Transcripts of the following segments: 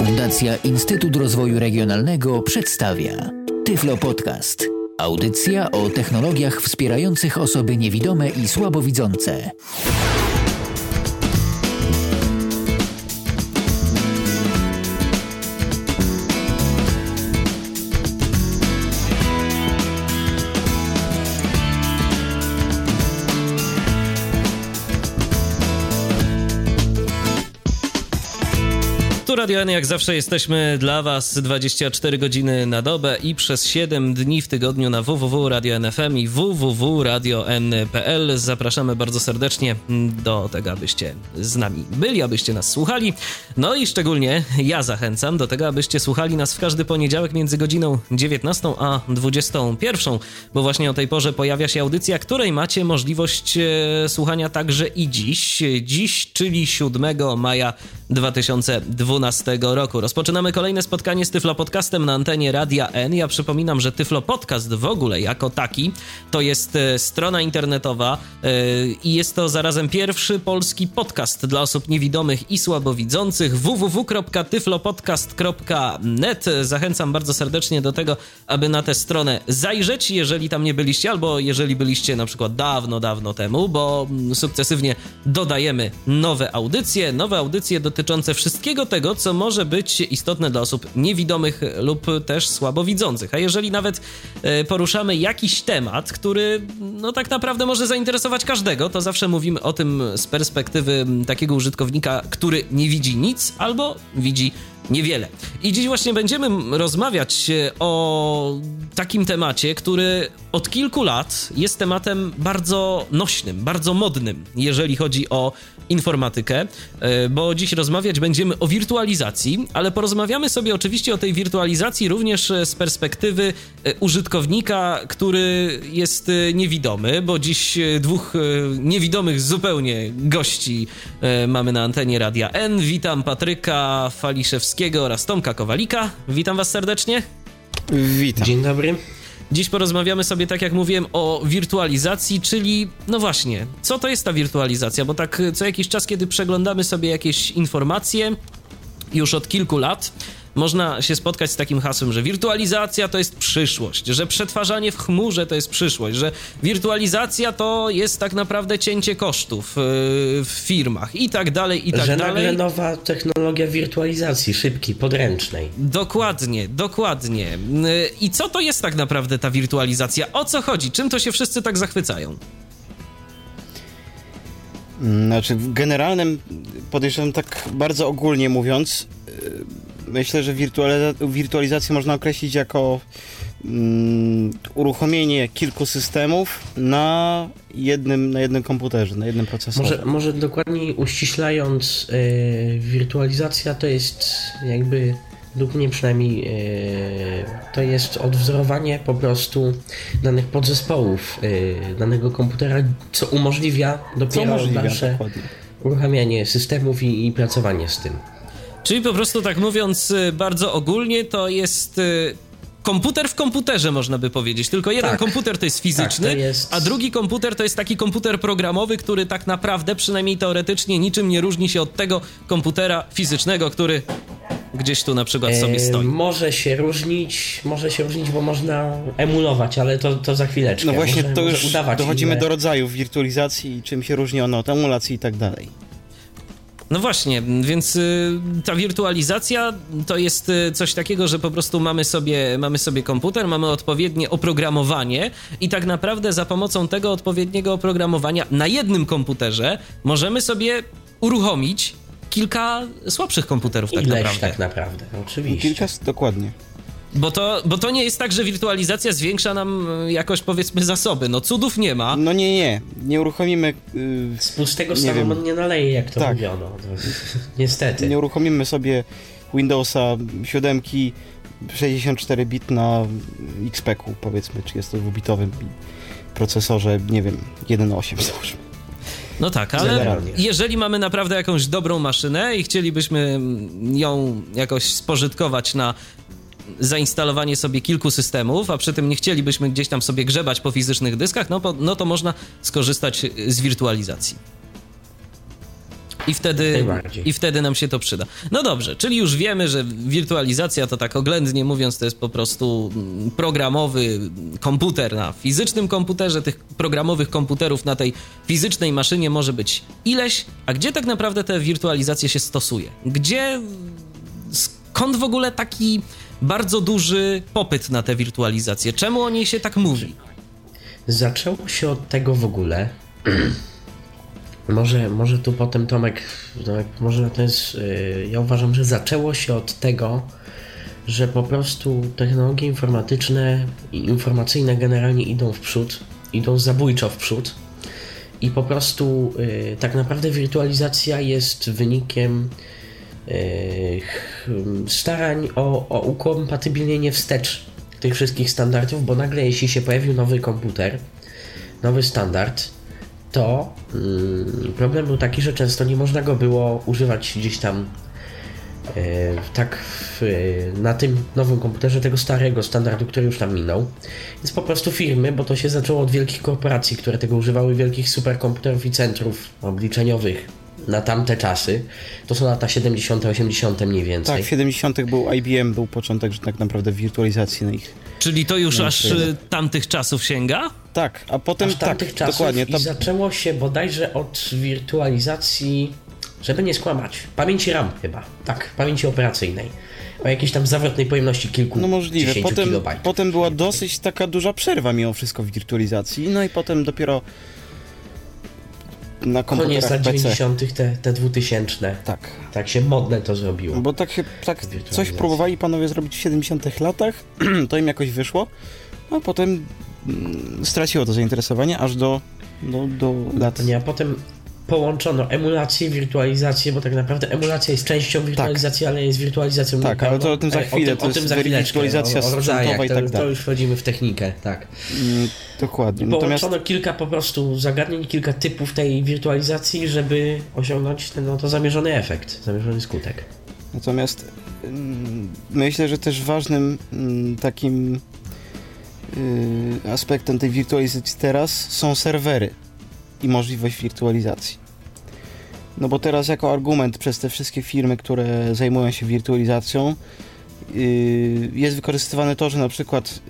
Fundacja Instytut Rozwoju Regionalnego przedstawia Tyflo Podcast. Audycja o technologiach wspierających osoby niewidome i słabowidzące. Tu Radio N, jak zawsze jesteśmy dla Was 24 godziny na dobę i przez 7 dni w tygodniu na www.radio.n.fm i www.radio.n.pl. Zapraszamy bardzo serdecznie do tego, abyście z nami byli, abyście nas słuchali. No i szczególnie ja zachęcam do tego, abyście słuchali nas w każdy poniedziałek między godziną 19 a 21, bo właśnie o tej porze pojawia się audycja, której macie możliwość słuchania także i dziś. Dziś, czyli 7 maja 2012 roku. Rozpoczynamy kolejne spotkanie z Tyflo Podcastem na antenie Radia N. Ja przypominam, że Tyflo Podcast w ogóle jako taki to jest strona internetowa i jest to zarazem pierwszy polski podcast dla osób niewidomych i słabowidzących. www.tyflopodcast.net. Zachęcam bardzo serdecznie do tego, aby na tę stronę zajrzeć, jeżeli tam nie byliście, albo jeżeli byliście na przykład dawno temu, bo sukcesywnie dodajemy nowe audycje dotyczące wszystkiego tego, co może być istotne dla osób niewidomych lub też słabowidzących. A jeżeli nawet poruszamy jakiś temat, który no tak naprawdę może zainteresować każdego, to zawsze mówimy o tym z perspektywy takiego użytkownika, który nie widzi nic albo widzi niewiele. I dziś właśnie będziemy rozmawiać o takim temacie, który od kilku lat jest tematem bardzo nośnym, bardzo modnym, jeżeli chodzi o informatykę, bo dziś rozmawiać będziemy o wirtualizacji, ale porozmawiamy sobie oczywiście o tej wirtualizacji również z perspektywy użytkownika, który jest niewidomy, bo dziś dwóch niewidomych zupełnie gości mamy na antenie Radia N. Witam Patryka Faliszewskiego oraz Tomka Kowalika. Witam was serdecznie. Witam. Dzień dobry. Dziś porozmawiamy sobie, tak jak mówiłem, o wirtualizacji, czyli no właśnie, co to jest ta wirtualizacja? Bo tak co jakiś czas, kiedy przeglądamy sobie jakieś informacje, już od kilku lat, można się spotkać z takim hasłem, że wirtualizacja to jest przyszłość, że przetwarzanie w chmurze to jest przyszłość, że wirtualizacja to jest tak naprawdę cięcie kosztów w firmach i tak dalej, i tak dalej. Że nagle nowa technologia wirtualizacji, szybkiej, podręcznej. Dokładnie. I co to jest tak naprawdę ta wirtualizacja? O co chodzi? Czym to się wszyscy tak zachwycają? Znaczy, w generalnym, podejrzewam tak bardzo ogólnie mówiąc, myślę, że wirtualizację można określić jako uruchomienie kilku systemów na jednym komputerze, na jednym procesorze. Może dokładniej uściślając, wirtualizacja to jest jakby, według mnie przynajmniej, to jest odwzorowanie po prostu danych podzespołów danego komputera, co umożliwia dopiero dalsze uruchamianie systemów i pracowanie z tym. Czyli po prostu tak mówiąc bardzo ogólnie, to jest komputer w komputerze, można by powiedzieć. Tylko jeden komputer to jest fizyczny, a drugi komputer to jest taki komputer programowy, który tak naprawdę, przynajmniej teoretycznie, niczym nie różni się od tego komputera fizycznego, który gdzieś tu na przykład sobie stoi. Może się różnić, bo można emulować, ale to za chwileczkę. No właśnie, to już dochodzimy do rodzajów wirtualizacji i czym się różni ona od emulacji i tak dalej. No właśnie, więc ta wirtualizacja to jest coś takiego, że po prostu mamy sobie komputer, mamy odpowiednie oprogramowanie i tak naprawdę za pomocą tego odpowiedniego oprogramowania na jednym komputerze możemy sobie uruchomić kilka słabszych komputerów tak naprawdę, oczywiście. Dokładnie. Bo to nie jest tak, że wirtualizacja zwiększa nam jakoś, powiedzmy, zasoby. No cudów nie ma. No nie uruchomimy... Z pustego samolot nie naleje, jak to mówiono. Niestety. Nie uruchomimy sobie Windowsa 7 64-bit na XP-ku, powiedzmy, 32-bitowym procesorze, nie wiem, 1.8 załóżmy. No tak, ale jeżeli mamy naprawdę jakąś dobrą maszynę i chcielibyśmy ją jakoś spożytkować na zainstalowanie sobie kilku systemów, a przy tym nie chcielibyśmy gdzieś tam sobie grzebać po fizycznych dyskach, no to można skorzystać z wirtualizacji. i wtedy nam się to przyda. No dobrze, czyli już wiemy, że wirtualizacja to tak oględnie mówiąc to jest po prostu programowy komputer na fizycznym komputerze. Tych programowych komputerów na tej fizycznej maszynie może być ileś, a gdzie tak naprawdę te wirtualizacje się stosuje? Skąd w ogóle taki bardzo duży popyt na te wirtualizacje? Czemu o niej się tak mówi? Zaczęło się od tego w ogóle. Może tu potem Tomek, może to jest. Ja uważam, że zaczęło się od tego, że po prostu technologie informatyczne i informacyjne generalnie idą w przód, idą zabójczo w przód i po prostu tak naprawdę wirtualizacja jest wynikiem starań o ukompatybilnienie wstecz tych wszystkich standardów, bo nagle jeśli się pojawił nowy komputer, nowy standard, to problem był taki, że często nie można go było używać gdzieś tam na tym nowym komputerze tego starego standardu, który już tam minął. Więc po prostu firmy, bo to się zaczęło od wielkich korporacji, które tego używały, wielkich superkomputerów i centrów obliczeniowych na tamte czasy. To są lata 70., 80. mniej więcej. Tak, w 70. był IBM, był początek, że tak naprawdę wirtualizacji na ich... Czyli to już aż tamtych czasów sięga? Tak, a potem tamtych czasów dokładnie. I zaczęło się bodajże od wirtualizacji, żeby nie skłamać, pamięci RAM chyba, tak, pamięci operacyjnej. O jakiejś tam zawrotnej pojemności kilku, no możliwe. 10 kilobajtów. Potem była dosyć taka duża przerwa mimo wszystko w wirtualizacji, no i potem dopiero na komputerach koniec lat PC. 90. te 2000. Tak się modne to zrobiło. Bo tak coś próbowali panowie zrobić w 70 latach, to im jakoś wyszło, a potem straciło to zainteresowanie aż do lat... Nie, a potem połączono emulację, wirtualizację, bo tak naprawdę emulacja jest częścią wirtualizacji, ale jest wirtualizacją tak, ale to o tym za chwilę, to jest wirtualizacja sprzętowa i tak dalej. To już wchodzimy w technikę, tak. Dokładnie. Połączono kilka po prostu zagadnień, kilka typów tej wirtualizacji, żeby osiągnąć ten oto zamierzony efekt, zamierzony skutek. Natomiast myślę, że też ważnym takim aspektem tej wirtualizacji teraz są serwery i możliwość wirtualizacji. No bo teraz jako argument przez te wszystkie firmy, które zajmują się wirtualizacją, jest wykorzystywane to, że na przykład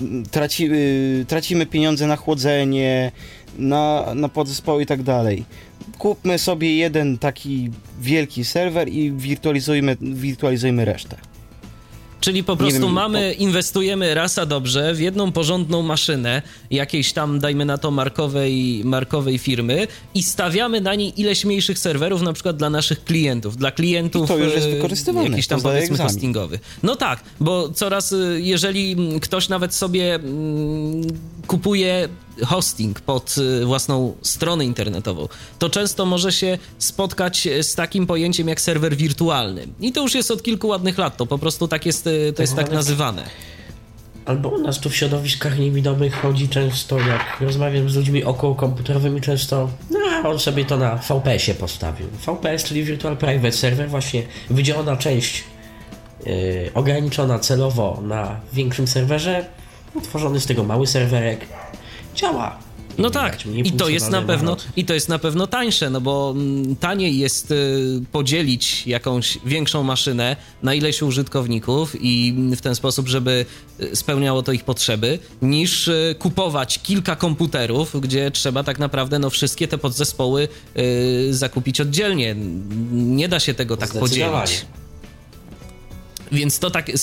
tracimy pieniądze na chłodzenie, na podzespoły i tak dalej. Kupmy sobie jeden taki wielki serwer i wirtualizujmy resztę. Czyli po prostu inwestujemy raz a dobrze w jedną porządną maszynę jakiejś tam, dajmy na to, markowej firmy i stawiamy na niej ileś mniejszych serwerów, na przykład dla naszych klientów. Dla klientów i to już jest wykorzystywane. Jakiś tam, powiedzmy, hostingowy. No tak, bo coraz, jeżeli ktoś nawet sobie kupuje hosting pod własną stronę internetową, to często może się spotkać z takim pojęciem jak serwer wirtualny. I to już jest od kilku ładnych lat, to po prostu tak jest, to jest tak nazywane. Albo u nas tu w środowiskach niewidomych chodzi często, jak rozmawiam z ludźmi okołokomputerowymi, często on sobie to na VPS-ie postawił. VPS, czyli Virtual Private Server, właśnie wydzielona część ograniczona celowo na większym serwerze, utworzony z tego mały serwerek, działa. No tak, i to jest na pewno tańsze, no bo taniej jest podzielić jakąś większą maszynę na ileś użytkowników i w ten sposób, żeby spełniało to ich potrzeby, niż kupować kilka komputerów, gdzie trzeba tak naprawdę wszystkie te podzespoły zakupić oddzielnie. Nie da się tego tak podzielić. Więc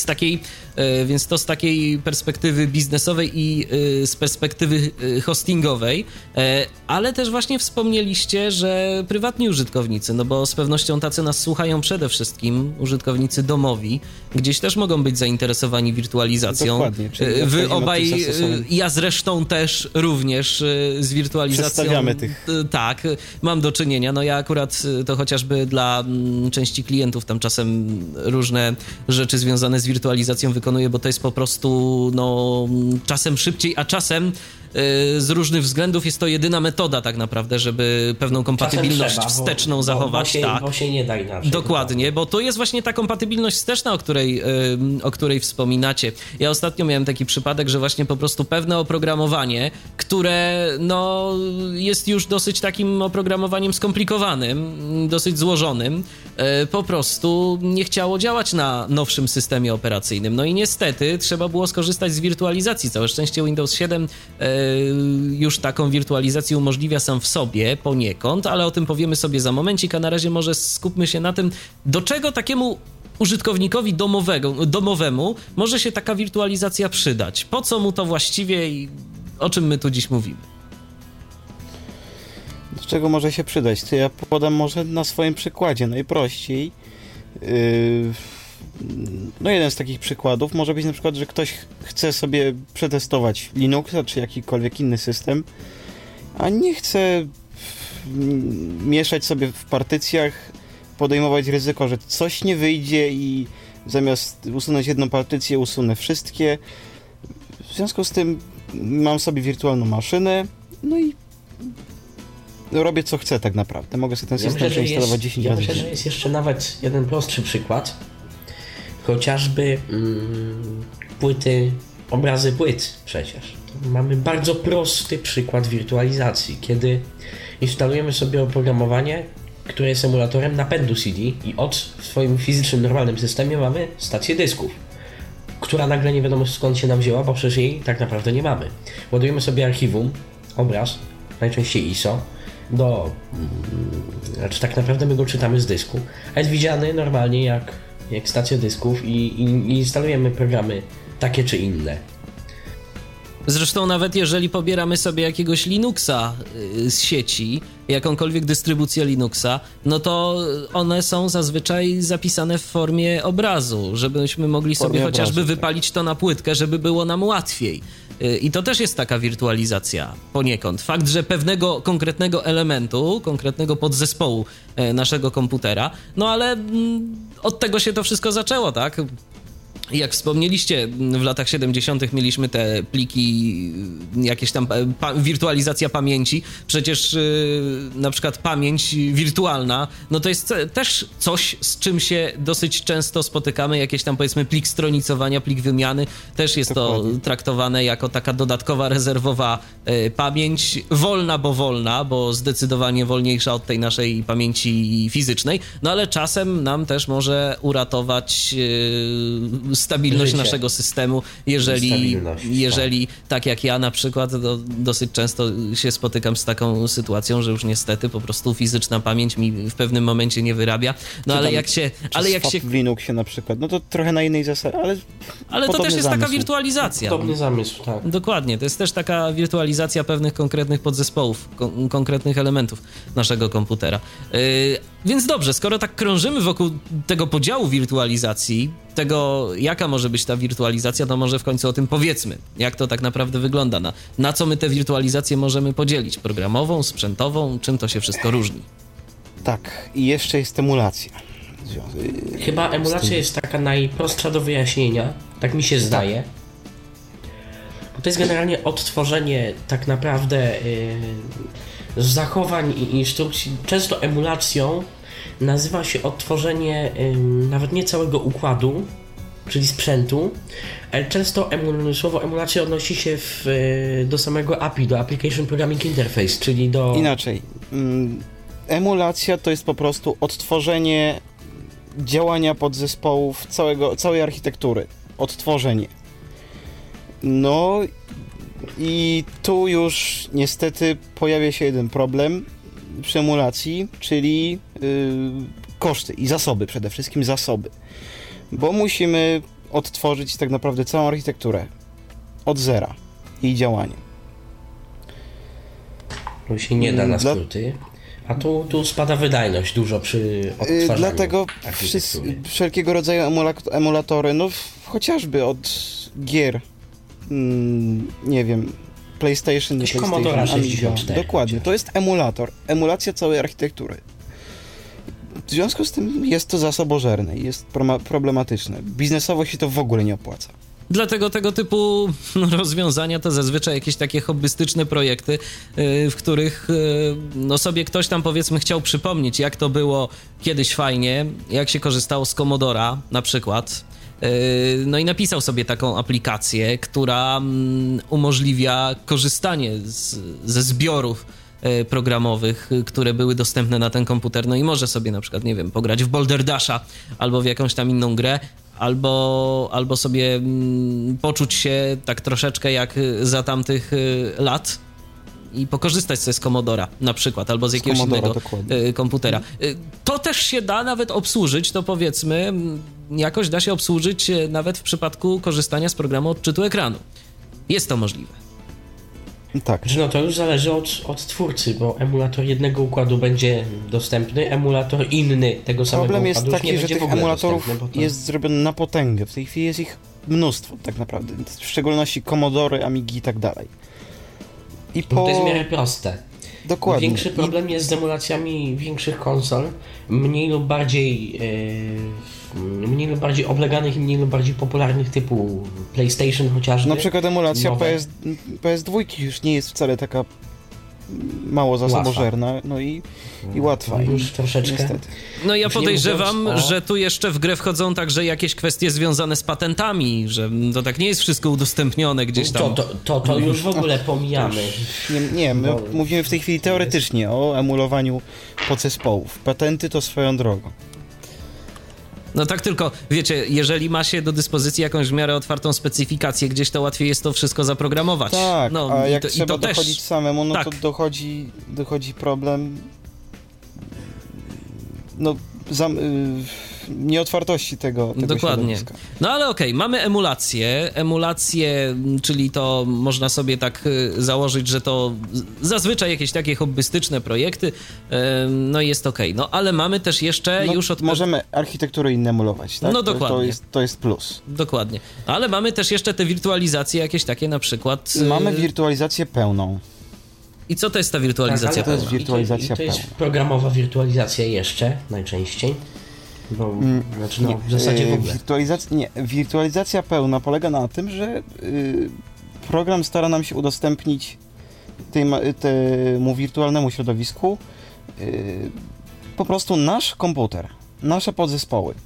to z takiej perspektywy biznesowej i z perspektywy hostingowej, ale też właśnie wspomnieliście, że prywatni użytkownicy, no bo z pewnością tacy nas słuchają przede wszystkim, użytkownicy domowi, gdzieś też mogą być zainteresowani wirtualizacją. Dokładnie. Wy obaj, ja zresztą też również z wirtualizacją. Przedstawiamy tych. Tak, mam do czynienia. No ja akurat to chociażby dla części klientów tam czasem różne rzeczy związane z wirtualizacją wykonuję, bo to jest po prostu czasem szybciej, a czasem z różnych względów jest to jedyna metoda tak naprawdę, żeby pewną kompatybilność wsteczną zachować. Bo się nie da inaczej. Dokładnie, bo to jest właśnie ta kompatybilność wsteczna, o której wspominacie. Ja ostatnio miałem taki przypadek, że właśnie po prostu pewne oprogramowanie, które no jest już dosyć takim oprogramowaniem skomplikowanym, dosyć złożonym, po prostu nie chciało działać na nowszym systemie operacyjnym. No i niestety trzeba było skorzystać z wirtualizacji. Całe szczęście Windows 7 już taką wirtualizację umożliwia sam w sobie poniekąd, ale o tym powiemy sobie za momencik, a na razie może skupmy się na tym, do czego takiemu użytkownikowi domowemu może się taka wirtualizacja przydać. Po co mu to właściwie i o czym my tu dziś mówimy? Do czego może się przydać? To ja podam może na swoim przykładzie, najprościej. No jeden z takich przykładów może być na przykład, że ktoś chce sobie przetestować Linuxa czy jakikolwiek inny system, a nie chce mieszać sobie w partycjach, podejmować ryzyko, że coś nie wyjdzie i zamiast usunąć jedną partycję, usunę wszystkie. W związku z tym mam sobie wirtualną maszynę, no i robię co chcę tak naprawdę. Mogę sobie ten system przeinstalować 10 razy. Myślę, że jest jeszcze nawet jeden prostszy przykład. Chociażby obrazy płyt przecież. Mamy bardzo prosty przykład wirtualizacji, kiedy instalujemy sobie oprogramowanie, które jest emulatorem napędu CD i w swoim fizycznym, normalnym systemie mamy stację dysków, która nagle nie wiadomo skąd się nam wzięła, bo przecież jej tak naprawdę nie mamy. Ładujemy sobie archiwum, obraz, najczęściej ISO, znaczy tak naprawdę my go czytamy z dysku, a jest widziany normalnie jak stacja dysków i instalujemy programy takie czy inne. Zresztą nawet jeżeli pobieramy sobie jakiegoś Linuxa z sieci, jakąkolwiek dystrybucję Linuxa, no to one są zazwyczaj zapisane w formie obrazu, żebyśmy mogli sobie chociażby wypalić to na płytkę, żeby było nam łatwiej. I to też jest taka wirtualizacja poniekąd. Fakt, że pewnego konkretnego elementu, konkretnego podzespołu naszego komputera, no ale od tego się to wszystko zaczęło, tak? Jak wspomnieliście, w latach 70. mieliśmy te pliki, jakieś tam wirtualizacja pamięci. Przecież na przykład pamięć wirtualna, no to jest też coś, z czym się dosyć często spotykamy. Jakieś tam powiedzmy plik stronicowania, plik wymiany. Też jest to traktowane jako taka dodatkowa, rezerwowa pamięć. Wolna, bo zdecydowanie wolniejsza od tej naszej pamięci fizycznej. No ale czasem nam też może uratować stabilność życie naszego systemu, jeżeli tak jak ja na przykład dosyć często się spotykam z taką sytuacją, że już niestety po prostu fizyczna pamięć mi w pewnym momencie nie wyrabia. No ale jak się w Linuxie na przykład, no to trochę na innej zasadzie, ale to też jest taka wirtualizacja. Podobny zamysł, tak. Dokładnie, to jest też taka wirtualizacja pewnych konkretnych podzespołów, konkretnych elementów naszego komputera. Więc dobrze, skoro tak krążymy wokół tego podziału wirtualizacji, tego jaka może być ta wirtualizacja, to może w końcu o tym powiedzmy. Jak to tak naprawdę wygląda? Na co my tę wirtualizację możemy podzielić? Programową, sprzętową? Czym to się wszystko różni? Tak, i jeszcze jest emulacja. Chyba emulacja jest taka najprostsza do wyjaśnienia, tak mi się zdaje. Bo to jest generalnie odtworzenie tak naprawdę zachowań i instrukcji. Często emulacją nazywa się odtworzenie nawet nie całego układu, czyli sprzętu, ale często słowo emulacja odnosi się do samego API, do Application Programming Interface, czyli do... Inaczej. Emulacja to jest po prostu odtworzenie działania podzespołów całej architektury. Odtworzenie. No i tu już niestety pojawia się jeden problem przy emulacji, czyli koszty i zasoby, przede wszystkim zasoby. Bo musimy odtworzyć tak naprawdę całą architekturę od zera i działanie. To się nie da na skróty, a tu spada wydajność dużo przy odtwarzaniu. Dlatego wszelkiego rodzaju emulatory, no chociażby od gier, nie wiem, PlayStation, nie PlayStation, Amiga. Dokładnie, to jest emulacja całej architektury. W związku z tym jest to zasobożerne i jest problematyczne. Biznesowo się to w ogóle nie opłaca. Dlatego tego typu rozwiązania to zazwyczaj jakieś takie hobbystyczne projekty, w których no sobie ktoś tam powiedzmy chciał przypomnieć, jak to było kiedyś fajnie, jak się korzystało z Commodora na przykład. No i napisał sobie taką aplikację, która umożliwia korzystanie ze zbiorów programowych, które były dostępne na ten komputer, no i może sobie na przykład, nie wiem, pograć w Boulder Dasha albo w jakąś tam inną grę, albo sobie poczuć się tak troszeczkę jak za tamtych lat i pokorzystać sobie z Commodora na przykład, albo z jakiegoś innego komputera. To też się da nawet obsłużyć, to powiedzmy, jakoś da się obsłużyć nawet w przypadku korzystania z programu odczytu ekranu. Jest to możliwe. Tak. No to już zależy od twórcy, bo emulator jednego układu będzie dostępny, emulator inny tego samego Problem układu jest taki, że tych emulatorów dostępny, jest zrobione na potęgę. W tej chwili jest ich mnóstwo tak naprawdę. W szczególności Commodory, Amigi i tak dalej. To jest w miarę proste. Dokładnie. Większy problem jest z emulacjami większych konsol, mniej lub bardziej obleganych i mniej lub bardziej popularnych typu PlayStation chociażby. Na przykład emulacja PS2 już nie jest wcale taka mało zasobożerna, no i łatwa. Już troszeczkę. Niestety. No ja podejrzewam, że tu jeszcze w grę wchodzą także jakieś kwestie związane z patentami, że to tak nie jest wszystko udostępnione gdzieś tam. To już w ogóle pomijamy. Nie, my mówimy w tej chwili teoretycznie o emulowaniu podzespołów. Patenty to swoją drogą. No tak, tylko wiecie, jeżeli ma się do dyspozycji jakąś w miarę otwartą specyfikację gdzieś, to łatwiej jest to wszystko zaprogramować. Tak, no, a jak to trzeba dochodzić samemu, no tak. to dochodzi problem nieotwartości tego Dokładnie. środowiska. No ale okej, mamy emulację, czyli to można sobie tak założyć, że to zazwyczaj jakieś takie hobbystyczne projekty, no i jest okej. No ale mamy też jeszcze Możemy architektury inne emulować, tak? No dokładnie. To jest plus. Dokładnie. Ale mamy też jeszcze te wirtualizacje jakieś takie na przykład... Mamy wirtualizację pełną. I co to jest ta wirtualizacja pełna? To jest wirtualizacja to jest programowa wirtualizacja jeszcze najczęściej. Bo, w zasadzie w ogóle. Wirtualizacja pełna polega na tym, że program stara nam się udostępnić temu wirtualnemu środowisku po prostu nasz komputer, nasze podzespoły.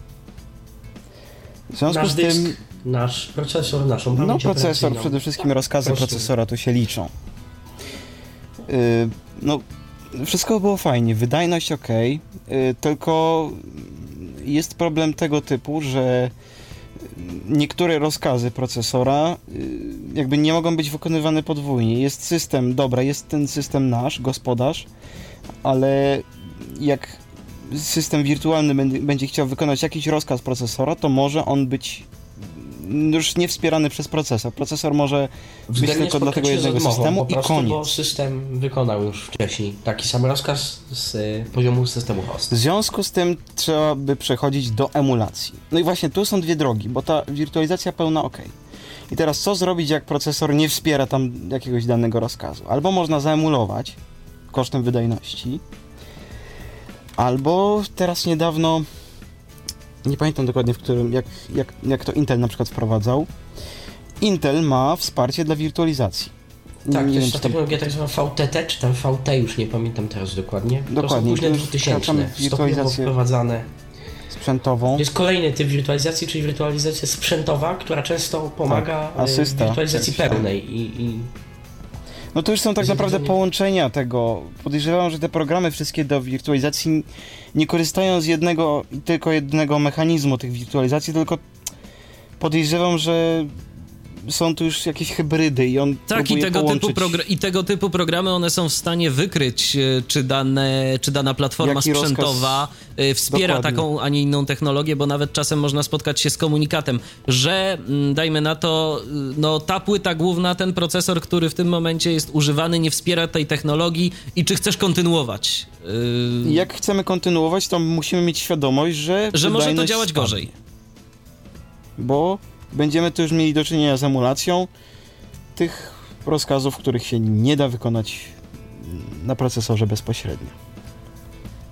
W związku z tym... Nasz procesor, naszą pamięć procesor, przede wszystkim rozkazy procesora tu się liczą. Wszystko było fajnie, wydajność ok, tylko jest problem tego typu, że niektóre rozkazy procesora jakby nie mogą być wykonywane podwójnie. Jest system, jest ten system nasz, gospodarz, ale jak system wirtualny będzie chciał wykonać jakiś rozkaz procesora, to może on być już nie wspierany przez procesor. Procesor może być tylko dla tego jednego systemu i koniec. Bo system wykonał już wcześniej taki sam rozkaz z poziomu systemu host. W związku z tym trzeba by przechodzić do emulacji. No i właśnie tu są dwie drogi, bo ta wirtualizacja pełna ok. I teraz co zrobić, jak procesor nie wspiera tam jakiegoś danego rozkazu? Albo można zaemulować kosztem wydajności, albo teraz niedawno, nie pamiętam dokładnie w którym, jak to Intel na przykład wprowadzał. Intel ma wsparcie dla wirtualizacji. Tak, to jest ta technologia tak zwana VTT, czy tam VT, już nie pamiętam teraz dokładnie. Dokładnie. To są późne 2000, stopniowo wprowadzane. Sprzętową. Jest kolejny typ wirtualizacji, czyli wirtualizacja sprzętowa, która często pomaga w wirtualizacji pełnej. No to już są tak naprawdę połączenia tego. Podejrzewam, że te programy wszystkie do wirtualizacji nie korzystają z tylko jednego mechanizmu tych wirtualizacji, tylko podejrzewam, że są tu już jakieś hybrydy i on próbuje połączyć. I tego typu programy, one są w stanie wykryć, czy dana platforma sprzętowa wspiera taką, a nie inną technologię, bo nawet czasem można spotkać się z komunikatem, że dajmy na to, ta płyta główna, ten procesor, który w tym momencie jest używany, nie wspiera tej technologii i czy chcesz kontynuować? Jak chcemy kontynuować, to musimy mieć świadomość, że może to działać gorzej. Bo będziemy tu już mieli do czynienia z emulacją tych rozkazów, których się nie da wykonać na procesorze bezpośrednio.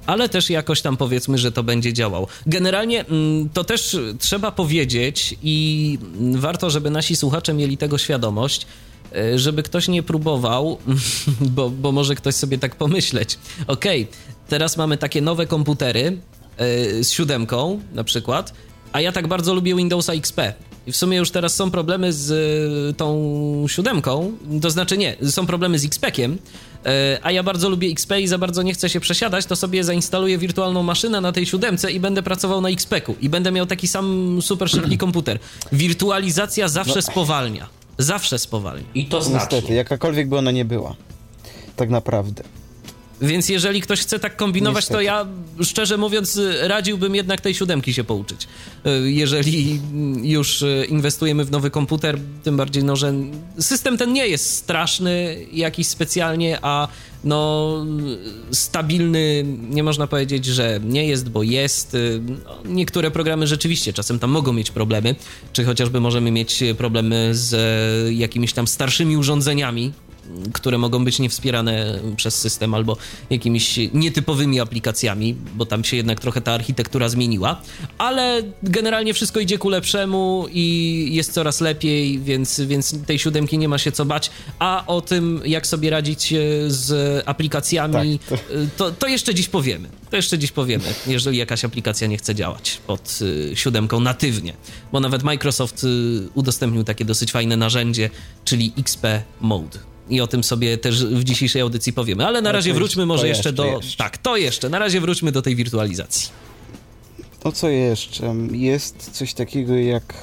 ale też jakoś tam powiedzmy, że to będzie działało. Generalnie to też trzeba powiedzieć i warto, żeby nasi słuchacze mieli tego świadomość, żeby ktoś nie próbował, bo może ktoś sobie tak pomyśleć, okej, teraz mamy takie nowe komputery z 7 na przykład, a ja tak bardzo lubię Windowsa XP. I w sumie już teraz są problemy z tą 7, to znaczy nie, są problemy z XP-kiem, a ja bardzo lubię XP i za bardzo nie chcę się przesiadać, to sobie zainstaluję wirtualną maszynę na tej 7 i będę pracował na XP-ku i będę miał taki sam super szybki komputer. Wirtualizacja zawsze spowalnia. Zawsze spowalnia. I to znacznie. Niestety, jakakolwiek by ona nie była. Tak naprawdę. Więc jeżeli ktoś chce tak kombinować, Niestety. to ja, szczerze mówiąc, radziłbym jednak tej 7 się pouczyć. Jeżeli już inwestujemy w nowy komputer, tym bardziej, no, że system ten nie jest straszny jakiś specjalnie, a no stabilny, nie można powiedzieć, że nie jest, bo jest. No, niektóre programy rzeczywiście czasem tam mogą mieć problemy, czy chociażby możemy mieć problemy z jakimiś tam starszymi urządzeniami, które mogą być niewspierane przez system albo jakimiś nietypowymi aplikacjami, bo tam się jednak trochę ta architektura zmieniła, ale generalnie wszystko idzie ku lepszemu i jest coraz lepiej, więc tej 7 nie ma się co bać, a o tym, jak sobie radzić z aplikacjami, Tak, to jeszcze dziś powiemy. To jeszcze dziś powiemy, jeżeli jakaś aplikacja nie chce działać pod 7 natywnie, bo nawet Microsoft udostępnił takie dosyć fajne narzędzie, czyli XP Mode. I o tym sobie też w dzisiejszej audycji powiemy. Ale na razie wróćmy może jeszcze do... Tak, to jeszcze. Na razie wróćmy do tej wirtualizacji. No co jeszcze? Jest coś takiego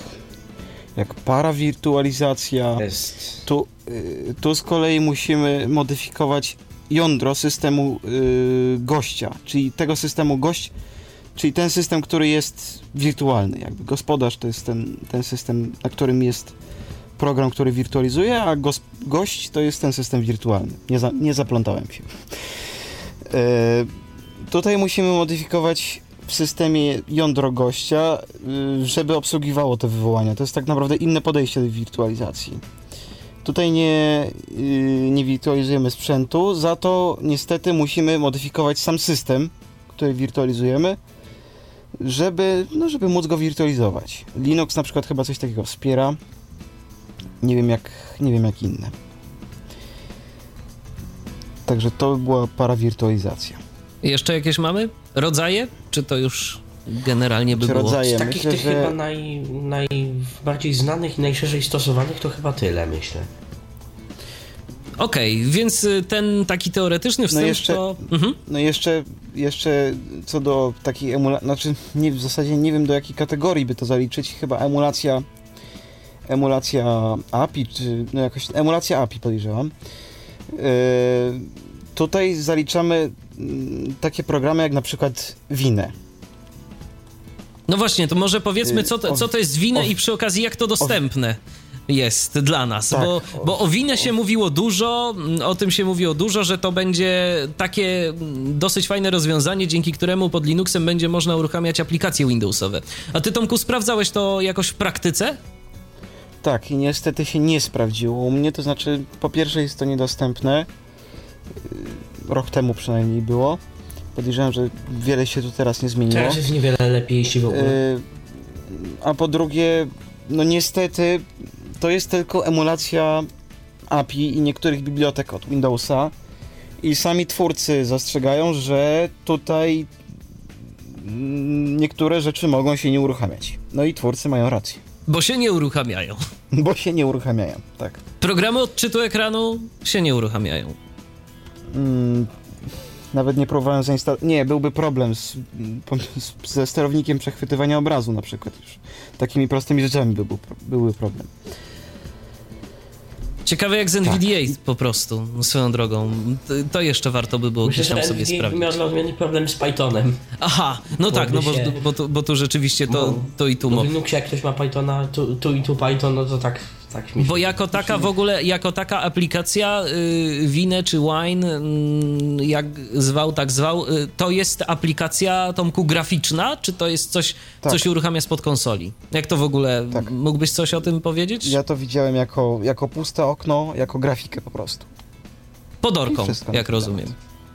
jak parawirtualizacja. Jest. Tu z kolei musimy modyfikować jądro systemu gościa, czyli tego systemu czyli ten system, który jest wirtualny. Jakby gospodarz to jest ten system, na którym jest program, który wirtualizuje, a gość to jest ten system wirtualny. Nie zaplątałem się. Tutaj musimy modyfikować w systemie jądro gościa, żeby obsługiwało te wywołania. To jest tak naprawdę inne podejście do wirtualizacji. Tutaj nie wirtualizujemy sprzętu, za to niestety musimy modyfikować sam system, który wirtualizujemy, żeby móc go wirtualizować. Linux na przykład chyba coś takiego wspiera. Nie wiem jak inne. Także to była parawirtualizacja. Jeszcze jakieś mamy rodzaje? Czy to już generalnie by było? Rodzaje? Z takich Myślę, tych że... chyba najbardziej znanych i najszerzej stosowanych to chyba tyle, myślę. Okej, więc ten taki teoretyczny wstęp to... No jeszcze co do takiej emulacji, znaczy w zasadzie nie wiem do jakiej kategorii by to zaliczyć, chyba emulacja API, czy no jakoś emulacja API podejrzewam. Tutaj zaliczamy takie programy jak na przykład Wine. No właśnie, to może powiedzmy, co to jest Wine i przy okazji jak to dostępne jest dla nas, tak, bo o Wine się mówiło dużo, o tym się mówiło dużo, że to będzie takie dosyć fajne rozwiązanie, dzięki któremu pod Linuxem będzie można uruchamiać aplikacje Windowsowe. A ty, Tomku, sprawdzałeś to jakoś w praktyce? Tak, i niestety się nie sprawdziło u mnie, to znaczy po pierwsze jest to niedostępne, rok temu przynajmniej było, podejrzewam, że wiele się tu teraz nie zmieniło. Teraz jest niewiele lepiej, jeśli w ogóle. A po drugie, no niestety to jest tylko emulacja API i niektórych bibliotek od Windowsa i sami twórcy zastrzegają, że tutaj niektóre rzeczy mogą się nie uruchamiać. No i twórcy mają rację. Bo się nie uruchamiają. Bo się nie uruchamiają, tak. Programy odczytu ekranu się nie uruchamiają. Nawet nie próbowałem zainstalować. Nie, byłby problem ze sterownikiem przechwytywania obrazu na przykład już. Takimi prostymi rzeczami byłby problem. Ciekawe jak z NVDA po prostu, swoją drogą. To jeszcze warto by było gdzieś tam sobie sprawdzić. Miał dla odmiany problem z Pythonem. Aha, no tak, no bo tu rzeczywiście to i tu... W Linuxie jak ktoś ma Pythona, tu i tu Python, no to tak śmiesznie. Bo jako taka w ogóle, jako taka aplikacja Wine czy Wine, jak zwał, tak zwał, to jest aplikacja, Tomku, graficzna, czy to jest coś, co się uruchamia spod konsoli? Jak to w ogóle, mógłbyś coś o tym powiedzieć? Ja to widziałem jako puste okno, jako grafikę po prostu. Pod orką, jak rozumiem. Tak.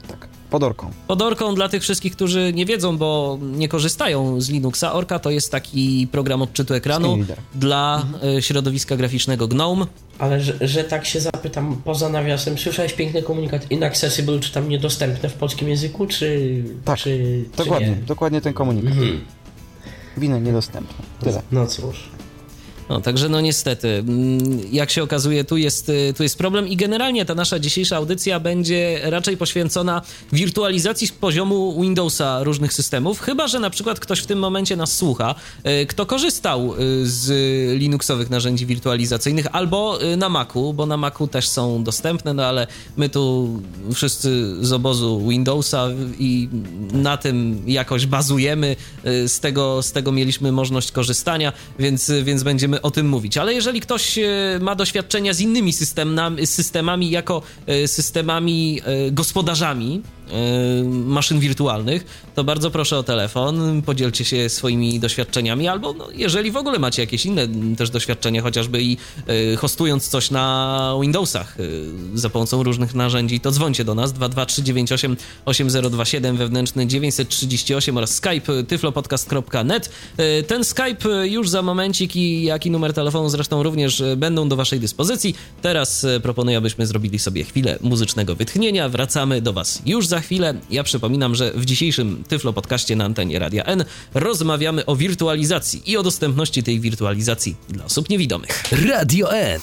Podorką dla tych wszystkich, którzy nie wiedzą, bo nie korzystają z Linuxa. Orca to jest taki program odczytu ekranu dla środowiska graficznego GNOME. Ale że tak się zapytam, poza nawiasem, słyszałeś piękny komunikat inaccessible, czy tam niedostępne w polskim języku, czy... Tak, czy dokładnie ten komunikat. Winy niedostępne. Tyle. No cóż. No, także no niestety, jak się okazuje, tu jest problem i generalnie ta nasza dzisiejsza audycja będzie raczej poświęcona wirtualizacji z poziomu Windowsa różnych systemów, chyba że na przykład ktoś w tym momencie nas słucha, kto korzystał z linuxowych narzędzi wirtualizacyjnych albo na Macu, bo na Macu też są dostępne, no ale my tu wszyscy z obozu Windowsa i na tym jakoś bazujemy, z tego mieliśmy możliwość korzystania, więc będziemy o tym mówić. Ale jeżeli ktoś ma doświadczenia z innymi systemami jako systemami gospodarzami maszyn wirtualnych, to bardzo proszę o telefon, podzielcie się swoimi doświadczeniami, albo no, jeżeli w ogóle macie jakieś inne też doświadczenia, chociażby i hostując coś na Windowsach za pomocą różnych narzędzi, to dzwońcie do nas 22398 8027 wewnętrzny 938 oraz Skype tyflopodcast.net. Ten Skype już za momencik jak i numer telefonu zresztą również będą do waszej dyspozycji. Teraz proponuję, abyśmy zrobili sobie chwilę muzycznego wytchnienia. Wracamy do was już za chwilę. Ja przypominam, że w dzisiejszym Tyflo Podcaście na antenie Radia N rozmawiamy o wirtualizacji i o dostępności tej wirtualizacji dla osób niewidomych. Radio N.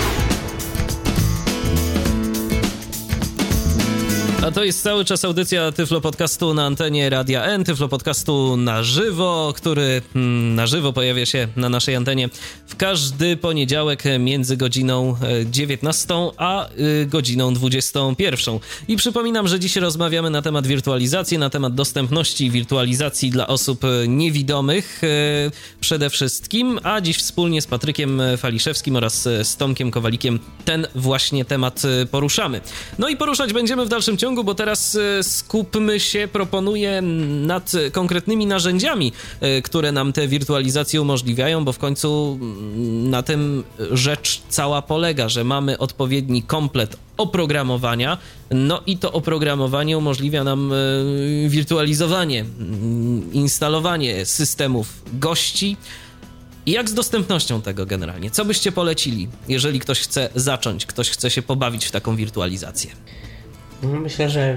A to jest cały czas audycja Tyflo Podcastu na antenie Radia N, Tyflo Podcastu na żywo, który na żywo pojawia się na naszej antenie w każdy poniedziałek między godziną 19 a godziną 21. I przypominam, że dziś rozmawiamy na temat wirtualizacji, na temat dostępności wirtualizacji dla osób niewidomych przede wszystkim, a dziś wspólnie z Patrykiem Faliszewskim oraz z Tomkiem Kowalikiem ten właśnie temat poruszamy. No i poruszać będziemy w dalszym ciągu, bo teraz skupmy się, proponuję, nad konkretnymi narzędziami, które nam te wirtualizacje umożliwiają, bo w końcu na tym rzecz cała polega, że mamy odpowiedni komplet oprogramowania, no i to oprogramowanie umożliwia nam wirtualizowanie, instalowanie systemów gości. I jak z dostępnością tego generalnie? Co byście polecili, jeżeli ktoś chce zacząć, ktoś chce się pobawić w taką wirtualizację? Myślę, że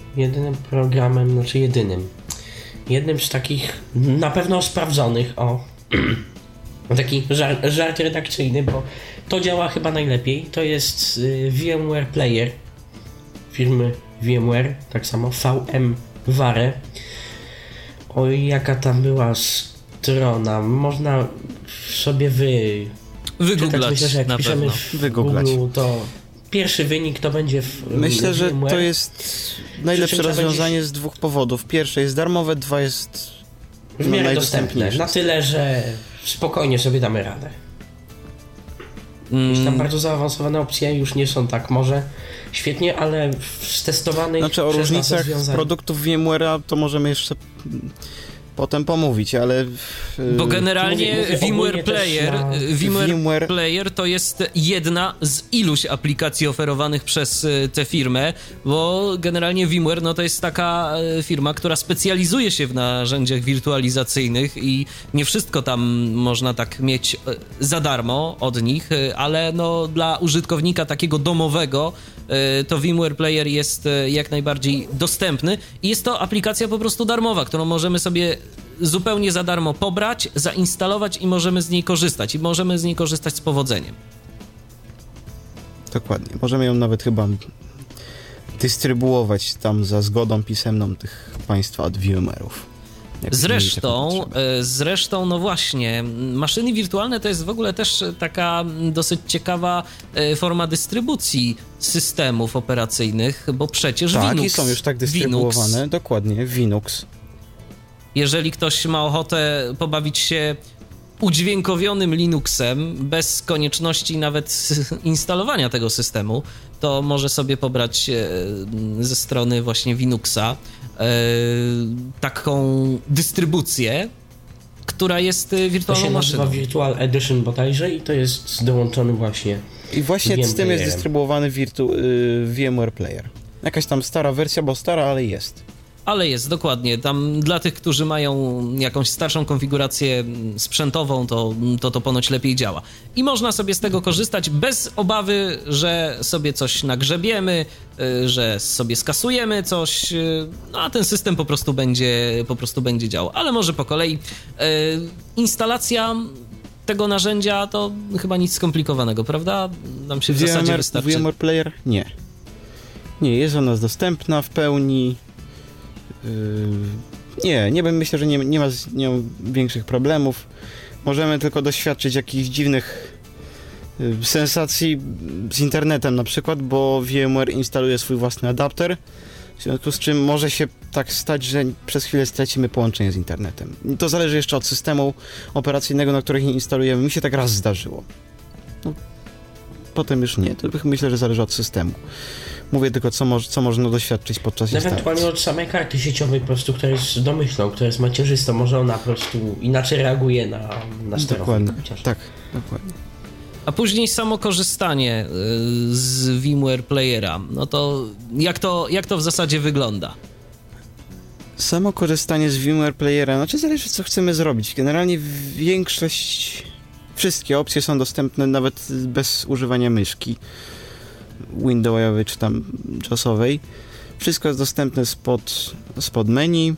jednym z takich na pewno sprawdzonych, taki żart redakcyjny, bo to działa chyba najlepiej, to jest VMware Player firmy VMware, tak samo VMware. Oj, jaka tam była strona, można sobie wygooglać, myślę, że jak na piszemy pewno. w Google, to pierwszy wynik to będzie Myślę, że VMware. to jest najlepsze rozwiązanie z dwóch powodów. Pierwsze jest darmowe, dwa jest w miarę dostępne. Na tyle, że spokojnie sobie damy radę. Jeśli tam bardzo zaawansowane opcje już nie są tak może świetnie, ale w testowanych Znaczy o różnicach produktów VMware'a to możemy jeszcze potem pomówić, ale... Bo generalnie VMware Player to jest jedna z iluś aplikacji oferowanych przez tę firmę, bo generalnie VMware no to jest taka firma, która specjalizuje się w narzędziach wirtualizacyjnych i nie wszystko tam można tak mieć za darmo od nich, ale no dla użytkownika takiego domowego to VMware Player jest jak najbardziej dostępny i jest to aplikacja po prostu darmowa, którą możemy sobie zupełnie za darmo pobrać, zainstalować i możemy z niej korzystać. I możemy z niej korzystać z powodzeniem. Dokładnie. Możemy ją nawet chyba dystrybuować tam za zgodą pisemną tych państwa od VMware'ów. Zresztą, no właśnie, maszyny wirtualne to jest w ogóle też taka dosyć ciekawa forma dystrybucji systemów operacyjnych, bo przecież tak, i są już tak dystrybuowane, dokładnie, Linux. Jeżeli ktoś ma ochotę pobawić się udźwiękowionym Linuxem, bez konieczności nawet instalowania tego systemu, to może sobie pobrać ze strony właśnie Linuxa taką dystrybucję, która jest wirtualną maszyną. To się nazywa Virtual Edition bodajże i to jest dołączony właśnie. I właśnie z tym jest dystrybuowany VMware Player. Jakaś tam stara wersja, bo stara, ale jest. Ale jest, dokładnie. Tam dla tych, którzy mają jakąś starszą konfigurację sprzętową, to ponoć lepiej działa. I można sobie z tego korzystać bez obawy, że sobie coś nagrzebiemy, że sobie skasujemy coś, no a ten system po prostu będzie działał. Ale może po kolei. Instalacja tego narzędzia to chyba nic skomplikowanego, prawda? Nam się w zasadzie wystarczy. VMware Player? Nie. Nie, jest ona dostępna w pełni. Myślę, że nie ma większych problemów. Możemy tylko doświadczyć jakichś dziwnych sensacji z internetem na przykład, bo VMware instaluje swój własny adapter, w związku z czym może się tak stać, że przez chwilę stracimy połączenie z internetem. To zależy jeszcze od systemu operacyjnego, na których instalujemy. Mi się tak raz zdarzyło. No, potem już nie. To myślę, że zależy od systemu. Mówię tylko, co można doświadczyć podczas instalacji. Ewentualnie od samej karty sieciowej po prostu, która jest domyślną, która jest macierzystą, może ona po prostu inaczej reaguje na sterownik. Dokładnie, tak, dokładnie. A później samo korzystanie z VMware Playera, no to jak to w zasadzie wygląda? Samo korzystanie z VMware Playera, znaczy zależy, co chcemy zrobić. Generalnie wszystkie opcje są dostępne nawet bez używania myszki Windowsowej czy tam JAWSowej. Wszystko jest dostępne spod menu.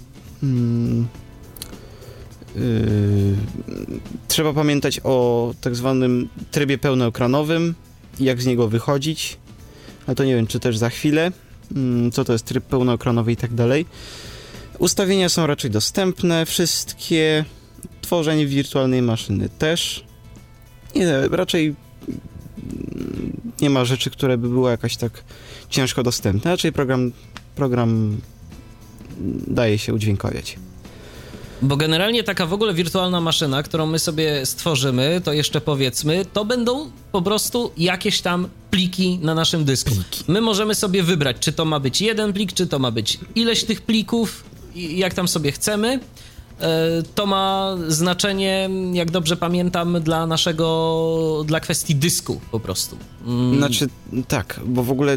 Trzeba pamiętać o tak zwanym trybie pełnoekranowym i jak z niego wychodzić, ale to nie wiem, czy też za chwilę, co to jest tryb pełnoekranowy i tak dalej. Ustawienia są raczej dostępne, wszystkie. Tworzenie wirtualnej maszyny też. Raczej nie ma rzeczy, które by były jakaś tak ciężko dostępne. Raczej program daje się udźwiękowiać. Bo generalnie taka w ogóle wirtualna maszyna, którą my sobie stworzymy, to jeszcze powiedzmy, to będą po prostu jakieś tam pliki na naszym dysku. My możemy sobie wybrać, czy to ma być jeden plik, czy to ma być ileś tych plików, jak tam sobie chcemy. To ma znaczenie, jak dobrze pamiętam, dla kwestii dysku po prostu. Znaczy, tak, bo w ogóle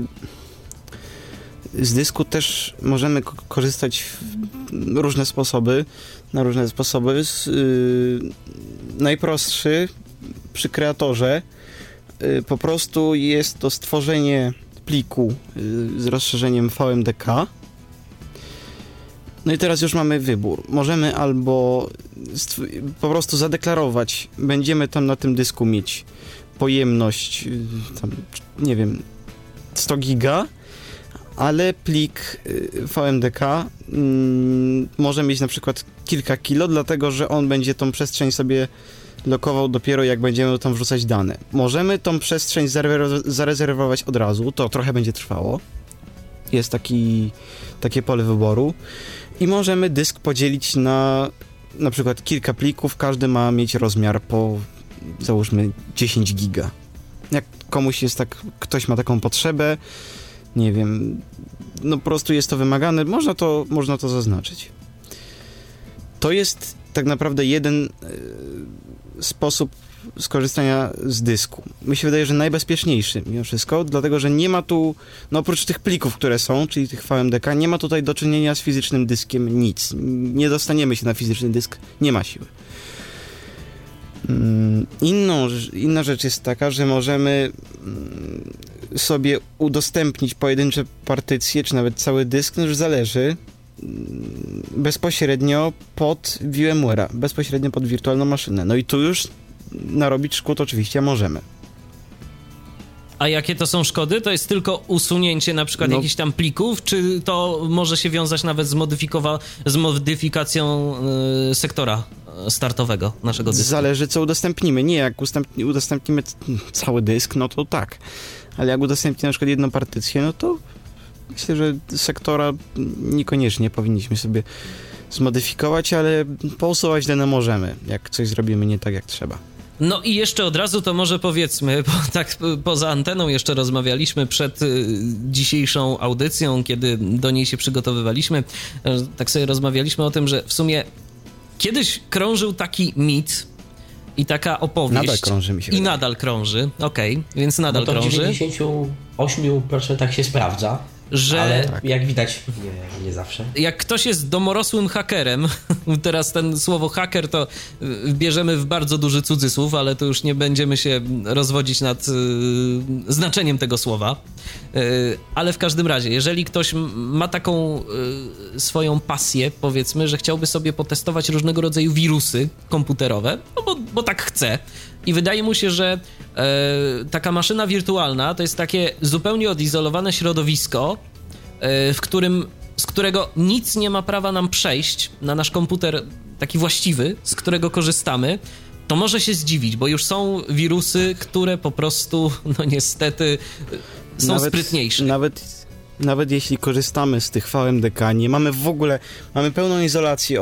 z dysku też możemy korzystać na różne sposoby. Najprostszy przy kreatorze po prostu jest to stworzenie pliku z rozszerzeniem VMDK. No i teraz już mamy wybór. Możemy albo po prostu zadeklarować, będziemy tam na tym dysku mieć pojemność, tam, nie wiem, 100 giga, ale plik VMDK może mieć na przykład kilka kilo, dlatego że on będzie tą przestrzeń sobie lokował dopiero jak będziemy tam wrzucać dane. Możemy tą przestrzeń zarezerwować od razu, to trochę będzie trwało. Jest takie pole wyboru. I możemy dysk podzielić na przykład kilka plików, każdy ma mieć rozmiar po, załóżmy, 10 giga. Jak komuś jest ktoś ma taką potrzebę, nie wiem, no po prostu jest to wymagane, można to zaznaczyć. To jest tak naprawdę jeden sposób skorzystania z dysku. Mi się wydaje, że najbezpieczniejszy mimo wszystko, dlatego, że nie ma tu, no oprócz tych plików, które są, czyli tych VMDK, nie ma tutaj do czynienia z fizycznym dyskiem nic. Nie dostaniemy się na fizyczny dysk, nie ma siły. Inna rzecz jest taka, że możemy sobie udostępnić pojedyncze partycje, czy nawet cały dysk, no już zależy, bezpośrednio pod VMware'a, bezpośrednio pod wirtualną maszynę. No i tu już narobić szkód oczywiście możemy. A jakie to są szkody? To jest tylko usunięcie na przykład jakichś tam plików, czy to może się wiązać nawet z modyfikacją sektora startowego naszego dysku? Zależy, co udostępnimy. Nie, jak udostępnimy cały dysk, no to tak. Ale jak udostępnimy na przykład jedną partycję, no to myślę, że sektora niekoniecznie powinniśmy sobie zmodyfikować, ale pousuwać dane możemy, jak coś zrobimy nie tak, jak trzeba. No i jeszcze od razu to może powiedzmy, bo tak poza anteną jeszcze rozmawialiśmy przed dzisiejszą audycją, kiedy do niej się przygotowywaliśmy, tak sobie rozmawialiśmy o tym, że w sumie kiedyś krążył taki mit i taka opowieść. Nadal krąży, mi się wydaje. Nadal krąży, okej, więc nadal krąży. W 98% się sprawdza. że... Ale jak widać, nie zawsze. Jak ktoś jest domorosłym hakerem, teraz ten słowo haker to bierzemy w bardzo duży cudzysłów, ale to już nie będziemy się rozwodzić nad znaczeniem tego słowa. Ale w każdym razie, jeżeli ktoś ma taką swoją pasję, powiedzmy, że chciałby sobie potestować różnego rodzaju wirusy komputerowe, no bo tak chce, i wydaje mu się, że taka maszyna wirtualna to jest takie zupełnie odizolowane środowisko, z którego nic nie ma prawa nam przejść na nasz komputer taki właściwy, z którego korzystamy, to może się zdziwić, bo już są wirusy, które po prostu, no niestety, są sprytniejsze. Nawet jeśli korzystamy z tych VMDK, nie mamy w ogóle, mamy pełną izolację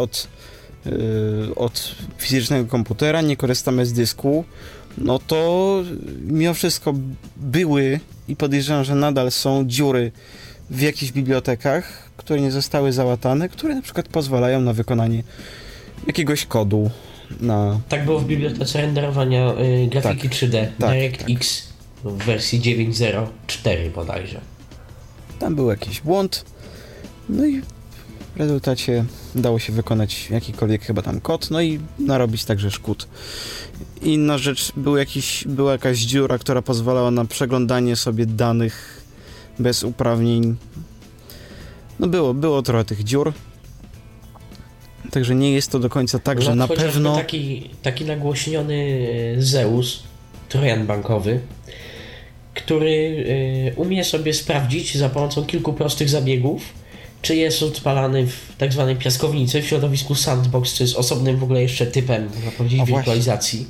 od fizycznego komputera, nie korzystamy z dysku, no to mimo wszystko były i podejrzewam, że nadal są dziury w jakichś bibliotekach, które nie zostały załatane, które na przykład pozwalają na wykonanie jakiegoś kodu na... Tak było w bibliotece renderowania grafiki 3D DirectX w wersji 9.0.4 bodajże. Tam był jakiś błąd, no i w rezultacie dało się wykonać jakikolwiek chyba tam kod, no i narobić także szkód. Inna rzecz, była jakaś dziura, która pozwalała na przeglądanie sobie danych bez uprawnień. No było trochę tych dziur. Także nie jest to do końca tak, że na pewno... Taki nagłośniony Zeus, trojan bankowy, który umie sobie sprawdzić za pomocą kilku prostych zabiegów, czy jest odpalany w tak zwanej piaskownicy, w środowisku sandbox, co jest osobnym w ogóle jeszcze typem, można powiedzieć, wirtualizacji.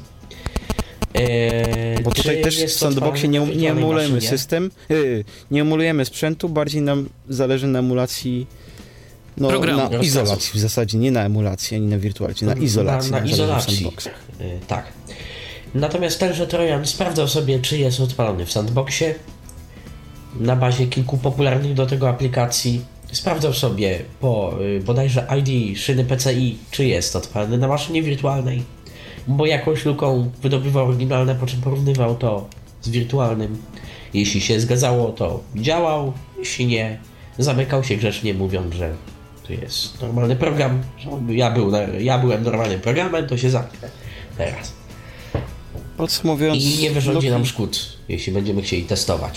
Bo tutaj też w sandboxie nie emulujemy nie emulujemy sprzętu, bardziej nam zależy na emulacji, na izolacji w zasadzie, nie na emulacji, ani na wirtualizacji, na izolacji. Na izolacji, tak. Natomiast tenże trojan sprawdzał sobie, czy jest odpalony w sandboxie na bazie kilku popularnych do tego aplikacji. Sprawdzał sobie po bodajże ID szyny PCI, czy jest odpalony na maszynie wirtualnej, bo jakąś luką wydobywał oryginalne, po czym porównywał to z wirtualnym. Jeśli się zgadzało, to działał, jeśli nie, zamykał się grzecznie, mówiąc, że to jest normalny program, ja byłem normalnym programem, to się zamknę teraz. Podsumowując... I nie wyrządzi nam szkód, jeśli będziemy chcieli testować.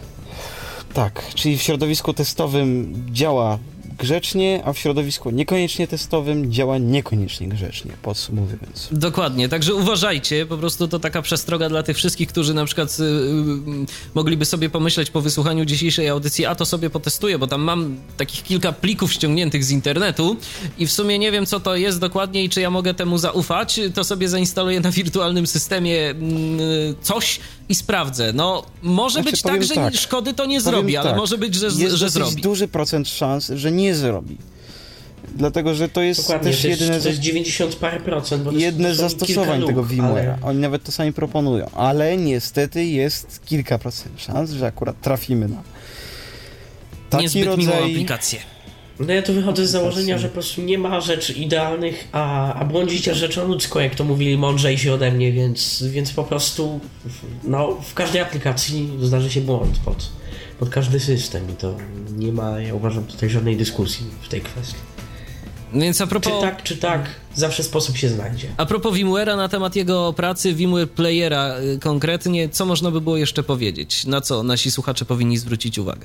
Tak, czyli w środowisku testowym działa grzecznie, a w środowisku niekoniecznie testowym działa niekoniecznie grzecznie, podsumowując. Dokładnie, także uważajcie, po prostu to taka przestroga dla tych wszystkich, którzy na przykład mogliby sobie pomyśleć po wysłuchaniu dzisiejszej audycji, a to sobie potestuję, bo tam mam takich kilka plików ściągniętych z internetu i w sumie nie wiem, co to jest dokładnie i czy ja mogę temu zaufać, to sobie zainstaluję na wirtualnym systemie coś i sprawdzę. No, może być tak, że szkody to nie zrobi, ale może być, że zrobi. Jest duży procent szans, że nie zrobi. Dlatego, że to jest dokładnie, też to jest 90 parę procent. Bo jedne z zastosowań tego VMware'a. Oni nawet to sami proponują. Ale niestety jest kilka procent szans, że akurat trafimy na taki niezbyt miłą aplikację. No ja tu wychodzę z założenia, że po prostu nie ma rzeczy idealnych, a błądzicie rzeczą ludzką, jak to mówili mądrzejsi ode mnie, więc po prostu w każdej aplikacji zdarzy się błąd pod każdy system i to nie ma, ja uważam, tutaj żadnej dyskusji w tej kwestii. Więc a propos... Czy tak, zawsze sposób się znajdzie. A propos VMware'a, na temat jego pracy, VMware Playera konkretnie, co można by było jeszcze powiedzieć? Na co nasi słuchacze powinni zwrócić uwagę?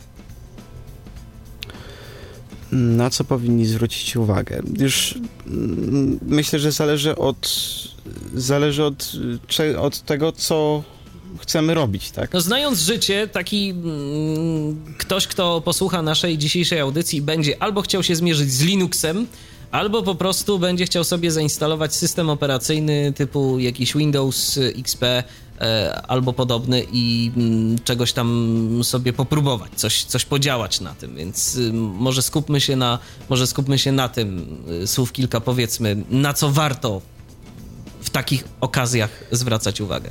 Na co powinni zwrócić uwagę? Już myślę, że zależy od tego, co chcemy robić, tak? No, znając życie, taki ktoś, kto posłucha naszej dzisiejszej audycji, będzie albo chciał się zmierzyć z Linuxem, albo po prostu będzie chciał sobie zainstalować system operacyjny typu jakiś Windows XP albo podobny i czegoś tam sobie popróbować, coś podziałać na tym, więc może skupmy się na tym, słów kilka powiedzmy, na co warto w takich okazjach zwracać uwagę.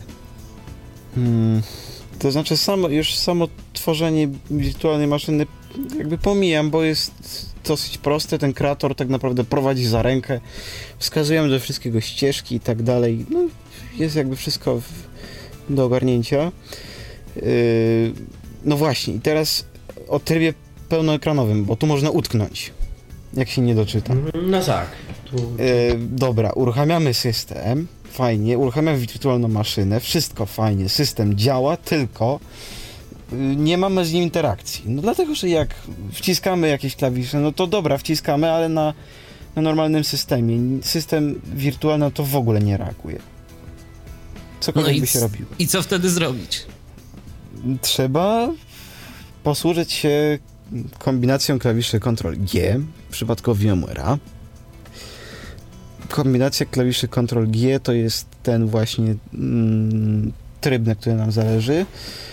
To znaczy samo tworzenie wirtualnej maszyny jakby pomijam, bo jest dosyć proste, ten kreator tak naprawdę prowadzi za rękę, wskazujemy do wszystkiego ścieżki i tak dalej, no jest jakby wszystko do ogarnięcia. No właśnie, i teraz o trybie pełnoekranowym, bo tu można utknąć, jak się nie doczyta. No tak. Dobra, uruchamiamy system, fajnie, uruchamiamy wirtualną maszynę, wszystko fajnie, system działa, tylko nie mamy z nim interakcji. No dlatego, że jak wciskamy jakieś klawisze, no to dobra, wciskamy, ale na normalnym systemie. System wirtualny to w ogóle nie reaguje. Cokolwiek by się robiło. I co wtedy zrobić? Trzeba posłużyć się kombinacją klawiszy Ctrl-G w przypadku VMware'a. Kombinacja klawiszy Ctrl-G to jest ten właśnie tryb, na który nam zależy.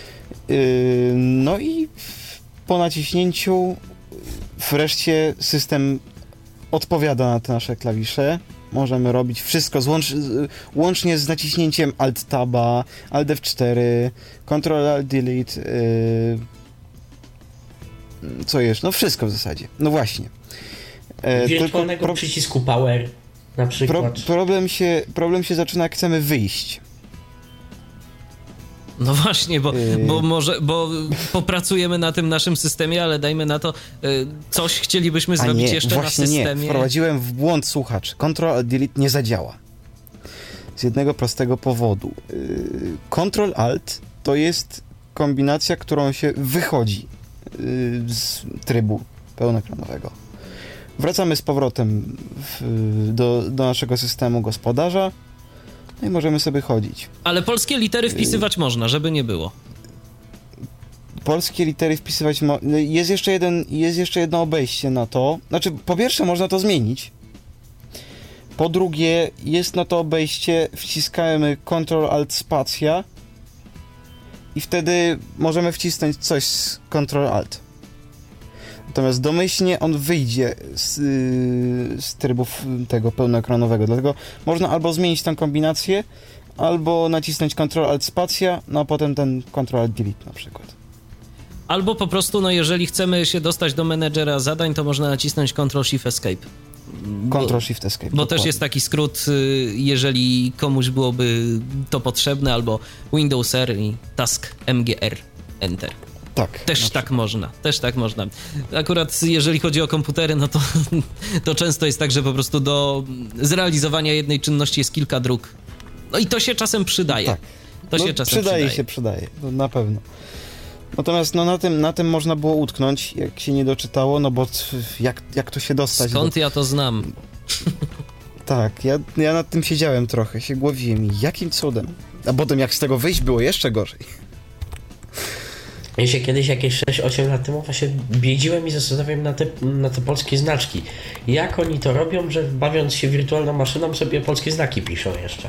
No i po naciśnięciu wreszcie system odpowiada na te nasze klawisze. Możemy robić wszystko łącznie z naciśnięciem Alt-Taba, Alt-F4, Ctrl-Alt-Delete, co jeszcze? No wszystko w zasadzie. No właśnie. Wirtualnego przycisku Power na przykład. Problem się zaczyna, jak chcemy wyjść. No właśnie, bo popracujemy na tym naszym systemie, ale dajmy na to, coś chcielibyśmy zrobić jeszcze na systemie. Nie, wprowadziłem w błąd słuchacz. Ctrl-Alt-Delete nie zadziała. Z jednego prostego powodu. Ctrl-Alt to jest kombinacja, którą się wychodzi z trybu pełnoekranowego. Wracamy z powrotem do naszego systemu gospodarza. No i możemy sobie chodzić. Ale polskie litery wpisywać można, żeby nie było. Polskie litery wpisywać jest jeszcze jedno obejście na to. Znaczy, po pierwsze można to zmienić. Po drugie, jest na to obejście, wciskamy Ctrl-Alt-Spacja i wtedy możemy wcisnąć coś z Ctrl-Alt. Natomiast domyślnie on wyjdzie z trybów tego pełnoekranowego, dlatego można albo zmienić tę kombinację, albo nacisnąć Ctrl-Alt-Spacja, no a potem ten Ctrl-Alt-Delete na przykład. Albo po prostu, no jeżeli chcemy się dostać do menedżera zadań, to można nacisnąć Ctrl-Shift-Escape. Ctrl-Shift-Escape. Bo też jest taki skrót, jeżeli komuś byłoby to potrzebne, albo Windows R i Task MGR Enter. Tak. Też tak można. Akurat jeżeli chodzi o komputery, no to często jest tak, że po prostu do zrealizowania jednej czynności jest kilka dróg. No i to się czasem przydaje. Tak. Przydaje, no, na pewno. Natomiast no, na tym można było utknąć, jak się nie doczytało, no bo jak to się dostać? Skąd ja to znam? Tak, ja nad tym siedziałem trochę, się głowiłem, jakim cudem. A potem jak z tego wyjść, było jeszcze gorzej. Ja się kiedyś, jakieś 6-8 lat temu, właśnie biedziłem i zastanawiałem na te polskie znaczki. Jak oni to robią, że bawiąc się wirtualną maszyną sobie polskie znaki piszą jeszcze.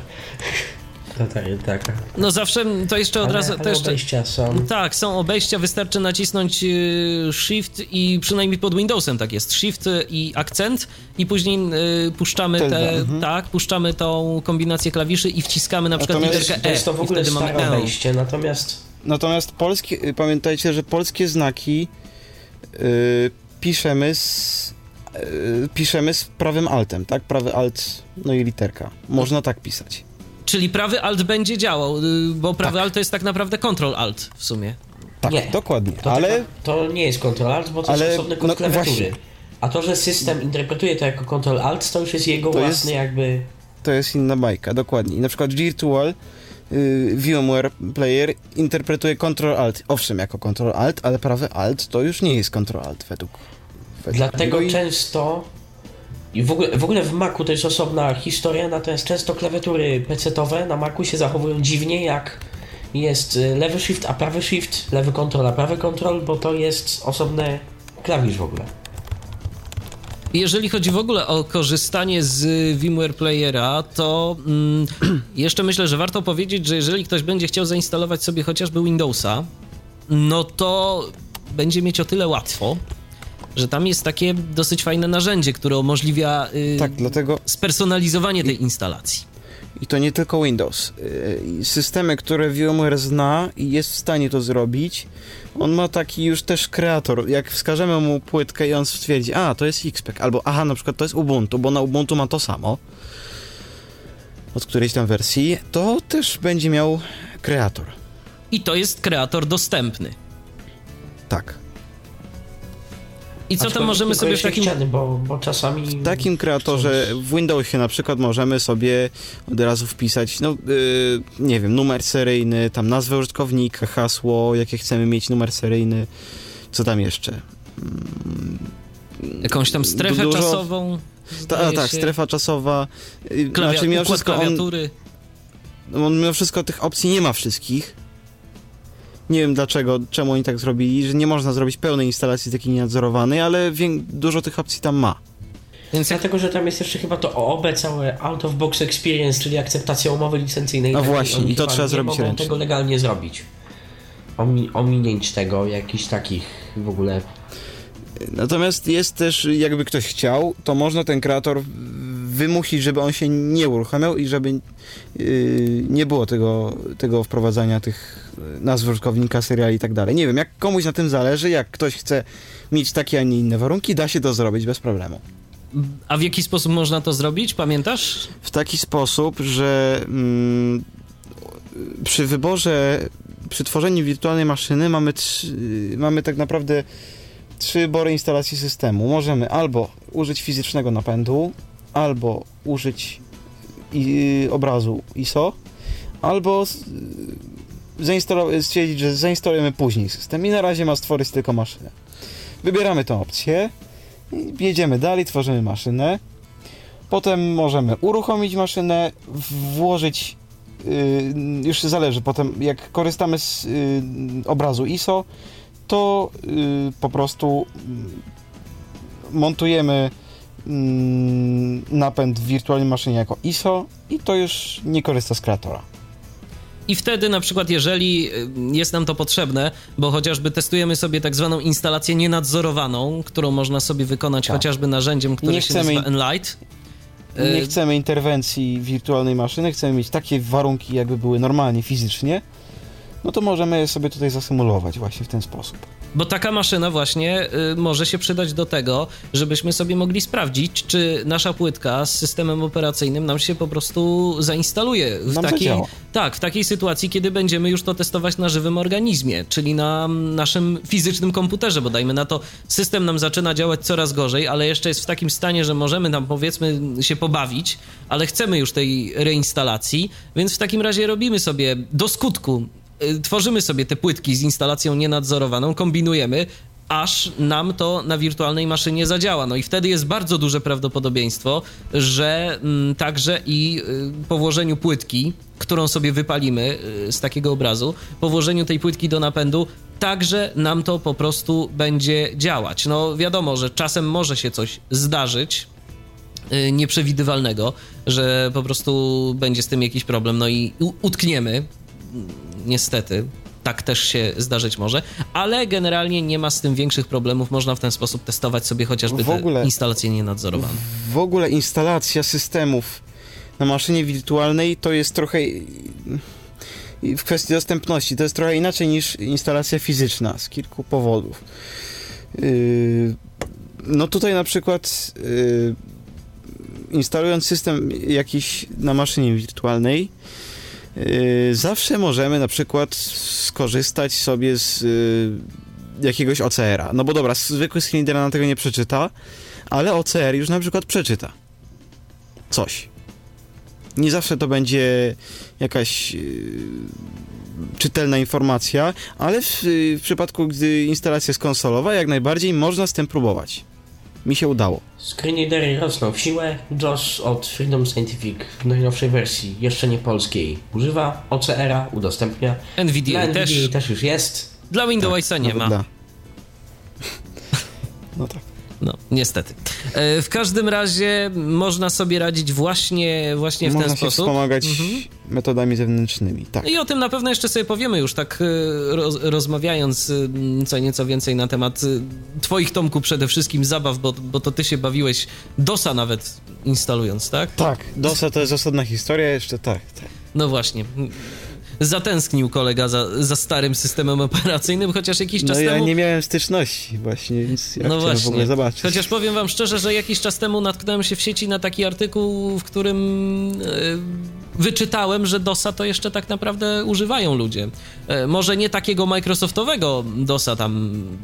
Tak. No zawsze to jeszcze od razu... Ale obejścia są. Tak, są obejścia, wystarczy nacisnąć Shift i przynajmniej pod Windowsem tak jest. Shift i akcent i później puszczamy puszczamy tą kombinację klawiszy i wciskamy na przykład literkę E. To jest to w ogóle stare obejście, Natomiast pamiętajcie, że polskie znaki piszemy z prawym altem, tak? Prawy alt, no i literka. Można tak pisać. Czyli prawy alt będzie działał, bo prawy alt to jest tak naprawdę Ctrl-Alt w sumie. Tak, nie, dokładnie. To nie jest Ctrl-Alt, bo to jest osobny kod klawiatury. Właśnie. A to, że system interpretuje to jako Ctrl-Alt, to już jest jego własny jakby... To jest inna bajka, dokładnie. I na przykład Virtual VMware Player interpretuje Ctrl-Alt. Owszem, jako Ctrl-Alt, ale prawy alt to już nie jest Ctrl-Alt według Dlatego często... I w ogóle w Macu to jest osobna historia, natomiast często klawiatury PC-towe na Macu się zachowują dziwnie, jak jest lewy shift, a prawy shift, lewy control, a prawy control, bo to jest osobny klawisz w ogóle. Jeżeli chodzi w ogóle o korzystanie z VMware Playera, to jeszcze myślę, że warto powiedzieć, że jeżeli ktoś będzie chciał zainstalować sobie chociażby Windowsa, no to będzie mieć o tyle łatwo, że tam jest takie dosyć fajne narzędzie, które umożliwia spersonalizowanie tej instalacji. I to nie tylko Windows. Systemy, które VMware zna i jest w stanie to zrobić, on ma taki już też kreator. Jak wskażemy mu płytkę i on stwierdzi, to jest XPEG, albo na przykład to jest Ubuntu, bo na Ubuntu ma to samo od którejś tam wersji, to też będzie miał kreator. I to jest kreator dostępny. Tak. I co tam możemy sobie w takim... Ściany, bo czasami... W takim kreatorze w Windowsie na przykład możemy sobie od razu wpisać, nie wiem, numer seryjny, tam nazwę użytkownika, hasło, jakie chcemy mieć, numer seryjny, co tam jeszcze? Jakąś tam strefę czasową? Tak, strefa czasowa. Układ klawiatury. On mimo wszystko tych opcji nie ma wszystkich. Nie wiem czemu oni tak zrobili, że nie można zrobić pełnej instalacji takiej nienadzorowanej, ale dużo tych opcji tam ma. Więc dlatego, że tam jest jeszcze chyba to OOB, całe Out of Box Experience, czyli akceptacja umowy licencyjnej. No właśnie, i to trzeba zrobić ręcznie. Nie mogą tego legalnie zrobić. Ominięć tego, jakichś takich w ogóle... Natomiast jest też, jakby ktoś chciał, to można ten kreator wymusić, żeby on się nie uruchamiał i żeby nie było tego wprowadzania tych nazw użytkownika, seriali i tak dalej. Nie wiem, jak komuś na tym zależy, jak ktoś chce mieć takie, a nie inne warunki, da się to zrobić bez problemu. A w jaki sposób można to zrobić? Pamiętasz? W taki sposób, że przy wyborze, przy tworzeniu wirtualnej maszyny mamy tak naprawdę 3 wybory instalacji systemu. Możemy albo użyć fizycznego napędu, albo użyć obrazu ISO, albo stwierdzić, że zainstalujemy później system i na razie ma stworzyć tylko maszynę. Wybieramy tę opcję, jedziemy dalej, tworzymy maszynę, potem możemy uruchomić maszynę, włożyć, już zależy, potem jak korzystamy z obrazu ISO, to po prostu montujemy napęd w wirtualnej maszynie jako ISO i to już nie korzysta z kreatora. I wtedy na przykład, jeżeli jest nam to potrzebne, bo chociażby testujemy sobie tak zwaną instalację nienadzorowaną, którą można sobie wykonać chociażby narzędziem, które się nazywa Enlight. Nie chcemy interwencji wirtualnej maszyny, chcemy mieć takie warunki, jakby były normalnie, fizycznie, no to możemy je sobie tutaj zasymulować właśnie w ten sposób. Bo taka maszyna właśnie może się przydać do tego, żebyśmy sobie mogli sprawdzić, czy nasza płytka z systemem operacyjnym nam się po prostu zainstaluje w takiej sytuacji, kiedy będziemy już to testować na żywym organizmie, czyli na naszym fizycznym komputerze, bo dajmy na to, system nam zaczyna działać coraz gorzej, ale jeszcze jest w takim stanie, że możemy tam powiedzmy się pobawić, ale chcemy już tej reinstalacji, więc w takim razie robimy sobie do skutku, tworzymy sobie te płytki z instalacją nienadzorowaną, kombinujemy, aż nam to na wirtualnej maszynie zadziała. No i wtedy jest bardzo duże prawdopodobieństwo, że także i po włożeniu płytki, którą sobie wypalimy z takiego obrazu, po włożeniu tej płytki do napędu, także nam to po prostu będzie działać. No wiadomo, że czasem może się coś zdarzyć nieprzewidywalnego, że po prostu będzie z tym jakiś problem, no i utkniemy. Niestety, tak też się zdarzyć może, ale generalnie nie ma z tym większych problemów. Można w ten sposób testować sobie chociażby te instalacje nienadzorowane. W ogóle instalacja systemów na maszynie wirtualnej to jest trochę w kwestii dostępności, to jest trochę inaczej niż instalacja fizyczna z kilku powodów. No tutaj na przykład instalując system jakiś na maszynie wirtualnej, zawsze możemy na przykład skorzystać sobie z jakiegoś OCR-a. No bo dobra, zwykły screen reader nam tego nie przeczyta, ale OCR już na przykład przeczyta coś. Nie zawsze to będzie jakaś czytelna informacja, ale w przypadku, gdy instalacja jest konsolowa, jak najbardziej można z tym próbować. Mi się udało. Screenreadery rosną w siłę. JOS od Freedom Scientific w najnowszej wersji, jeszcze nie polskiej, używa OCR-a, udostępnia. NVDA też już jest. Dla Windowsa nie ma. No tak. No, niestety. W każdym razie można sobie radzić właśnie w ten sposób. Można się wspomagać metodami zewnętrznymi, tak. I o tym na pewno jeszcze sobie powiemy już tak rozmawiając co nieco więcej na temat twoich, Tomku, przede wszystkim zabaw, bo to ty się bawiłeś DOS-a nawet instalując, tak? Tak, DOS-a to jest osobna historia jeszcze, tak. No właśnie. Zatęsknił kolega za starym systemem operacyjnym, chociaż jakiś czas temu... No ja nie miałem styczności właśnie, więc ja chciałem w ogóle zobaczyć. Chociaż powiem wam szczerze, że jakiś czas temu natknąłem się w sieci na taki artykuł, w którym wyczytałem, że DOS-a to jeszcze tak naprawdę używają ludzie. Może nie takiego microsoftowego DOS-a tam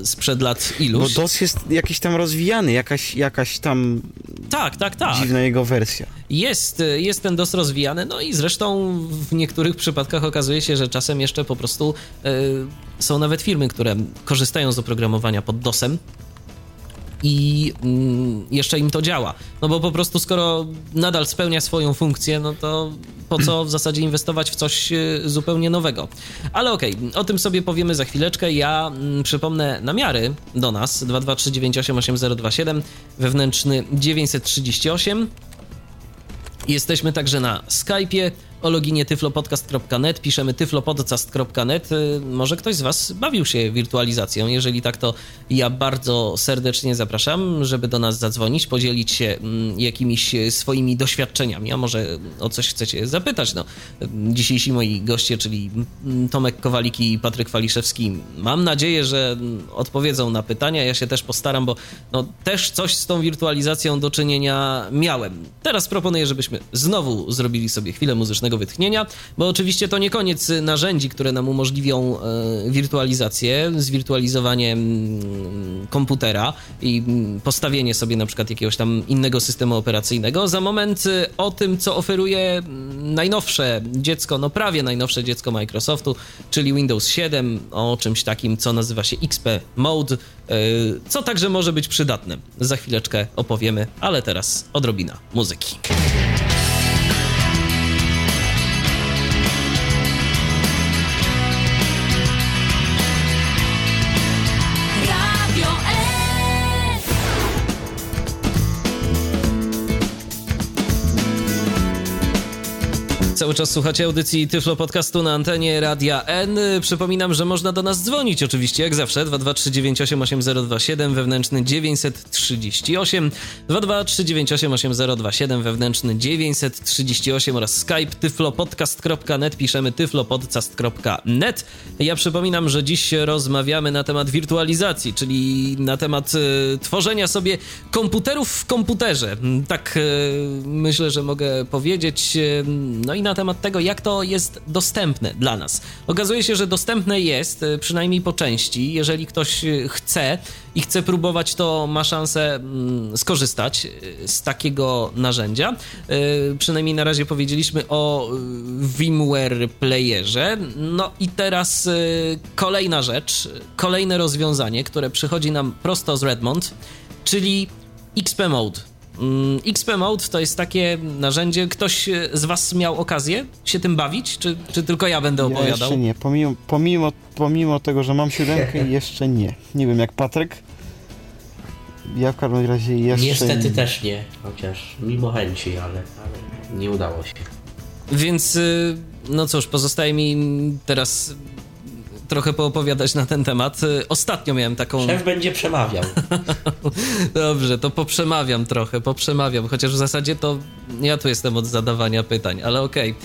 sprzed lat iluś. Bo DOS jest jakiś tam rozwijany, jakaś tam tak. dziwna jego wersja. Jest ten DOS rozwijany, no i zresztą w niektórych przypadkach okazuje się, że czasem jeszcze po prostu są nawet firmy, które korzystają z oprogramowania pod DOS-em i jeszcze im to działa. No bo po prostu skoro nadal spełnia swoją funkcję, no to po co w zasadzie inwestować w coś zupełnie nowego. Ale okej, o tym sobie powiemy za chwileczkę. Ja przypomnę namiary do nas 223988027, wewnętrzny 938. Jesteśmy także na Skype'ie o loginie tyflopodcast.net, piszemy tyflopodcast.net. Może ktoś z was bawił się wirtualizacją? Jeżeli tak, to ja bardzo serdecznie zapraszam, żeby do nas zadzwonić, podzielić się jakimiś swoimi doświadczeniami, a może o coś chcecie zapytać. No, dzisiejsi moi goście, czyli Tomek Kowalik i Patryk Waliszewski, mam nadzieję, że odpowiedzą na pytania. Ja się też postaram, bo no, też coś z tą wirtualizacją do czynienia miałem. Teraz proponuję, żebyśmy znowu zrobili sobie chwilę muzycznego wytchnienia, bo oczywiście to nie koniec narzędzi, które nam umożliwią wirtualizację, zwirtualizowanie komputera i postawienie sobie na przykład jakiegoś tam innego systemu operacyjnego. Za moment o tym, co oferuje najnowsze dziecko, no prawie najnowsze dziecko Microsoftu, czyli Windows 7, o czymś takim, co nazywa się XP Mode, co także może być przydatne. Za chwileczkę opowiemy, ale teraz odrobina muzyki. Cały czas słuchacie audycji Tyflo Podcastu na antenie Radia N. Przypominam, że można do nas dzwonić oczywiście, jak zawsze, 223988027, wewnętrzny 938, 223988027, wewnętrzny 938 oraz Skype tyflopodcast.net, piszemy tyflopodcast.net. Ja przypominam, że dziś rozmawiamy na temat wirtualizacji, czyli na temat tworzenia sobie komputerów w komputerze. Tak myślę, że mogę powiedzieć. No i na temat tego, jak to jest dostępne dla nas. Okazuje się, że dostępne jest, przynajmniej po części. Jeżeli ktoś chce i chce próbować, to ma szansę skorzystać z takiego narzędzia. Przynajmniej na razie powiedzieliśmy o VMware Playerze. No i teraz kolejna rzecz, kolejne rozwiązanie, które przychodzi nam prosto z Redmond, czyli XP Mode. XP Mode to jest takie narzędzie. Ktoś z was miał okazję się tym bawić? Czy tylko ja będę opowiadał? Ja jeszcze nie. Pomimo tego, że mam 7, jeszcze nie. Nie wiem, jak Patryk. Ja w każdym razie jeszcze... Niestety też nie, chociaż mimo chęci, ale nie udało się. Więc, no cóż, pozostaje mi teraz trochę poopowiadać na ten temat. Ostatnio miałem taką... Szef będzie przemawiał. Dobrze, to poprzemawiam, chociaż w zasadzie to ja tu jestem od zadawania pytań, ale okej.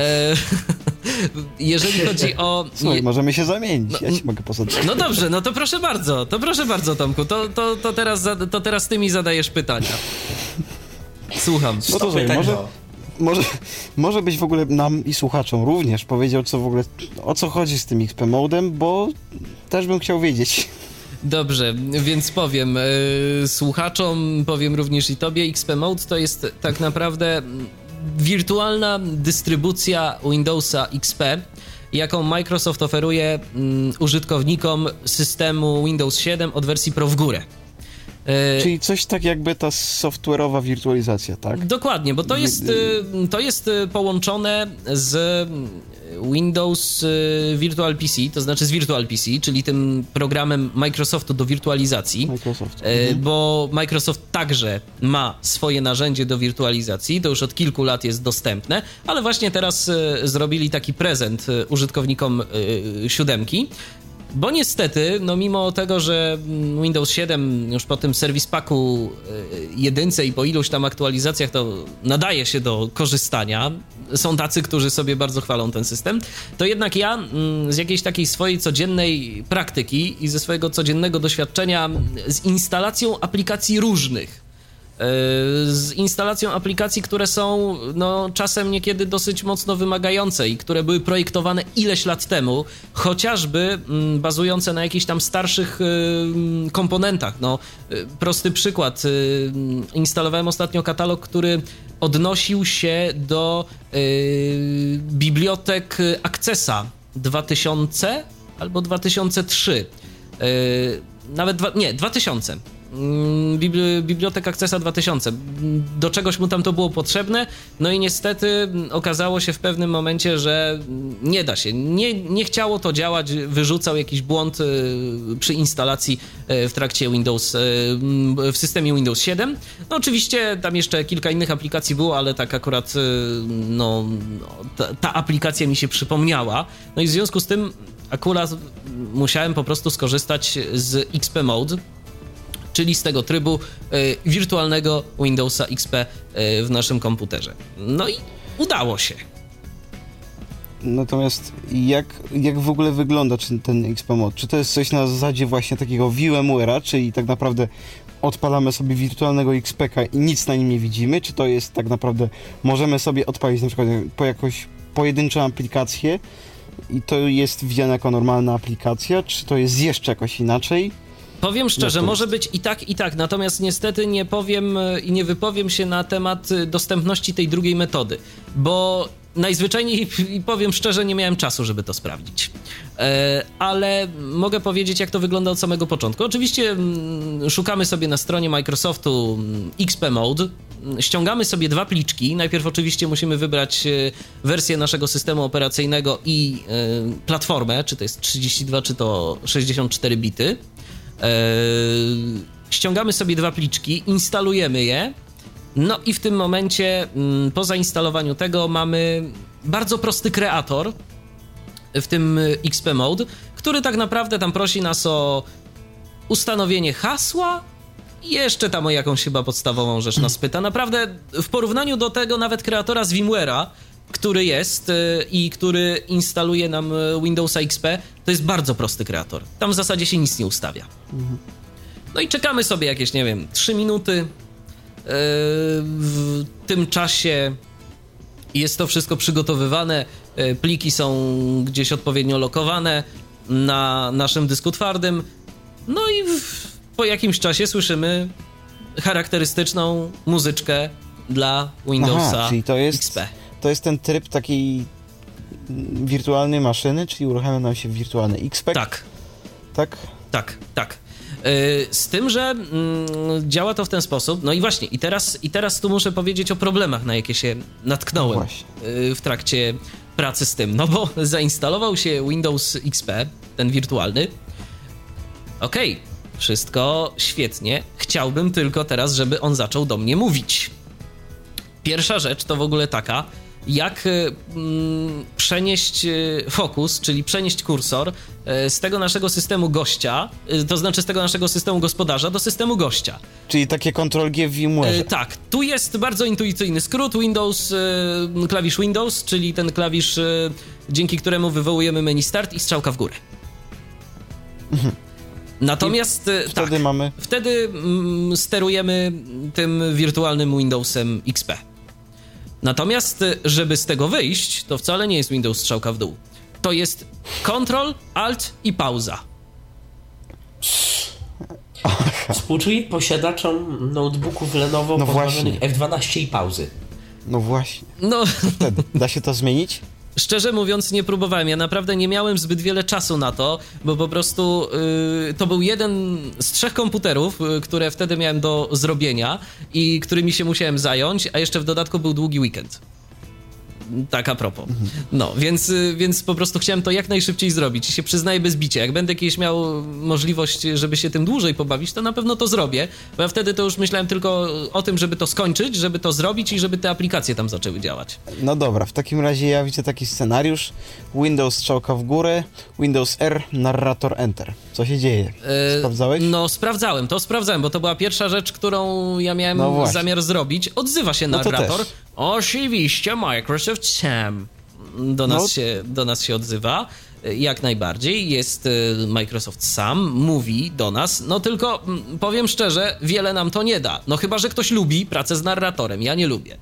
Jeżeli chodzi o... Słuchaj, możemy się zamienić, ja ci mogę posadzić. No dobrze, no to proszę bardzo, Tomku, to teraz ty mi zadajesz pytania. Słucham. No to słuchaj, może byś w ogóle nam i słuchaczom również powiedział, o co chodzi z tym XP Modem, bo też bym chciał wiedzieć. Dobrze, więc powiem słuchaczom, powiem również i tobie. XP Mode to jest tak naprawdę wirtualna dystrybucja Windowsa XP, jaką Microsoft oferuje użytkownikom systemu Windows 7 od wersji Pro w górę. Czyli coś tak jakby ta software'owa wirtualizacja, tak? Dokładnie, bo to jest połączone z Windows Virtual PC, to znaczy z Virtual PC, czyli tym programem Microsoftu do wirtualizacji, bo Microsoft także ma swoje narzędzie do wirtualizacji, to już od kilku lat jest dostępne, ale właśnie teraz zrobili taki prezent użytkownikom 7. Bo niestety, no mimo tego, że Windows 7 już po tym Service Packu 1 i po iluś tam aktualizacjach to nadaje się do korzystania, są tacy, którzy sobie bardzo chwalą ten system, to jednak ja z jakiejś takiej swojej codziennej praktyki i ze swojego codziennego doświadczenia z instalacją aplikacji różnych z instalacją aplikacji, które są no, czasem niekiedy dosyć mocno wymagające i które były projektowane ileś lat temu, chociażby bazujące na jakichś tam starszych komponentach. No, prosty przykład. Instalowałem ostatnio katalog, który odnosił się do bibliotek Accessa 2000 albo 2003. Nawet 2000. Biblioteka Accessa 2000. Do czegoś mu tam to było potrzebne, no i niestety okazało się w pewnym momencie, że nie da się. Nie chciało to działać, wyrzucał jakiś błąd przy instalacji w trakcie w systemie Windows 7. No oczywiście tam jeszcze kilka innych aplikacji było, ale tak akurat no, ta aplikacja mi się przypomniała. No i w związku z tym akurat musiałem po prostu skorzystać z XP Mode, czyli z tego trybu wirtualnego Windowsa XP w naszym komputerze. No i udało się. Natomiast jak w ogóle wygląda ten XP Mode? Czy to jest coś na zasadzie właśnie takiego VMware'a, czyli tak naprawdę odpalamy sobie wirtualnego XP-ka i nic na nim nie widzimy? Czy to jest tak naprawdę, możemy sobie odpalić na przykład po jakąś pojedynczą aplikację i to jest widziane jako normalna aplikacja? Czy to jest jeszcze jakoś inaczej? Powiem szczerze, może być i tak, natomiast niestety nie powiem i nie wypowiem się na temat dostępności tej drugiej metody, bo najzwyczajniej, i powiem szczerze, nie miałem czasu, żeby to sprawdzić. Ale mogę powiedzieć, jak to wygląda od samego początku. Oczywiście szukamy sobie na stronie Microsoftu XP Mode, ściągamy sobie 2 pliczki. Najpierw oczywiście musimy wybrać wersję naszego systemu operacyjnego i platformę, czy to jest 32, czy to 64 bity. Ściągamy sobie 2 pliczki, instalujemy je, no i w tym momencie po zainstalowaniu tego mamy bardzo prosty kreator w tym XP Mode, który tak naprawdę tam prosi nas o ustanowienie hasła i jeszcze tam o jakąś chyba podstawową rzecz nas pyta. Naprawdę w porównaniu do tego nawet kreatora z VMware'a, który jest i który instaluje nam Windowsa XP, to jest bardzo prosty kreator. Tam w zasadzie się nic nie ustawia. No i czekamy sobie jakieś, nie wiem, 3 minuty. W tym czasie jest to wszystko przygotowywane, pliki są gdzieś odpowiednio lokowane na naszym dysku twardym. No i po jakimś czasie słyszymy charakterystyczną muzyczkę dla Windowsa czyli XP. To jest ten tryb takiej wirtualnej maszyny, czyli uruchamia nam się wirtualny XP. Tak. Tak? Tak. Z tym, że działa to w ten sposób. No i właśnie, i teraz tu muszę powiedzieć o problemach, na jakie się natknąłem w trakcie pracy z tym. No bo zainstalował się Windows XP, ten wirtualny. Okej, wszystko świetnie. Chciałbym tylko teraz, żeby on zaczął do mnie mówić. Pierwsza rzecz to w ogóle taka, jak przenieść fokus, czyli przenieść kursor z tego naszego systemu gościa, to znaczy z tego naszego systemu gospodarza do systemu gościa. Czyli takie Ctrl-G w VMware. Tak, tu jest bardzo intuicyjny skrót Windows, klawisz Windows, czyli ten klawisz, dzięki któremu wywołujemy menu Start i strzałka w górę. Natomiast wtedy sterujemy tym wirtualnym Windowsem XP. Natomiast, żeby z tego wyjść, to wcale nie jest Windows strzałka w dół. To jest Ctrl, Alt i pauza. Współczuję posiadaczom notebooków Lenovo pozbawionych F12 i pauzy. No właśnie. No. Wtedy da się to zmienić? Szczerze mówiąc, nie próbowałem. Ja naprawdę nie miałem zbyt wiele czasu na to, bo po prostu to był jeden z 3 komputerów, które wtedy miałem do zrobienia i którymi się musiałem zająć, a jeszcze w dodatku był długi weekend. Tak a propos. No, więc po prostu chciałem to jak najszybciej zrobić i się przyznaję bez bicia. Jak będę kiedyś miał możliwość, żeby się tym dłużej pobawić, to na pewno to zrobię, bo ja wtedy to już myślałem tylko o tym, żeby to skończyć, żeby to zrobić i żeby te aplikacje tam zaczęły działać. No dobra, w takim razie ja widzę taki scenariusz. Windows strzałka w górę, Windows R, narrator Enter. Co się dzieje? Sprawdzałeś? No sprawdzałem, bo to była pierwsza rzecz, którą ja miałem zamiar zrobić. Odzywa się narrator. Oczywiście Microsoft Sam do nas się odzywa. jak najbardziej. Jest Microsoft sam, mówi do nas, no tylko powiem szczerze, wiele nam to nie da. No chyba, że ktoś lubi pracę z narratorem. Ja nie lubię.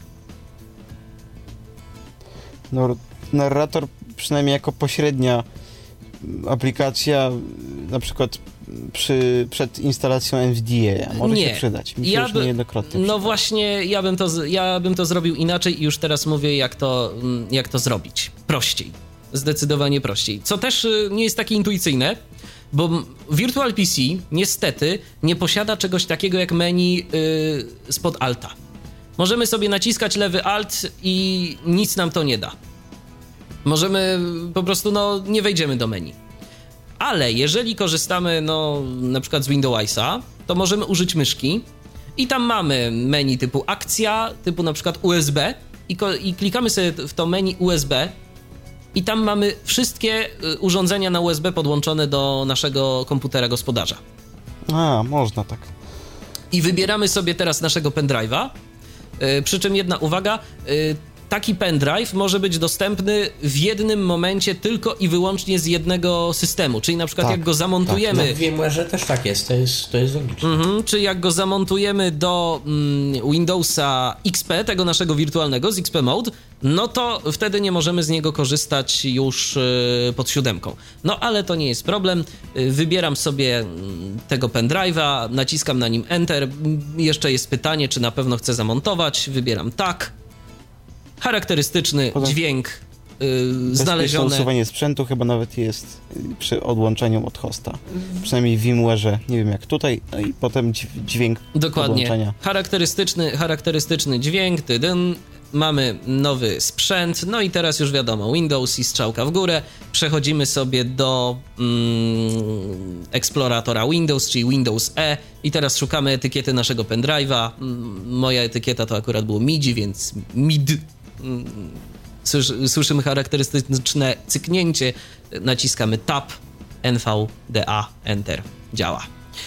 No, narrator przynajmniej jako pośrednia aplikacja, na przykład przed instalacją NVDA może się przydać. Mi się już niejednokrotnie No właśnie, ja bym to zrobił inaczej i już teraz mówię, jak to zrobić. Prościej. Zdecydowanie prościej. Co też nie jest takie intuicyjne, bo Virtual PC niestety nie posiada czegoś takiego jak menu spod Alta. Możemy sobie naciskać lewy Alt i nic nam to nie da. Możemy po prostu, nie wejdziemy do menu. Ale jeżeli korzystamy, na przykład z Windowsa, to możemy użyć myszki i tam mamy menu typu akcja, typu na przykład USB i klikamy sobie w to menu USB i tam mamy wszystkie urządzenia na USB podłączone do naszego komputera gospodarza. Można tak. I wybieramy sobie teraz naszego pendrive'a, przy czym jedna uwaga, taki pendrive może być dostępny w jednym momencie tylko i wyłącznie z jednego systemu, czyli na przykład jak go zamontujemy... Tak. Wiem, że też tak jest, to jest logiczne. Czy jak go zamontujemy do Windowsa XP, tego naszego wirtualnego z XP Mode, no to wtedy nie możemy z niego korzystać już pod 7. No ale to nie jest problem. Wybieram sobie tego pendrive'a, naciskam na nim Enter. Jeszcze jest pytanie, czy na pewno chcę zamontować. Wybieram tak. Charakterystyczny dźwięk znaleziony. Usuwanie sprzętu chyba nawet jest przy odłączeniu od hosta. Przynajmniej w VMware'ze, nie wiem jak tutaj, i potem dźwięk odłączenia. Charakterystyczny dźwięk, mamy nowy sprzęt, no i teraz już wiadomo, Windows i strzałka w górę. Przechodzimy sobie do eksploratora Windows, czyli Windows E i teraz szukamy etykiety naszego pendrive'a. Moja etykieta to akurat było MIDI, więc MID. Słyszymy charakterystyczne cyknięcie, naciskamy Tab, NVDA, Enter, działa.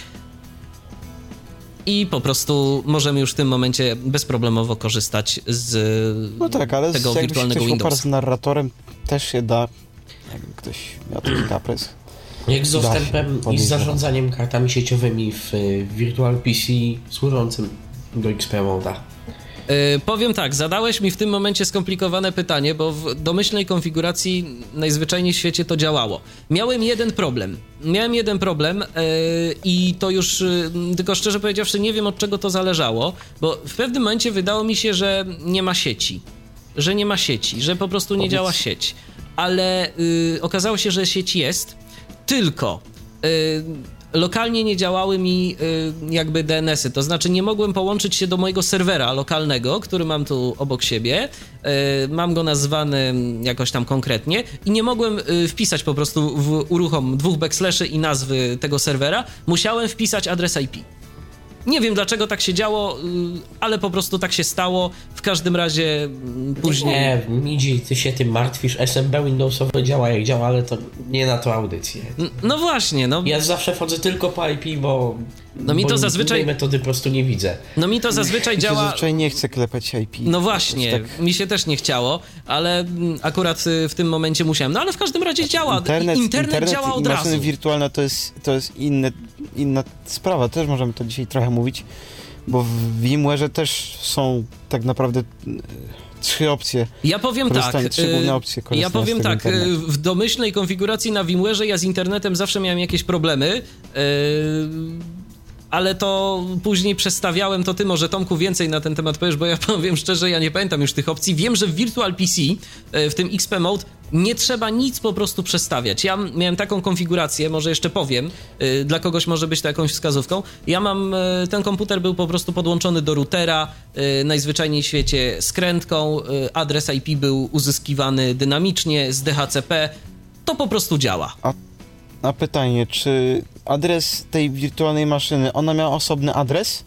I po prostu możemy już w tym momencie bezproblemowo korzystać z tego wirtualnego Windowsa. Z narratorem też się da, jakby ktoś miał taki kaprys. Jak z dostępem i z zarządzaniem kartami sieciowymi w Virtual PC służącym do XP Mode'a. Powiem tak, zadałeś mi w tym momencie skomplikowane pytanie, bo w domyślnej konfiguracji najzwyczajniej w świecie to działało. Miałem jeden problem i to już, tylko szczerze powiedziawszy, nie wiem od czego to zależało, bo w pewnym momencie wydało mi się, że nie ma sieci, że po prostu nie działa sieć, ale okazało się, że sieć jest, tylko... lokalnie nie działały mi jakby DNS-y, to znaczy nie mogłem połączyć się do mojego serwera lokalnego, który mam tu obok siebie, mam go nazwany jakoś tam konkretnie i nie mogłem wpisać po prostu w uruchom 2 backslaszy i nazwy tego serwera, musiałem wpisać adres IP. Nie wiem dlaczego tak się działo, ale po prostu tak się stało. W każdym razie później... Nie, Midzi, ty się tym martwisz. SMB Windowsowe działa jak działa, ale to nie na to audycję. No właśnie, Ja zawsze wchodzę tylko po IP, bo mi to zazwyczaj... innej metody po prostu nie widzę. Mi to zazwyczaj działa... Zazwyczaj nie chcę klepać IP. No właśnie, mi się też nie chciało, ale akurat w tym momencie musiałem. No ale w każdym razie działa. Internet działa od razu. Maszyny wirtualne to jest inna sprawa. Też możemy to dzisiaj trochę mówić, bo w VMware'ze też są tak naprawdę 3 opcje. Ja powiem tak, internetu. W domyślnej konfiguracji na VMware'ze ja z internetem zawsze miałem jakieś problemy, ale to później przestawiałem, to ty może Tomku więcej na ten temat powiesz, bo ja powiem szczerze, ja nie pamiętam już tych opcji. Wiem, że w Virtual PC, w tym XP Mode, nie trzeba nic po prostu przestawiać. Ja miałem taką konfigurację, może jeszcze powiem, dla kogoś może być to jakąś wskazówką. Ten komputer był po prostu podłączony do routera, najzwyczajniej w świecie skrętką, adres IP był uzyskiwany dynamicznie z DHCP, to po prostu działa. A pytanie, czy adres tej wirtualnej maszyny, ona miała osobny adres?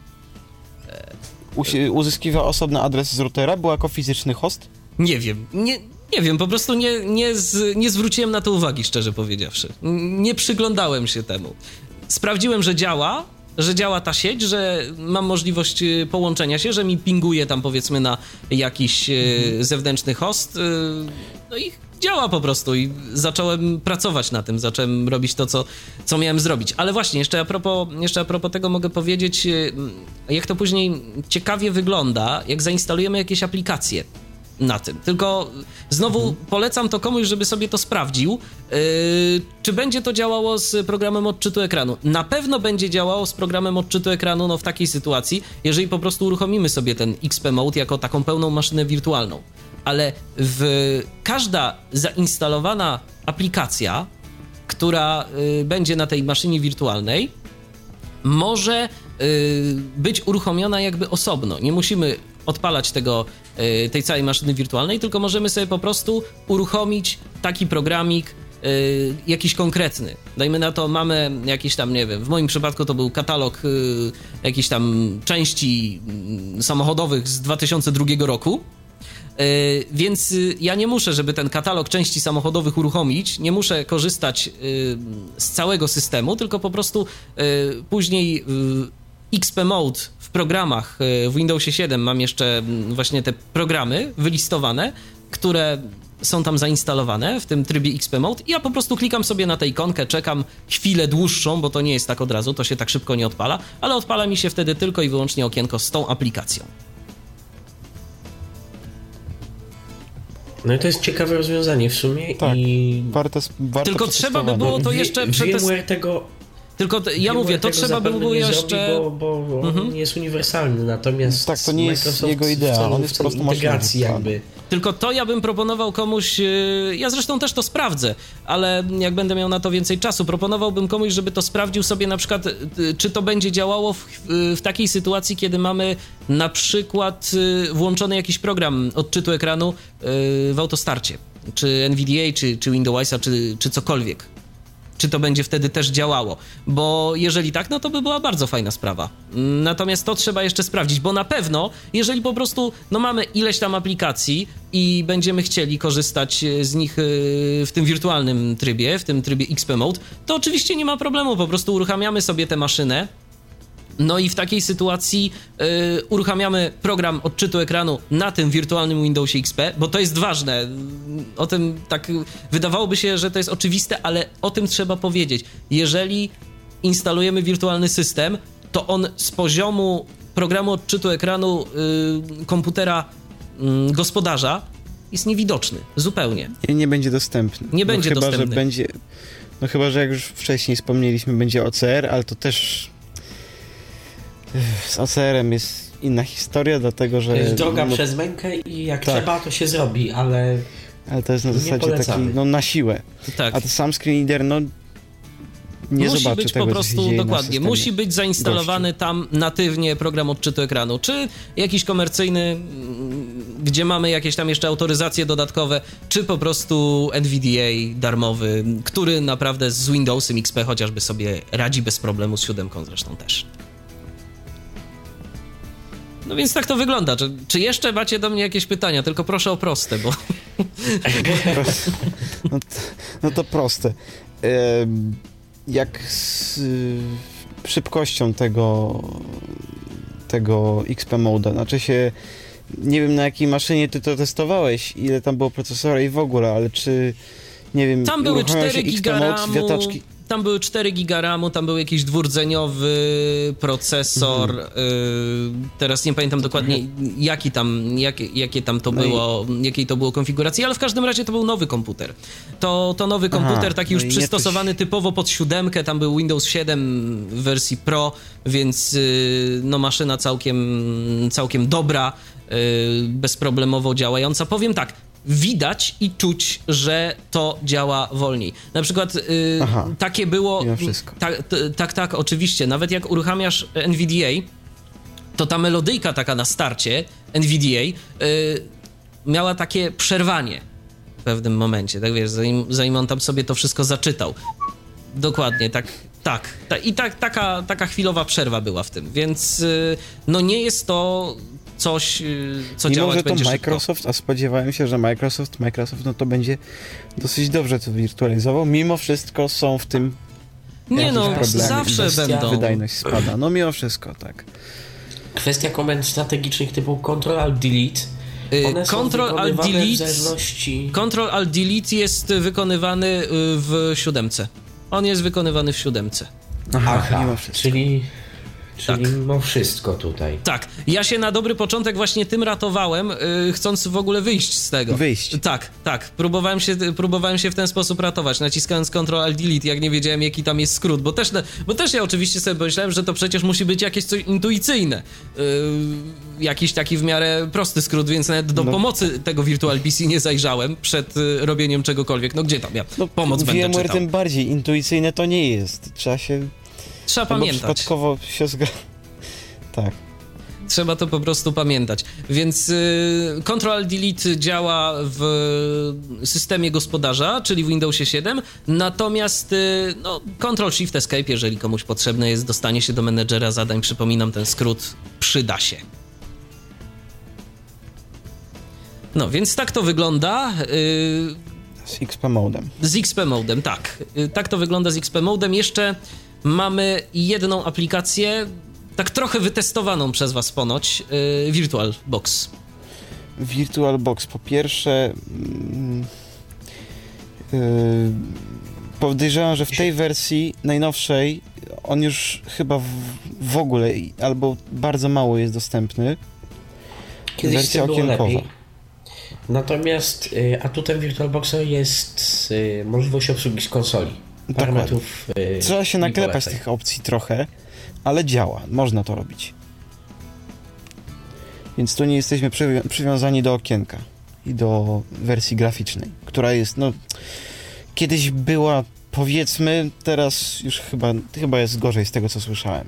Uzyskiwała osobny adres z routera? Był jako fizyczny host? Nie wiem, nie wiem, po prostu nie zwróciłem na to uwagi, szczerze powiedziawszy. Nie przyglądałem się temu. Sprawdziłem, że działa ta sieć, że mam możliwość połączenia się, że mi pinguje tam powiedzmy na jakiś zewnętrzny host, no i działa po prostu i zacząłem pracować na tym, zacząłem robić to, co miałem zrobić. Ale właśnie, jeszcze a propos tego mogę powiedzieć, jak to później ciekawie wygląda, jak zainstalujemy jakieś aplikacje na tym. Tylko znowu polecam to komuś, żeby sobie to sprawdził, czy będzie to działało z programem odczytu ekranu. Na pewno będzie działało z programem odczytu ekranu, no w takiej sytuacji, jeżeli po prostu uruchomimy sobie ten XP Mode jako taką pełną maszynę wirtualną. Ale każda zainstalowana aplikacja, która będzie na tej maszynie wirtualnej, może być uruchomiona jakby osobno. Nie musimy odpalać tej całej maszyny wirtualnej, tylko możemy sobie po prostu uruchomić taki programik jakiś konkretny. Dajmy na to, mamy jakiś tam, nie wiem, w moim przypadku to był katalog jakichś tam części samochodowych z 2002 roku, więc ja nie muszę, żeby ten katalog części samochodowych uruchomić, nie muszę korzystać z całego systemu, tylko po prostu później XP Mode w programach w Windowsie 7 mam jeszcze właśnie te programy wylistowane, które są tam zainstalowane w tym trybie XP Mode i ja po prostu klikam sobie na tę ikonkę, czekam chwilę dłuższą, bo to nie jest tak od razu, to się tak szybko nie odpala, ale odpala mi się wtedy tylko i wyłącznie okienko z tą aplikacją. No i to jest ciekawe rozwiązanie w sumie. Tak, i warto tylko trzeba by było to jeszcze VMware tego... Tylko ja mówię, to trzeba by było jeszcze... Zrobi, bo on nie jest uniwersalny, natomiast tak, to nie jest Microsoft jego idea, on jest po prostu integracji jakby. Tylko to ja bym proponował komuś, ja zresztą też to sprawdzę, ale jak będę miał na to więcej czasu, proponowałbym komuś, żeby to sprawdził sobie na przykład, czy to będzie działało w takiej sytuacji, kiedy mamy na przykład włączony jakiś program odczytu ekranu w autostarcie, czy NVDA, czy Windowsa, czy cokolwiek. Czy to będzie wtedy też działało? Bo jeżeli tak, no to by była bardzo fajna sprawa. Natomiast to trzeba jeszcze sprawdzić, bo na pewno, jeżeli po prostu mamy ileś tam aplikacji i będziemy chcieli korzystać z nich w tym wirtualnym trybie, w tym trybie XP Mode, to oczywiście nie ma problemu, po prostu uruchamiamy sobie tę maszynę. No i w takiej sytuacji uruchamiamy program odczytu ekranu na tym wirtualnym Windowsie XP, bo to jest ważne. O tym tak wydawałoby się, że to jest oczywiste, ale o tym trzeba powiedzieć. Jeżeli instalujemy wirtualny system, to on z poziomu programu odczytu ekranu komputera gospodarza jest niewidoczny zupełnie. I nie będzie dostępny. Nie będzie chyba, dostępny. Że będzie, chyba, że jak już wcześniej wspomnieliśmy, będzie OCR, ale to też z OCR-em jest inna historia, dlatego że... To jest droga przez mękę i jak trzeba, to się zrobi, ale to jest na zasadzie taki, na siłę. Tak. A to sam screenreader, nie musi zobaczy być tego, po prostu, co się dzieje dokładnie, musi być zainstalowany tam natywnie program odczytu ekranu, czy jakiś komercyjny, gdzie mamy jakieś tam jeszcze autoryzacje dodatkowe, czy po prostu NVDA darmowy, który naprawdę z Windowsem XP chociażby sobie radzi bez problemu, z 7 zresztą też. No więc tak to wygląda. Czy jeszcze macie do mnie jakieś pytania? Tylko proszę o proste, bo... No to proste. Jak z szybkością tego XP Mode'a? Znaczy się, nie wiem na jakiej maszynie ty to testowałeś, ile tam było procesora i w ogóle, ale czy, nie wiem, tam były 4 giga ramu, wiataczki... Tam były 4 giga ramu, tam był jakiś dwurdzeniowy procesor, teraz nie pamiętam dokładnie jakie tam to było, jakiej to było konfiguracji, ale w każdym razie to był nowy komputer. To nowy komputer, taki już przystosowany typowo pod 7, tam był Windows 7 w wersji Pro, więc maszyna całkiem dobra, bezproblemowo działająca. Powiem tak, widać i czuć, że to działa wolniej. Na przykład takie było... Tak, oczywiście. Nawet jak uruchamiasz NVDA, to ta melodyjka taka na starcie NVDA miała takie przerwanie w pewnym momencie. Tak wiesz, zanim on tam sobie to wszystko zaczytał. Dokładnie, taka chwilowa przerwa była w tym, więc nie jest to coś, co działać będzie szybko. Mimo, że to Microsoft, a spodziewałem się, że Microsoft to będzie dosyć dobrze to wirtualizował. Mimo wszystko są w tym problemy. Zawsze będą. Wydajność spada. Mimo wszystko, tak. Kwestia komend strategicznych typu Ctrl-Alt-Delete One są wykonywane w zależności... Ctrl-Alt-Delete jest wykonywany w 7. On jest wykonywany w 7. Aha, mimo wszystko. czyli Tak. mimo wszystko tutaj. Tak, ja się na dobry początek właśnie tym ratowałem, chcąc w ogóle wyjść z tego. Tak, próbowałem się w ten sposób ratować, naciskając Ctrl-Alt-Delete, jak nie wiedziałem, jaki tam jest skrót, bo też ja oczywiście sobie pomyślałem, że to przecież musi być jakieś coś intuicyjne. Jakiś taki w miarę prosty skrót, więc nawet do pomocy tego Virtual PC nie zajrzałem przed robieniem czegokolwiek. No gdzie tam ja pomoc będę czytał? VMware tym bardziej intuicyjne to nie jest. Trzeba pamiętać. Przypadkowo się Tak. Trzeba to po prostu pamiętać. Więc Ctrl-Delete działa w systemie gospodarza, czyli w Windowsie 7, natomiast Ctrl-Shift-Escape, jeżeli komuś potrzebne jest dostanie się do menedżera zadań, przypominam, ten skrót przyda się. No, więc tak to wygląda. Z XP modem. Z XP modem, tak. Tak to wygląda z XP modem. Jeszcze mamy jedną aplikację, tak trochę wytestowaną przez was ponoć, VirtualBox. VirtualBox, po pierwsze podejrzewam, że w tej wersji najnowszej on już chyba w ogóle albo bardzo mało jest dostępny. Kiedyś wersja było okienkowa. lepiej. Natomiast atutem VirtualBoxa jest możliwość obsługi z konsoli. Parametrów. Trzeba się naklepać z poleceń. tych opcji trochę, ale działa, można to robić. Więc tu nie jesteśmy przywiązani do okienka i do wersji graficznej, która jest, kiedyś była, powiedzmy, teraz już chyba jest gorzej z tego, co słyszałem.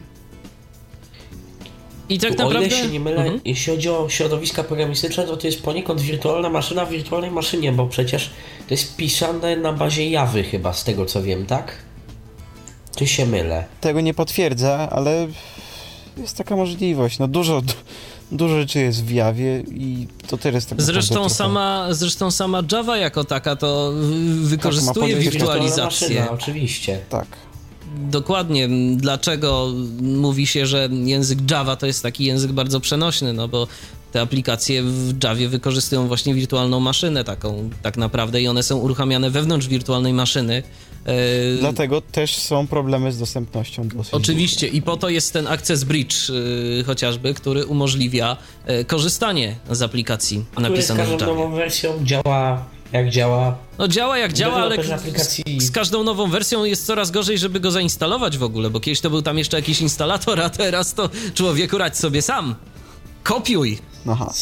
I tak O naprawdę... ile się nie mylę, jeśli chodzi o środowiska programistyczne, to jest poniekąd wirtualna maszyna w wirtualnej maszynie, bo przecież to jest pisane na bazie Javy chyba, z tego co wiem, tak? Czy się mylę? Tego nie potwierdza, ale jest taka możliwość. Dużo rzeczy jest w Jawie i to teraz tak Zresztą sama Java jako taka to wykorzystuje wirtualizację. Maszyna, oczywiście. Tak. Dokładnie. Dlaczego mówi się, że język Java to jest taki język bardzo przenośny? No bo te aplikacje w Javie wykorzystują właśnie wirtualną maszynę taką tak naprawdę i one są uruchamiane wewnątrz wirtualnej maszyny. Dlatego też są problemy z dostępnością. Oczywiście i po to jest ten Access Bridge chociażby, który umożliwia korzystanie z aplikacji napisanych w Javie. Z każdą nową wersją działa jak działa. No działa jak działa, ale z każdą nową wersją jest coraz gorzej, żeby go zainstalować w ogóle, bo kiedyś to był tam jeszcze jakiś instalator, a teraz to człowieku radź sobie sam. Kopiuj. Aha.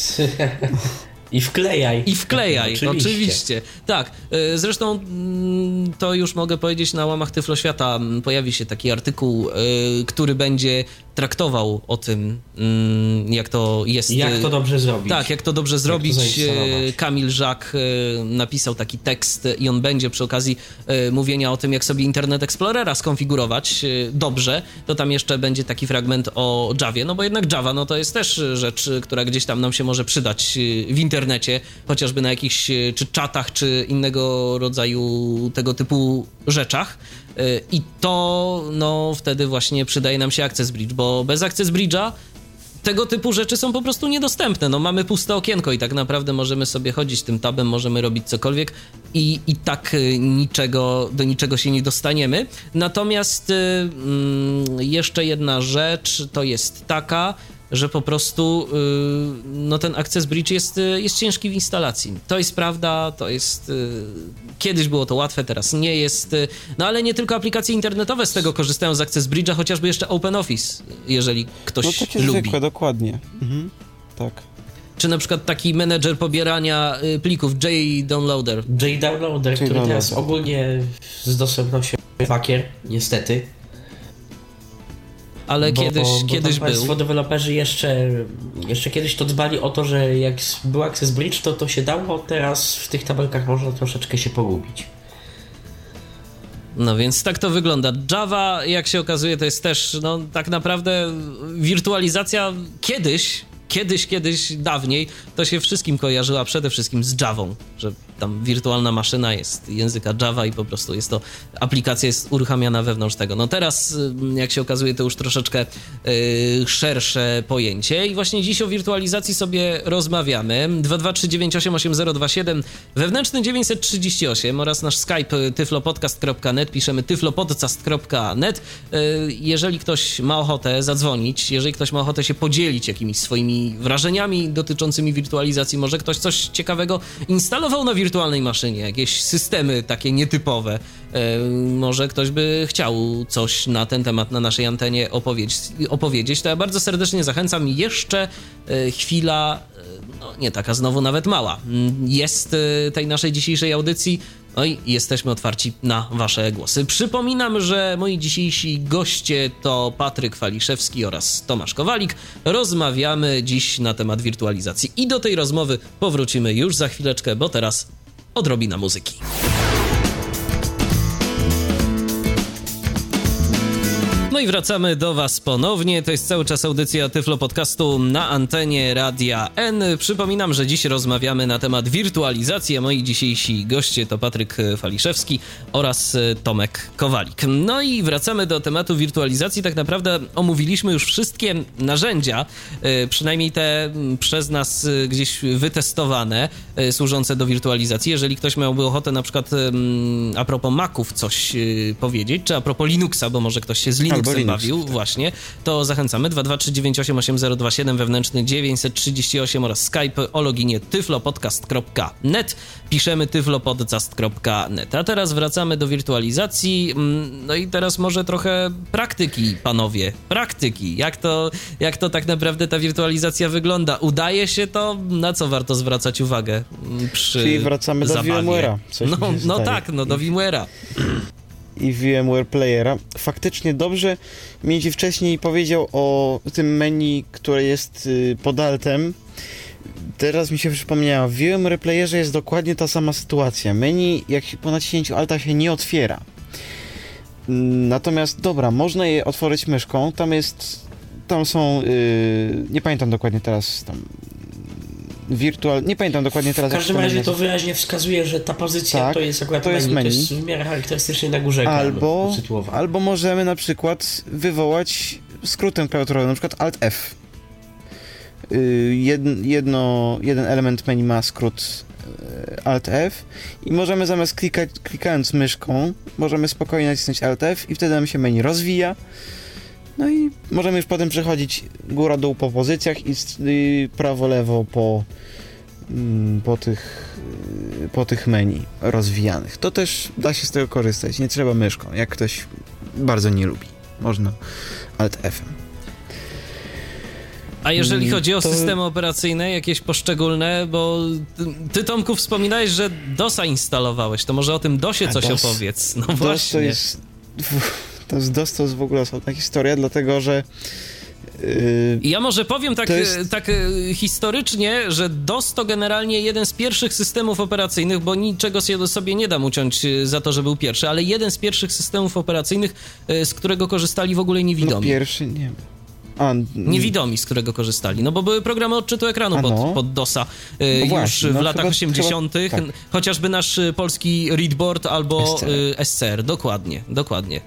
I wklejaj. Oczywiście. Tak, zresztą to już mogę powiedzieć, na łamach Tyfloświata pojawi się taki artykuł, który będzie traktował o tym, jak to jest... Jak to dobrze zrobić. Tak, jak to dobrze zrobić. Kamil Żak napisał taki tekst i on będzie przy okazji mówienia o tym, jak sobie Internet Explorera skonfigurować dobrze, to tam jeszcze będzie taki fragment o Javie, no bo jednak Java, no to jest też rzecz, która gdzieś tam nam się może przydać w internecie, chociażby na jakichś czy czatach, czy innego rodzaju tego typu rzeczach. I to wtedy właśnie przydaje nam się Access Bridge, bo bez Access Bridge'a tego typu rzeczy są po prostu niedostępne. Mamy puste okienko i tak naprawdę możemy sobie chodzić tym tabem, możemy robić cokolwiek i tak do niczego się nie dostaniemy. Natomiast jeszcze jedna rzecz to jest taka, że po prostu ten Access Bridge jest ciężki w instalacji. To jest prawda, to jest... Kiedyś było to łatwe, teraz nie jest. No ale nie tylko aplikacje internetowe z tego korzystają z Access Bridge'a, chociażby jeszcze OpenOffice, jeżeli ktoś takie lubi. zwykłe, dokładnie. Tak. Czy na przykład taki menedżer pobierania plików, JDownloader, który teraz ogólnie z dostępnością wakier, niestety. ale kiedyś był. Państwo deweloperzy jeszcze kiedyś to dbali o to, że jak był Access Bridge, to się dało, teraz w tych tabelkach można troszeczkę się pogubić. No więc tak to wygląda. Java, jak się okazuje, to jest też, tak naprawdę wirtualizacja kiedyś, dawniej, to się wszystkim kojarzyła przede wszystkim z Javą, że tam wirtualna maszyna jest języka Java i po prostu jest to, aplikacja jest uruchamiana wewnątrz tego. No teraz, jak się okazuje, to już troszeczkę szersze pojęcie i właśnie dziś o wirtualizacji sobie rozmawiamy. 223988027, wewnętrzny 938 oraz nasz Skype tyflopodcast.net, piszemy tyflopodcast.net. Jeżeli ktoś ma ochotę zadzwonić, jeżeli ktoś ma ochotę się podzielić jakimiś swoimi wrażeniami dotyczącymi wirtualizacji, może ktoś coś ciekawego instalował na wirtualnej maszynie, jakieś systemy takie nietypowe, może ktoś by chciał coś na ten temat na naszej antenie opowiedzieć, to ja bardzo serdecznie zachęcam. Jeszcze chwila, no nie taka znowu nawet mała, jest tej naszej dzisiejszej audycji. No i jesteśmy otwarci na wasze głosy. Przypominam, że moi dzisiejsi goście to Patryk Waliszewski oraz Tomasz Kowalik. Rozmawiamy dziś na temat wirtualizacji i do tej rozmowy powrócimy już za chwileczkę, bo teraz odrobina muzyki. No i wracamy do was ponownie. To jest cały czas audycja Tyflo Podcastu na antenie Radia N. Przypominam, że dziś rozmawiamy na temat wirtualizacji, a moi dzisiejsi goście to Patryk Waliszewski oraz Tomek Kowalik. No i wracamy do tematu wirtualizacji. Tak naprawdę omówiliśmy już wszystkie narzędzia, przynajmniej te przez nas gdzieś wytestowane, służące do wirtualizacji. Jeżeli ktoś miałby ochotę na przykład a propos Maców coś powiedzieć, czy a propos Linuxa, bo może ktoś się z Linuxem bawił, tak. Właśnie, to zachęcamy. 223988027, wewnętrzny 938 oraz Skype o loginie tyflopodcast.net. Piszemy tyflopodcast.net. A teraz wracamy do wirtualizacji. No i teraz może trochę praktyki, panowie. Praktyki. Jak to tak naprawdę ta wirtualizacja wygląda? Udaje się to? Na co warto zwracać uwagę przy Czyli wracamy zabawie? do VMware'a. No tak, do VMware'a. I VMware Playera. Faktycznie dobrze mi wcześniej powiedział o tym menu, które jest pod altem. Teraz mi się przypomniało, w VMware Playerze jest dokładnie ta sama sytuacja. Menu, jak po naciśnięciu alta się nie otwiera. Natomiast, dobra, można je otworzyć myszką. Tam są, nie pamiętam dokładnie teraz, nie pamiętam dokładnie teraz. W każdym razie to wyraźnie wskazuje, że ta pozycja tak, to jest akurat to menu. To jest w miarę charakterystycznie na górze ekranu usytuowane. Albo możemy na przykład wywołać skrótem klawiaturowym, na przykład Alt-F. Jeden element menu ma skrót Alt-F i możemy zamiast klikając myszką, możemy spokojnie nacisnąć Alt-F i wtedy nam się menu rozwija. No i możemy już potem przechodzić góra-dół po pozycjach i prawo-lewo po tych menu rozwijanych. To też da się z tego korzystać, nie trzeba myszką, jak ktoś bardzo nie lubi. Można Alt-F-em. A jeżeli chodzi o systemy operacyjne, jakieś poszczególne, bo ty, Tomku, wspominałeś, że DOS-a instalowałeś, to może o tym DOS-ie coś opowiedz. No właśnie. DOS to jest w ogóle osobna historia, dlatego że ja może powiem tak historycznie, że DOS to generalnie jeden z pierwszych systemów operacyjnych, bo niczego sobie nie dam uciąć za to, że był pierwszy, ale jeden z pierwszych systemów operacyjnych, z którego korzystali w ogóle niewidomi. No pierwszy, nie. Niewidomi, z którego korzystali. No bo były programy odczytu ekranu pod DOS-a już w latach 80. Tak. Chociażby nasz polski Readboard albo SCR. Dokładnie.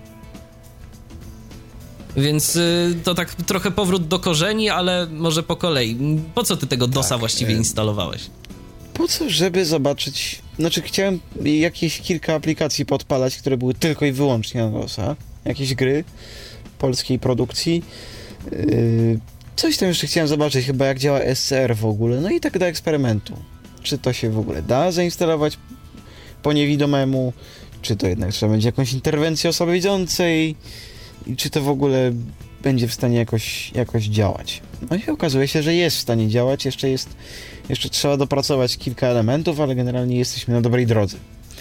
Więc to tak trochę powrót do korzeni, ale może po kolei. Po co ty tego DOS-a właściwie instalowałeś? Po co, żeby zobaczyć... Znaczy chciałem jakieś kilka aplikacji podpalać, które były tylko i wyłącznie na DOS-a. Jakieś gry polskiej produkcji. Coś tam jeszcze chciałem zobaczyć, chyba jak działa SCR w ogóle. No i tak do eksperymentu. Czy to się w ogóle da zainstalować po niewidomemu? Czy to jednak trzeba będzie jakąś interwencję osoby widzącej? I czy to w ogóle będzie w stanie jakoś działać? No i okazuje się, że jest w stanie działać. Jeszcze trzeba dopracować kilka elementów, ale generalnie jesteśmy na dobrej drodze.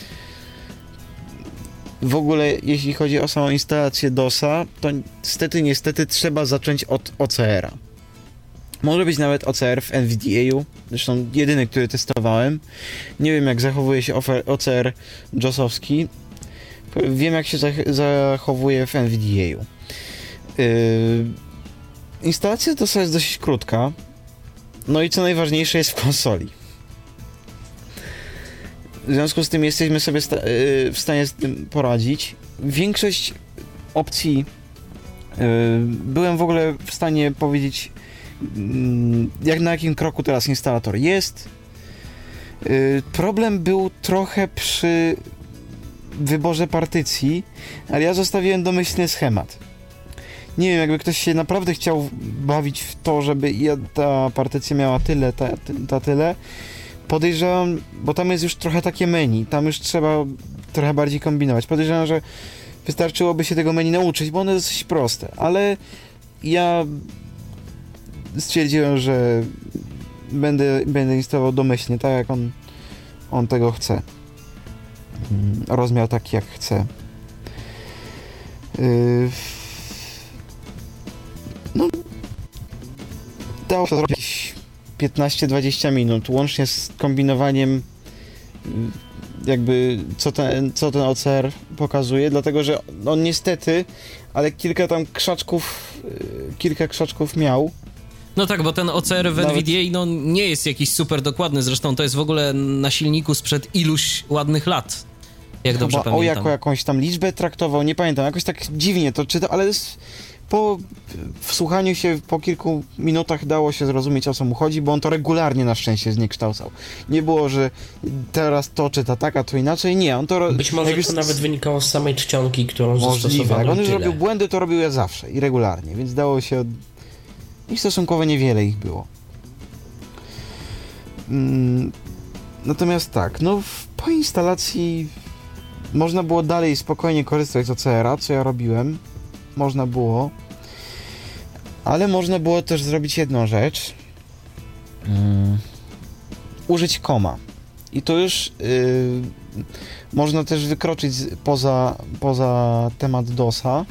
W ogóle, jeśli chodzi o samą instalację DOS-a, to niestety trzeba zacząć od OCR-a. Może być nawet OCR w NVDA-u, zresztą jedyny, który testowałem. Nie wiem, jak zachowuje się OCR JOS-owski. Wiem, jak się zachowuje w NVDA-u. Instalacja DOS-a jest dosyć krótka. No i co najważniejsze, jest w konsoli. W związku z tym jesteśmy sobie w stanie z tym poradzić. Większość opcji byłem w ogóle w stanie powiedzieć, na jakim kroku teraz instalator jest. Problem był trochę przy wyborze partycji, ale ja zostawiłem domyślny schemat. Nie wiem, jakby ktoś się naprawdę chciał bawić w to, żeby ta partycja miała tyle, ta tyle. Podejrzewam, bo tam jest już trochę takie menu, tam już trzeba trochę bardziej kombinować. Podejrzewam, że wystarczyłoby się tego menu nauczyć, bo one jest dosyć proste, ale ja stwierdziłem, że będę instalował domyślnie, tak jak on tego chce. Rozmiar taki, jak chce. No, dało się zrobić 15-20 minut, łącznie z kombinowaniem jakby co ten OCR pokazuje, dlatego że on niestety, ale kilka krzaczków miał. No tak, bo ten OCR w NVDA nie jest jakiś super dokładny, zresztą to jest w ogóle na silniku sprzed iluś ładnych lat, jak dobrze pamiętam. Jako jakąś tam liczbę traktował, nie pamiętam, jakoś tak dziwnie to czytał, ale po wsłuchaniu się po kilku minutach dało się zrozumieć, o co mu chodzi, bo on to regularnie na szczęście zniekształcał. Nie było, że teraz to czyta tak, a to inaczej. Nie, on to... Być może to nawet wynikało z samej czcionki, którą zastosowano. Jak on już robił błędy, to robił je zawsze i regularnie, więc dało się... I stosunkowo niewiele ich było. Natomiast tak, po instalacji można było dalej spokojnie korzystać z OCR-a, co ja robiłem. Można było. Ale można było też zrobić jedną rzecz. Użyć koma. I to już można też wykroczyć poza temat DOS-a.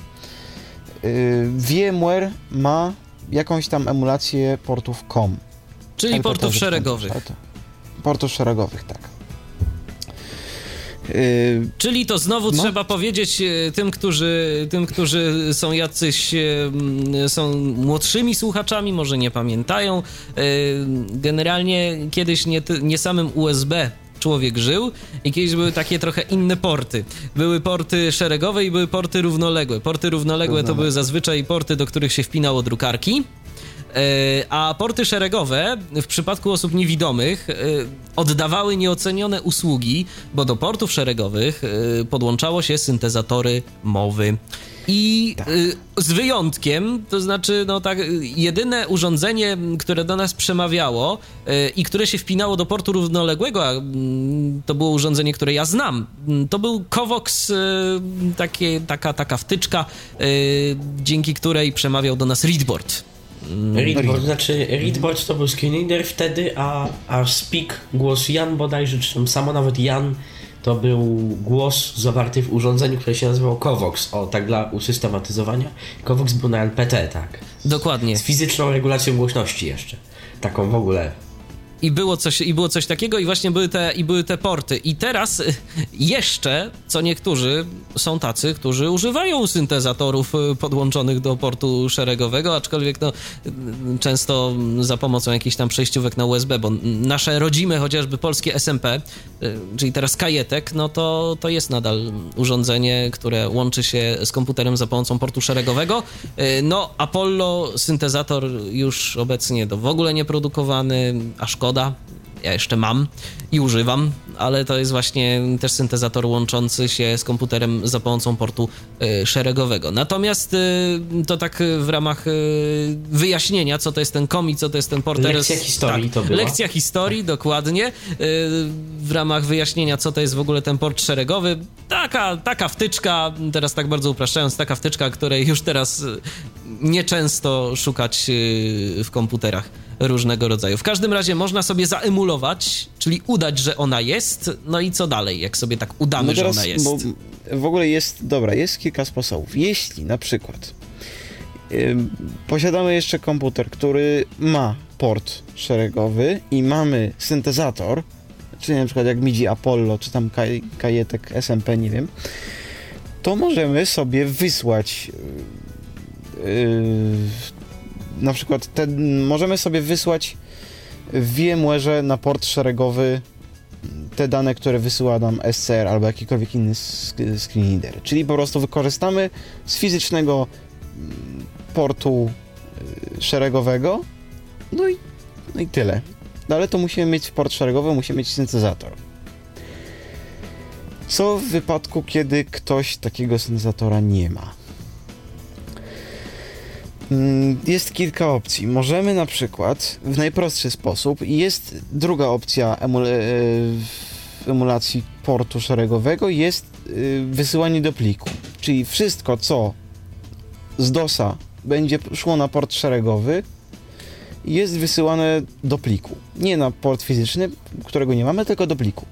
VMware ma jakąś tam emulację portów COM. Czyli portów szeregowych. Portów szeregowych, tak. Czyli to znowu trzeba powiedzieć tym, którzy są jacyś, są młodszymi słuchaczami, może nie pamiętają. Generalnie kiedyś nie samym USB człowiek żył i kiedyś były takie trochę inne porty. Były porty szeregowe i były porty równoległe. Porty równoległe to były zazwyczaj porty, do których się wpinało drukarki, a porty szeregowe w przypadku osób niewidomych oddawały nieocenione usługi, bo do portów szeregowych podłączało się syntezatory mowy. I z wyjątkiem, to znaczy, jedyne urządzenie, które do nas przemawiało i które się wpinało do portu równoległego, a to było urządzenie, które ja znam, to był Covox, taka wtyczka, dzięki której przemawiał do nas readboard. Readboard to był screen reader wtedy, a speak, głos Jan bodajże, czy tam samo nawet Jan, to był głos zawarty w urządzeniu, które się nazywało Covox. Tak dla usystematyzowania. Covox był na LPT, tak. Dokładnie. Z fizyczną regulacją głośności jeszcze. Taką w ogóle. I było coś takiego i właśnie były te porty. I teraz jeszcze co niektórzy są tacy, którzy używają syntezatorów podłączonych do portu szeregowego, aczkolwiek często za pomocą jakichś tam przejściówek na USB, bo nasze rodzime, chociażby polskie SMP, czyli teraz Kajetek, to jest nadal urządzenie, które łączy się z komputerem za pomocą portu szeregowego. Apollo syntezator już obecnie w ogóle nie produkowany, a szkoda. Ja jeszcze mam i używam, ale to jest właśnie też syntezator łączący się z komputerem za pomocą portu szeregowego. Natomiast to tak w ramach wyjaśnienia, co to jest ten COM i co to jest ten port. Lekcja historii to była. Lekcja historii, dokładnie. W ramach wyjaśnienia, co to jest w ogóle ten port szeregowy. Taka wtyczka, teraz tak bardzo upraszczając, taka wtyczka, której już teraz nieczęsto szukać w komputerach różnego rodzaju. W każdym razie można sobie zaemulować, czyli udać, że ona jest, i co dalej, jak sobie tak udamy, że ona jest. Bo w ogóle jest kilka sposobów. Jeśli na przykład posiadamy jeszcze komputer, który ma port szeregowy i mamy syntezator, czyli na przykład jak MIDI Apollo, czy tam Kajetek SMP, nie wiem, to możemy sobie wysłać na przykład możemy sobie wysłać w VMware'ze na port szeregowy te dane, które wysyła nam SCR albo jakikolwiek inny screen reader. Czyli po prostu wykorzystamy z fizycznego portu szeregowego, no i tyle. No ale to musimy mieć port szeregowy, musimy mieć syntezator. Co w wypadku, kiedy ktoś takiego syntezatora nie ma? Jest kilka opcji. Możemy na przykład w najprostszy sposób, i jest druga opcja emulacji portu szeregowego, jest wysyłanie do pliku. Czyli wszystko, co z DOS-a będzie szło na port szeregowy, jest wysyłane do pliku. Nie na port fizyczny, którego nie mamy, tylko do pliku.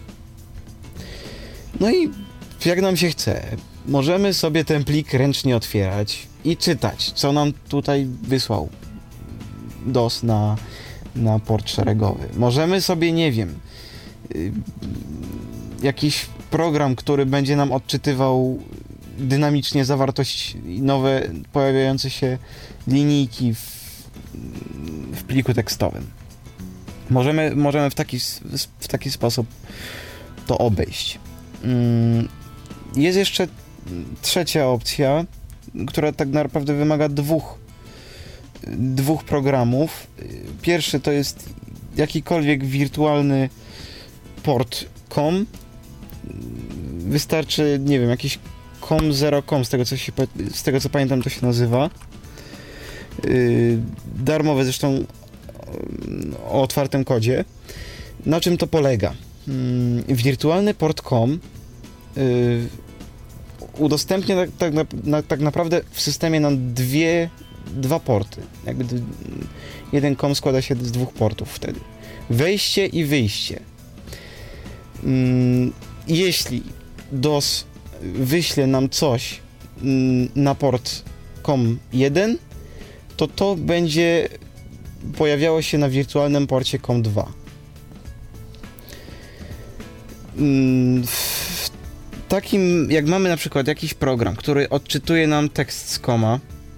No i jak nam się chce, możemy sobie ten plik ręcznie otwierać i czytać, co nam tutaj wysłał DOS na port szeregowy. Możemy sobie, nie wiem, jakiś program, który będzie nam odczytywał dynamicznie zawartość i nowe pojawiające się linijki w pliku tekstowym. Możemy w taki sposób to obejść. Jest jeszcze trzecia opcja, która tak naprawdę wymaga dwóch programów. Pierwszy to jest jakikolwiek wirtualny port COM. Wystarczy, nie wiem, jakiś COM0COM, z tego co pamiętam to się nazywa. Darmowe zresztą, o otwartym kodzie. Na czym to polega? Wirtualny port COM udostępnia tak naprawdę w systemie nam dwa porty. Jakby jeden COM składa się z dwóch portów wtedy. Wejście i wyjście. Jeśli DOS wyśle nam coś na port COM1, to będzie pojawiało się na wirtualnym porcie COM2. W takim, jak mamy na przykład jakiś program, który odczytuje nam tekst z COMa,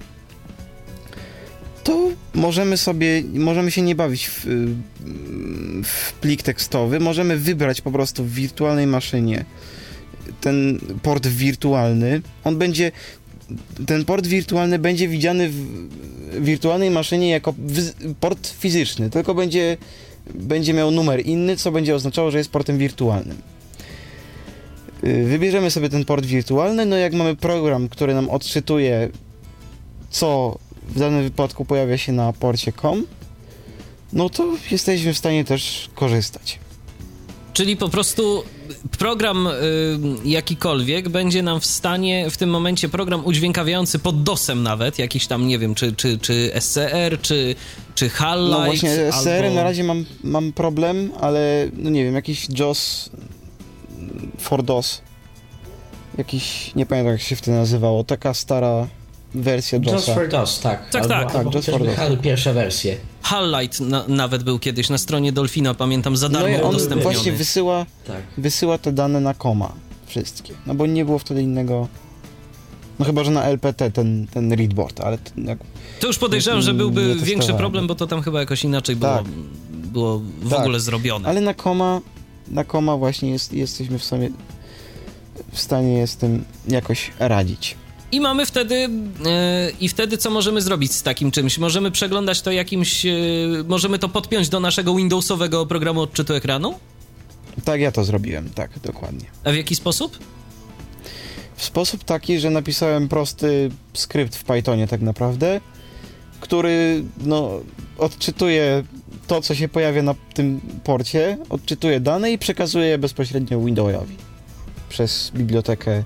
to możemy się nie bawić w plik tekstowy, możemy wybrać po prostu w wirtualnej maszynie ten port wirtualny. Ten port wirtualny będzie widziany w wirtualnej maszynie jako port fizyczny, tylko będzie miał numer inny, co będzie oznaczało, że jest portem wirtualnym. Wybierzemy sobie ten port wirtualny, no jak mamy program, który nam odczytuje, co w danym wypadku pojawia się na porcie COM, no to jesteśmy w stanie też korzystać. Czyli po prostu program jakikolwiek będzie nam w stanie w tym momencie, program udźwiękawiający pod DOS-em nawet, jakiś tam, nie wiem, czy SCR, czy Hallight. No właśnie z SCR-em albo... na razie mam problem, ale no nie wiem, jakiś JOS for DOS. Jakiś, nie pamiętam jak się wtedy nazywało, taka stara wersja JOS-a. JOS for DOS, tak. Tak. Albo JOS for DOS. Pierwsze wersje. Hallight nawet był kiedyś na stronie Dolphina, pamiętam, za darmo udostępniony. No i on właśnie wysyła te dane na COMa, wszystkie. No bo nie było wtedy innego... No chyba, że na LPT ten readboard, ale... To już podejrzewam, że byłby większy problem, bo to tam chyba jakoś inaczej było w ogóle zrobione. Ale na COMa właśnie jesteśmy w stanie z tym jakoś radzić. I mamy wtedy co możemy zrobić z takim czymś? Możemy przeglądać to możemy to podpiąć do naszego Windowsowego programu odczytu ekranu? Tak, ja to zrobiłem, tak, dokładnie. A w jaki sposób? W sposób taki, że napisałem prosty skrypt w Pythonie tak naprawdę, który odczytuje to, co się pojawia na tym porcie, odczytuje dane i przekazuje je bezpośrednio Windowsowi przez bibliotekę.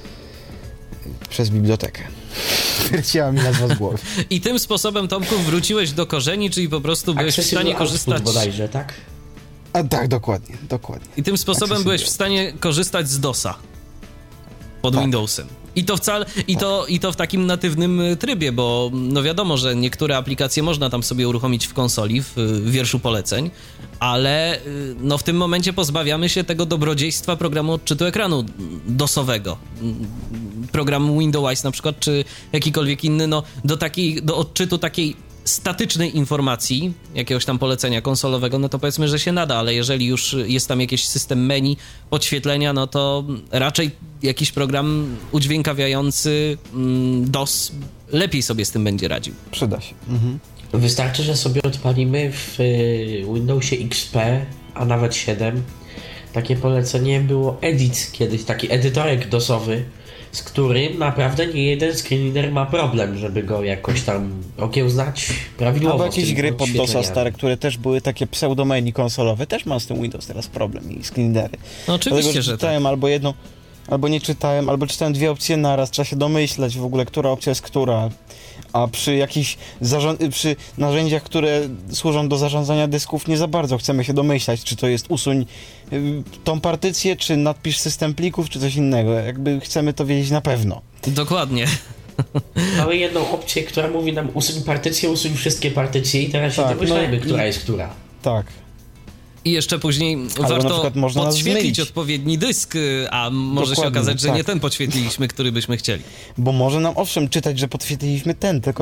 Wyleciała mi nazwa z głowy. I tym sposobem, Tomku, wróciłeś do korzeni, czyli po prostu byłeś w stanie korzystać... bodajże, tak? A tak, dokładnie. I tym sposobem byłeś w stanie korzystać z DOS-a pod Windowsem. I to w takim natywnym trybie, bo no wiadomo, że niektóre aplikacje można tam sobie uruchomić w konsoli, w wierszu poleceń, ale no w tym momencie pozbawiamy się tego dobrodziejstwa programu odczytu ekranu DOS-owego. Program Windows na przykład, czy jakikolwiek inny, no do odczytu takiej statycznej informacji, jakiegoś tam polecenia konsolowego, no to powiedzmy, że się nada, ale jeżeli już jest tam jakiś system menu, podświetlenia, no to raczej jakiś program udźwiękawiający DOS lepiej sobie z tym będzie radził. Przyda się. Wystarczy, że sobie odpalimy w Windowsie XP, a nawet 7. Takie polecenie było Edit kiedyś, taki edytorek DOSowy, z którym naprawdę nie jeden screenreader ma problem, żeby go jakoś tam okiełznać prawidłowo. Albo jakieś gry pod DOSa stare, które też były takie pseudomenu konsolowe, też ma z tym Windows teraz problem i screenreadery. No oczywiście, dlatego, że czytałem albo jedną, albo nie czytałem, albo czytałem dwie opcje naraz, trzeba się domyśleć w ogóle, która opcja jest która. A przy jakichś przy narzędziach, które służą do zarządzania dysków, nie za bardzo chcemy się domyślać, czy to jest usuń tą partycję, czy nadpisz system plików, czy coś innego. Jakby chcemy to wiedzieć na pewno. Dokładnie. Mamy jedną opcję, która mówi nam usuń partycję, usuń wszystkie partycje i teraz się domyślajmy, która jest która. Tak. I jeszcze później warto podświetlić odpowiedni dysk, a może się okazać, że nie ten podświetliliśmy, który byśmy chcieli. Bo może nam owszem czytać, że podświetliliśmy ten, tylko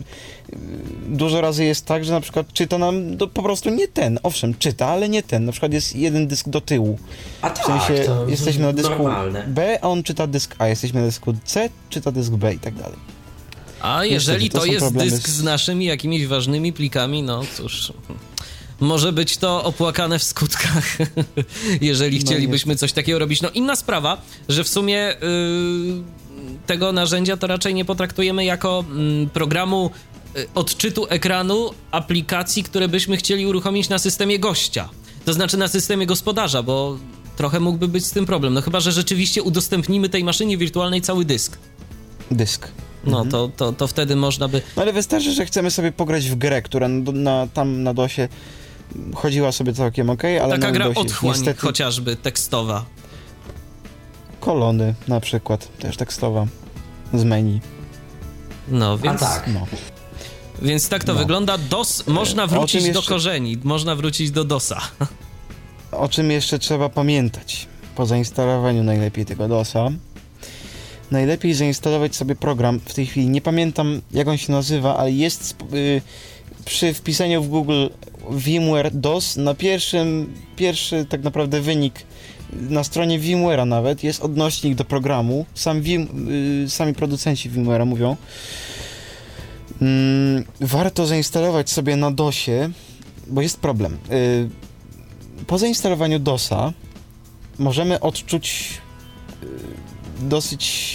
dużo razy jest tak, że na przykład czyta nam po prostu nie ten. Owszem, czyta, ale nie ten. Na przykład jest jeden dysk do tyłu. A tak, w sensie to jesteśmy na dysku normalne. B, a on czyta dysk A. Jesteśmy na dysku C, czyta dysk B i tak dalej. A jeżeli to jest dysk z naszymi jakimiś ważnymi plikami, no cóż... Może być to opłakane w skutkach, jeżeli chcielibyśmy coś takiego robić. No inna sprawa, że w sumie tego narzędzia to raczej nie potraktujemy jako programu odczytu ekranu aplikacji, które byśmy chcieli uruchomić na systemie gościa. To znaczy na systemie gospodarza, bo trochę mógłby być z tym problem. No chyba, że rzeczywiście udostępnimy tej maszynie wirtualnej cały dysk. No to wtedy można by... No ale wystarczy, że chcemy sobie pograć w grę, która tam na DOSie chodziła sobie całkiem okej, ale taka na gra Windowsie otchłań niestety... chociażby tekstowa. Kolony na przykład, też tekstowa, z menu. No, więc... tak. No. Więc tak to wygląda. DOS, można wrócić do korzeni, można wrócić do DOSa. O czym jeszcze trzeba pamiętać? Po zainstalowaniu najlepiej tego DOSa, najlepiej zainstalować sobie program, w tej chwili nie pamiętam jak on się nazywa, ale jest przy wpisaniu w Google VMware DOS, na pierwszy tak naprawdę wynik na stronie VMware'a nawet jest odnośnik do programu, sami producenci VMware'a mówią. Warto zainstalować sobie na DOSie, bo jest problem. Po zainstalowaniu DOSa możemy odczuć dosyć...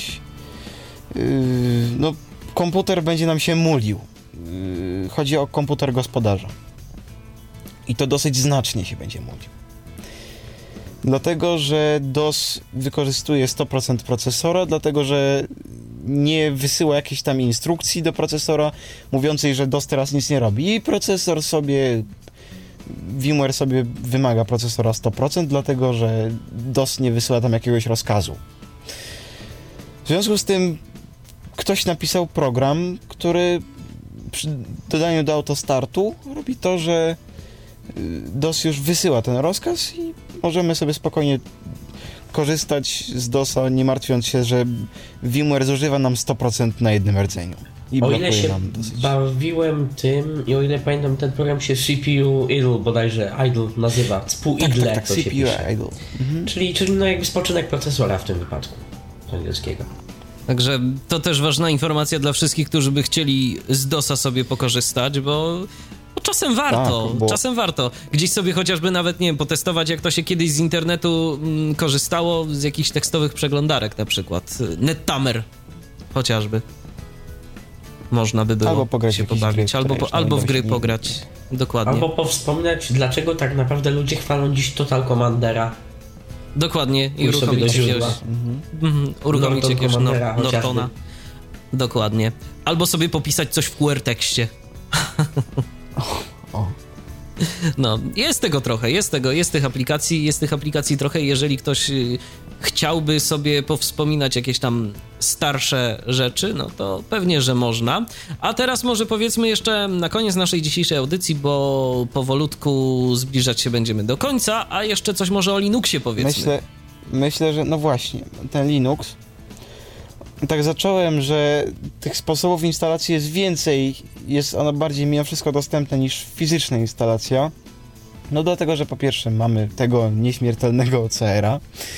no, komputer będzie nam się mulił. Chodzi o komputer gospodarza. I to dosyć znacznie się będzie mulił. Dlatego, że DOS wykorzystuje 100% procesora, dlatego, że nie wysyła jakiejś tam instrukcji do procesora mówiącej, że DOS teraz nic nie robi. I procesor sobie... VMware sobie wymaga procesora 100%, dlatego, że DOS nie wysyła tam jakiegoś rozkazu. W związku z tym ktoś napisał program, który przy dodaniu do autostartu robi to, że DOS już wysyła ten rozkaz i możemy sobie spokojnie korzystać z DOSa, nie martwiąc się, że VMware zużywa nam 100% na jednym rdzeniu. I o ile się nam dosyć. bawiłem tym i o ile pamiętam, ten program się CPU Idle bodajże, Idle nazywa, CPU-Idle tak, to się CPU pisze. Idle. Mhm. Czyli no jakby spoczynek procesora w tym wypadku angielskiego. Także to też ważna informacja dla wszystkich, którzy by chcieli z DOSa sobie pokorzystać, bo czasem warto, tak, bo... czasem warto. Gdzieś sobie chociażby nawet, nie wiem, potestować, jak to się kiedyś z internetu korzystało, z jakichś tekstowych przeglądarek na przykład. NetTamer chociażby. Można by było albo pograć się pobawić, albo w gry pograć. Dokładnie. Albo powspominać, dlaczego tak naprawdę ludzie chwalą dziś Total Commandera. Dokładnie. I uruchomić jakiegoś Nortona. Dokładnie. Albo sobie popisać coś w QR-tekście. No, jest tego trochę, jest tych aplikacji trochę. Jeżeli ktoś chciałby sobie powspominać jakieś tam starsze rzeczy, no to pewnie, że można. A teraz może powiedzmy jeszcze na koniec naszej dzisiejszej audycji, bo powolutku zbliżać się będziemy do końca, a jeszcze coś może o Linuxie powiedzmy. Myślę, że no właśnie, ten Linux tak zacząłem, że tych sposobów instalacji jest więcej, jest ona bardziej mimo wszystko dostępna niż fizyczna instalacja. No dlatego, że po pierwsze mamy tego nieśmiertelnego OCR-a.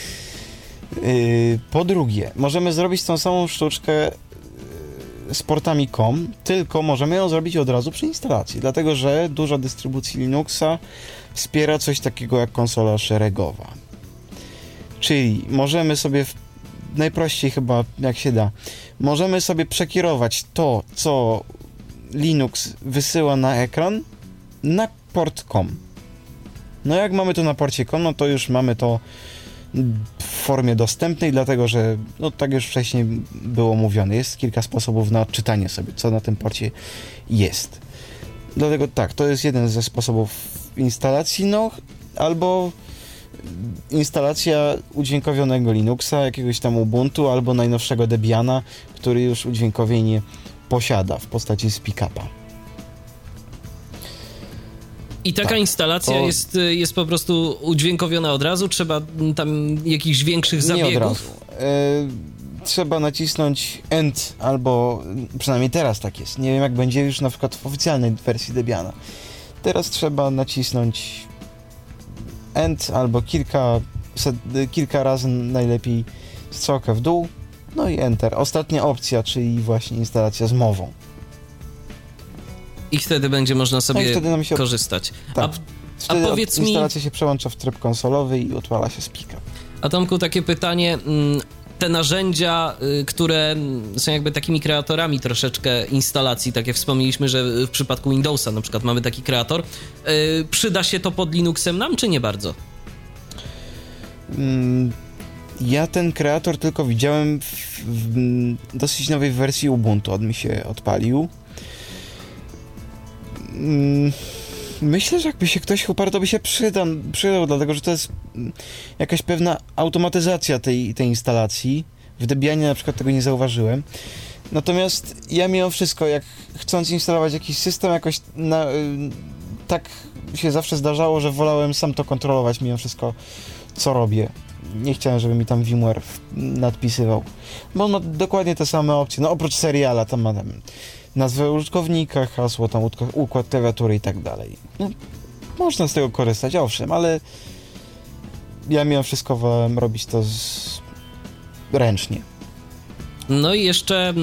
Po drugie, możemy zrobić tą samą sztuczkę z portami COM, tylko możemy ją zrobić od razu przy instalacji, dlatego, że dużo dystrybucji Linuxa wspiera coś takiego jak konsola szeregowa. Czyli możemy sobie, najprościej chyba jak się da, możemy sobie przekierować to, co Linux wysyła na ekran, na port COM. No jak mamy to na porcie COM, no to już mamy to w formie dostępnej, dlatego że, no tak już wcześniej było mówione, jest kilka sposobów na odczytanie sobie, co na tym porcie jest. Dlatego tak, to jest jeden ze sposobów instalacji, no albo instalacja udźwiękowionego Linuxa, jakiegoś tam Ubuntu, albo najnowszego Debiana, który już udźwiękowienie posiada w postaci speak-upa. I taka tak, instalacja jest po prostu udźwiękowiona od razu? Trzeba tam jakichś większych zabiegów? Nie od razu. Trzeba nacisnąć End, albo przynajmniej teraz tak jest. Nie wiem jak będzie już na przykład w oficjalnej wersji Debiana. Teraz trzeba nacisnąć End albo kilka razy najlepiej strzałkę w dół, no i Enter. Ostatnia opcja, czyli właśnie instalacja z mową. I wtedy będzie można sobie korzystać. Tak. Wtedy powiedz instalacja się przełącza w tryb konsolowy i odpala się speaker. A Tomku, takie pytanie. Te narzędzia, które są jakby takimi kreatorami troszeczkę instalacji, tak jak wspomnieliśmy, że w przypadku Windowsa na przykład mamy taki kreator, przyda się to pod Linuxem nam, czy nie bardzo? Ja ten kreator tylko widziałem w dosyć nowej wersji Ubuntu, on mi się odpalił. Myślę, że jakby się ktoś uparł, to by się przydał, dlatego że to jest jakaś pewna automatyzacja tej instalacji. W Debianie na przykład tego nie zauważyłem. Natomiast ja mimo wszystko, jak chcąc instalować jakiś system, jakoś tak się zawsze zdarzało, że wolałem sam to kontrolować mimo wszystko, co robię. Nie chciałem, żeby mi tam VMware nadpisywał. Bo on ma dokładnie te same opcje. No oprócz seriala, tam ma nazwę użytkownika, hasło, tam układ klawiatury i tak dalej. No, można z tego korzystać, owszem, ale ja mimo wszystko wolałem robić to ręcznie. No i jeszcze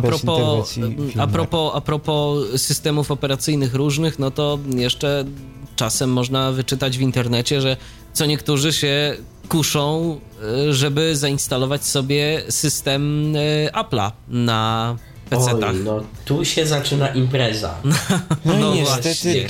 a propos systemów operacyjnych różnych, no to jeszcze czasem można wyczytać w internecie, że co niektórzy się kuszą, żeby zainstalować sobie system Apple'a na PC-tach. Oj, no tu się zaczyna impreza. No niestety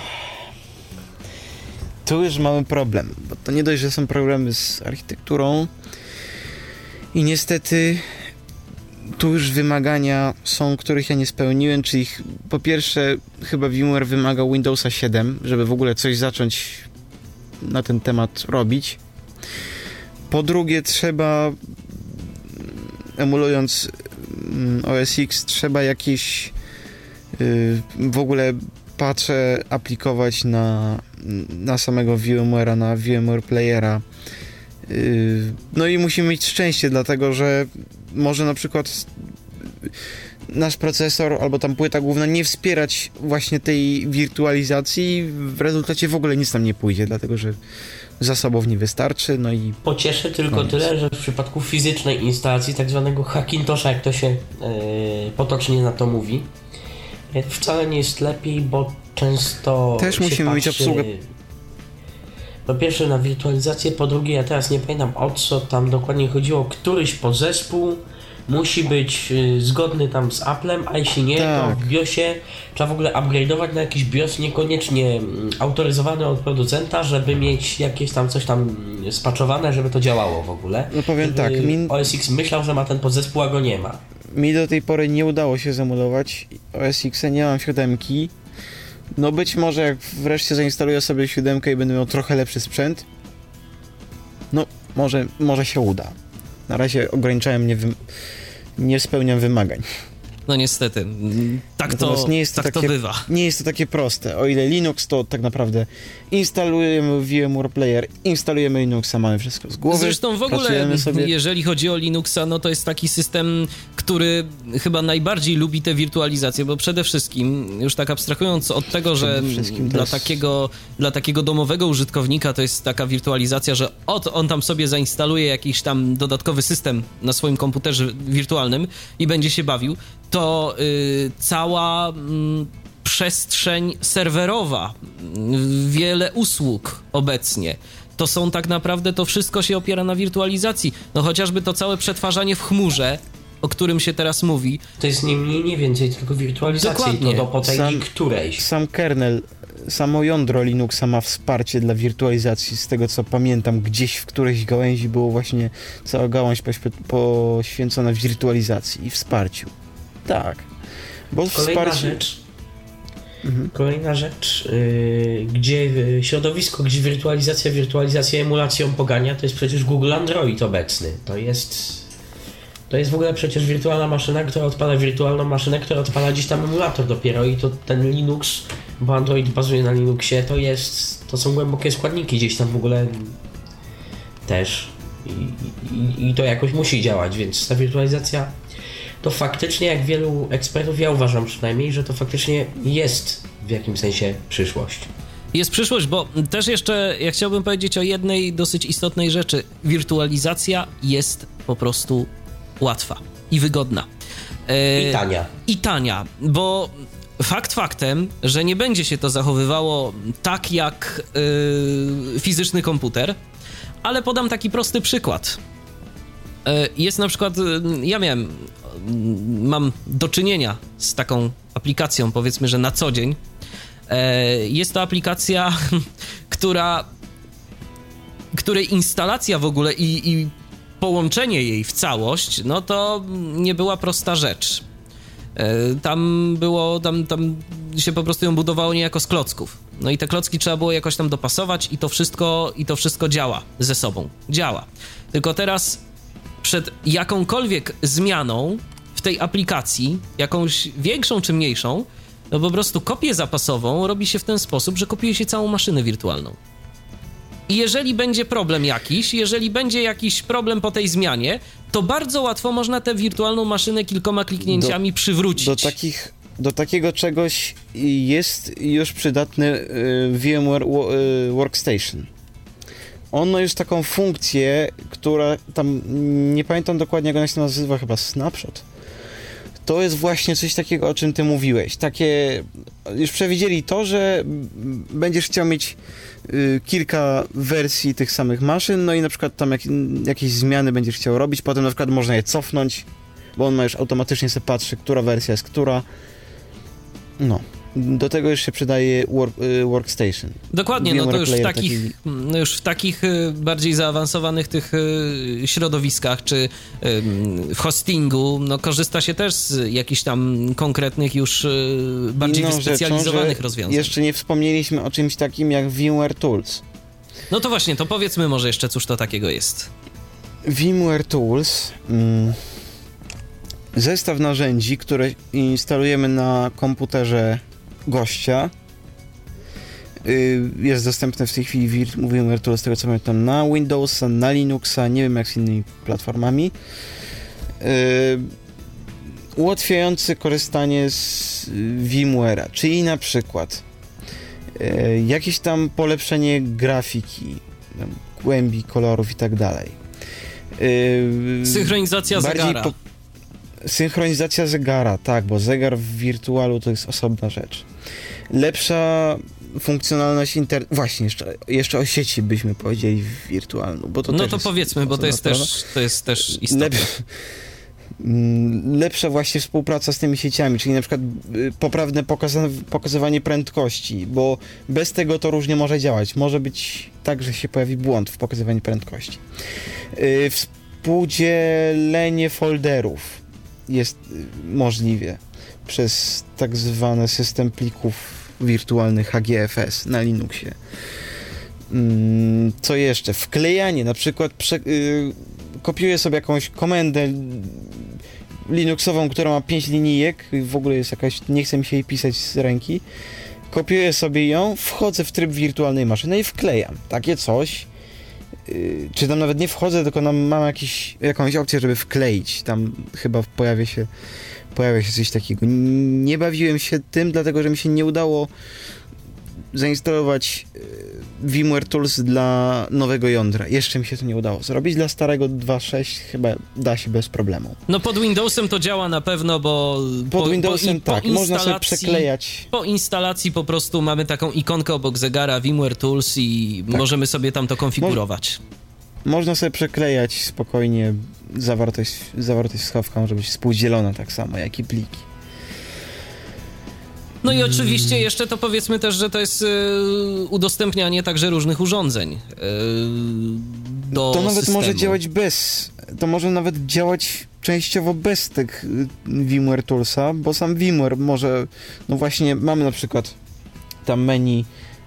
tu już mamy problem, bo to nie dość, że są problemy z architekturą i niestety tu już wymagania są, których ja nie spełniłem, czyli po pierwsze chyba VMware wymagał Windowsa 7, żeby w ogóle coś zacząć na ten temat robić. Po drugie trzeba, emulując OS X, trzeba jakieś w ogóle patche aplikować na samego VMware'a, na VMware Playera. No i musimy mieć szczęście, dlatego że może na przykład nasz procesor albo tam płyta główna nie wspierać właśnie tej wirtualizacji i w rezultacie w ogóle nic tam nie pójdzie, dlatego że zasobów nie wystarczy, no i... Pocieszę tylko tyle, że w przypadku fizycznej instalacji, tak zwanego Hackintosha, jak to się potocznie na to mówi, wcale nie jest lepiej, bo często też musimy mieć obsługę. Po pierwsze na wirtualizację, po drugie ja teraz nie pamiętam o co tam dokładnie chodziło, któryś podzespół musi być zgodny tam z Applem, a jeśli nie, to w BIOSie trzeba w ogóle upgrade'ować na jakiś BIOS niekoniecznie autoryzowany od producenta, żeby mieć jakieś tam coś tam spaczowane, żeby to działało w ogóle. No powiem tak, OS X myślał, że ma ten podzespół, a go nie ma. Mi do tej pory nie udało się zemulować OS X, nie mam 7. No być może jak wreszcie zainstaluję sobie 7 i będę miał trochę lepszy sprzęt, no może się uda. Na razie ograniczałem, nie spełniam wymagań. No niestety. Natomiast to bywa. Nie jest to takie proste. O ile Linux, to tak naprawdę instalujemy VMware Player, instalujemy Linuxa, mamy wszystko z głowy. Zresztą w ogóle, sobie. jeżeli chodzi o Linuxa, no to jest taki system, który chyba najbardziej lubi tę wirtualizację, bo przede wszystkim, już tak abstrahując od tego, że dla takiego domowego użytkownika to jest taka wirtualizacja, że on tam sobie zainstaluje jakiś tam dodatkowy system na swoim komputerze wirtualnym i będzie się bawił, to cała przestrzeń serwerowa, wiele usług obecnie, to są tak naprawdę, to wszystko się opiera na wirtualizacji. No chociażby to całe przetwarzanie w chmurze, o którym się teraz mówi. To jest nie mniej, nie więcej, tylko wirtualizacja. Dokładnie. I to do potęgi którejś. Sam kernel, samo jądro Linuxa ma wsparcie dla wirtualizacji. Z tego co pamiętam, gdzieś w którejś gałęzi było właśnie cała gałąź poświęcona wirtualizacji i wsparciu. Tak. Bo Kolejna rzecz, gdzie środowisko, gdzie wirtualizacja emulacją pogania, to jest przecież Google Android obecny. To jest w ogóle przecież wirtualna maszyna, która odpala wirtualną maszynę, która odpala gdzieś tam emulator dopiero i to ten Linux, bo Android bazuje na Linuxie, to są głębokie składniki gdzieś tam w ogóle też i to jakoś musi działać, więc ta wirtualizacja to faktycznie, jak wielu ekspertów, ja uważam przynajmniej, że to faktycznie jest w jakimś sensie przyszłość. Jest przyszłość, bo też jeszcze ja chciałbym powiedzieć o jednej dosyć istotnej rzeczy. Wirtualizacja jest po prostu łatwa i wygodna. I tania, bo fakt faktem, że nie będzie się to zachowywało tak jak fizyczny komputer, ale podam taki prosty przykład. Jest na przykład, mam do czynienia z taką aplikacją, powiedzmy, że na co dzień. Jest to aplikacja, której instalacja w ogóle i połączenie jej w całość, no to nie była prosta rzecz. Tam się po prostu ją budowało niejako z klocków. No i te klocki trzeba było jakoś tam dopasować i to wszystko działa ze sobą. Działa. Tylko teraz przed jakąkolwiek zmianą w tej aplikacji, jakąś większą czy mniejszą, no po prostu kopię zapasową robi się w ten sposób, że kopiuje się całą maszynę wirtualną. I jeżeli będzie jakiś problem po tej zmianie, to bardzo łatwo można tę wirtualną maszynę kilkoma kliknięciami przywrócić. Do takiego czegoś jest już przydatny VMware Workstation. On ma już taką funkcję, która tam, nie pamiętam dokładnie jak ona się nazywa, chyba Snapshot. To jest właśnie coś takiego, o czym ty mówiłeś. Takie, już przewidzieli to, że będziesz chciał mieć kilka wersji tych samych maszyn, no i na przykład tam jakieś zmiany będziesz chciał robić, potem na przykład można je cofnąć, bo on ma już automatycznie sobie patrzy, która wersja jest która. No. Do tego już się przydaje Workstation. Dokładnie, no to już w takich bardziej zaawansowanych tych środowiskach, czy w hostingu, no korzysta się też z jakichś tam konkretnych już bardziej wyspecjalizowanych rozwiązań. Jeszcze nie wspomnieliśmy o czymś takim jak VMware Tools. No to właśnie, to powiedzmy może jeszcze, cóż to takiego jest. VMware Tools... zestaw narzędzi, które instalujemy na komputerze gościa. Jest dostępny w tej chwili VMware Tools, z tego co pamiętam, na Windowsa, na Linuxa, nie wiem jak z innymi platformami. Ułatwiający korzystanie z VMware'a, czyli na przykład jakieś tam polepszenie grafiki, głębi, kolorów i tak dalej. Synchronizacja zegara. Synchronizacja zegara, tak, bo zegar w wirtualu to jest osobna rzecz. Lepsza funkcjonalność właśnie, jeszcze o sieci byśmy powiedzieli w wirtualną, bo to no też to powiedzmy, bo to jest też istotne. Lepsza właśnie współpraca z tymi sieciami, czyli na przykład poprawne pokazywanie prędkości, bo bez tego to różnie może działać. Może być tak, że się pojawi błąd w pokazywaniu prędkości. Współdzielenie folderów jest możliwe przez tak zwany system plików wirtualnych HGFS na Linuxie. Co jeszcze? Wklejanie, na przykład kopiuję sobie jakąś komendę, Linuxową, która ma 5 linijek i w ogóle jest jakaś, nie chce mi się jej pisać z ręki. Kopiuję sobie ją, wchodzę w tryb wirtualnej maszyny i wklejam takie coś. Czy tam nawet nie wchodzę, tylko mam jakąś opcję, żeby wkleić. Tam chyba pojawia się coś takiego. Nie bawiłem się tym, dlatego że mi się nie udało zainstalować VMware Tools dla nowego jądra. Jeszcze mi się to nie udało zrobić. Dla starego 2.6 chyba da się bez problemu. No pod Windowsem to działa na pewno, bo pod Windowsem tak, można sobie przeklejać. Po instalacji po prostu mamy taką ikonkę obok zegara VMware Tools i tak, możemy sobie tam to konfigurować. Można sobie przeklejać spokojnie zawartość schowka, może być współdzielona tak samo, jak i pliki. No i oczywiście jeszcze to powiedzmy też, że to jest udostępnianie także różnych urządzeń do to nawet systemu. To może nawet działać częściowo bez tych VMware Toolsa, bo sam VMware może, no właśnie mamy na przykład tam menu.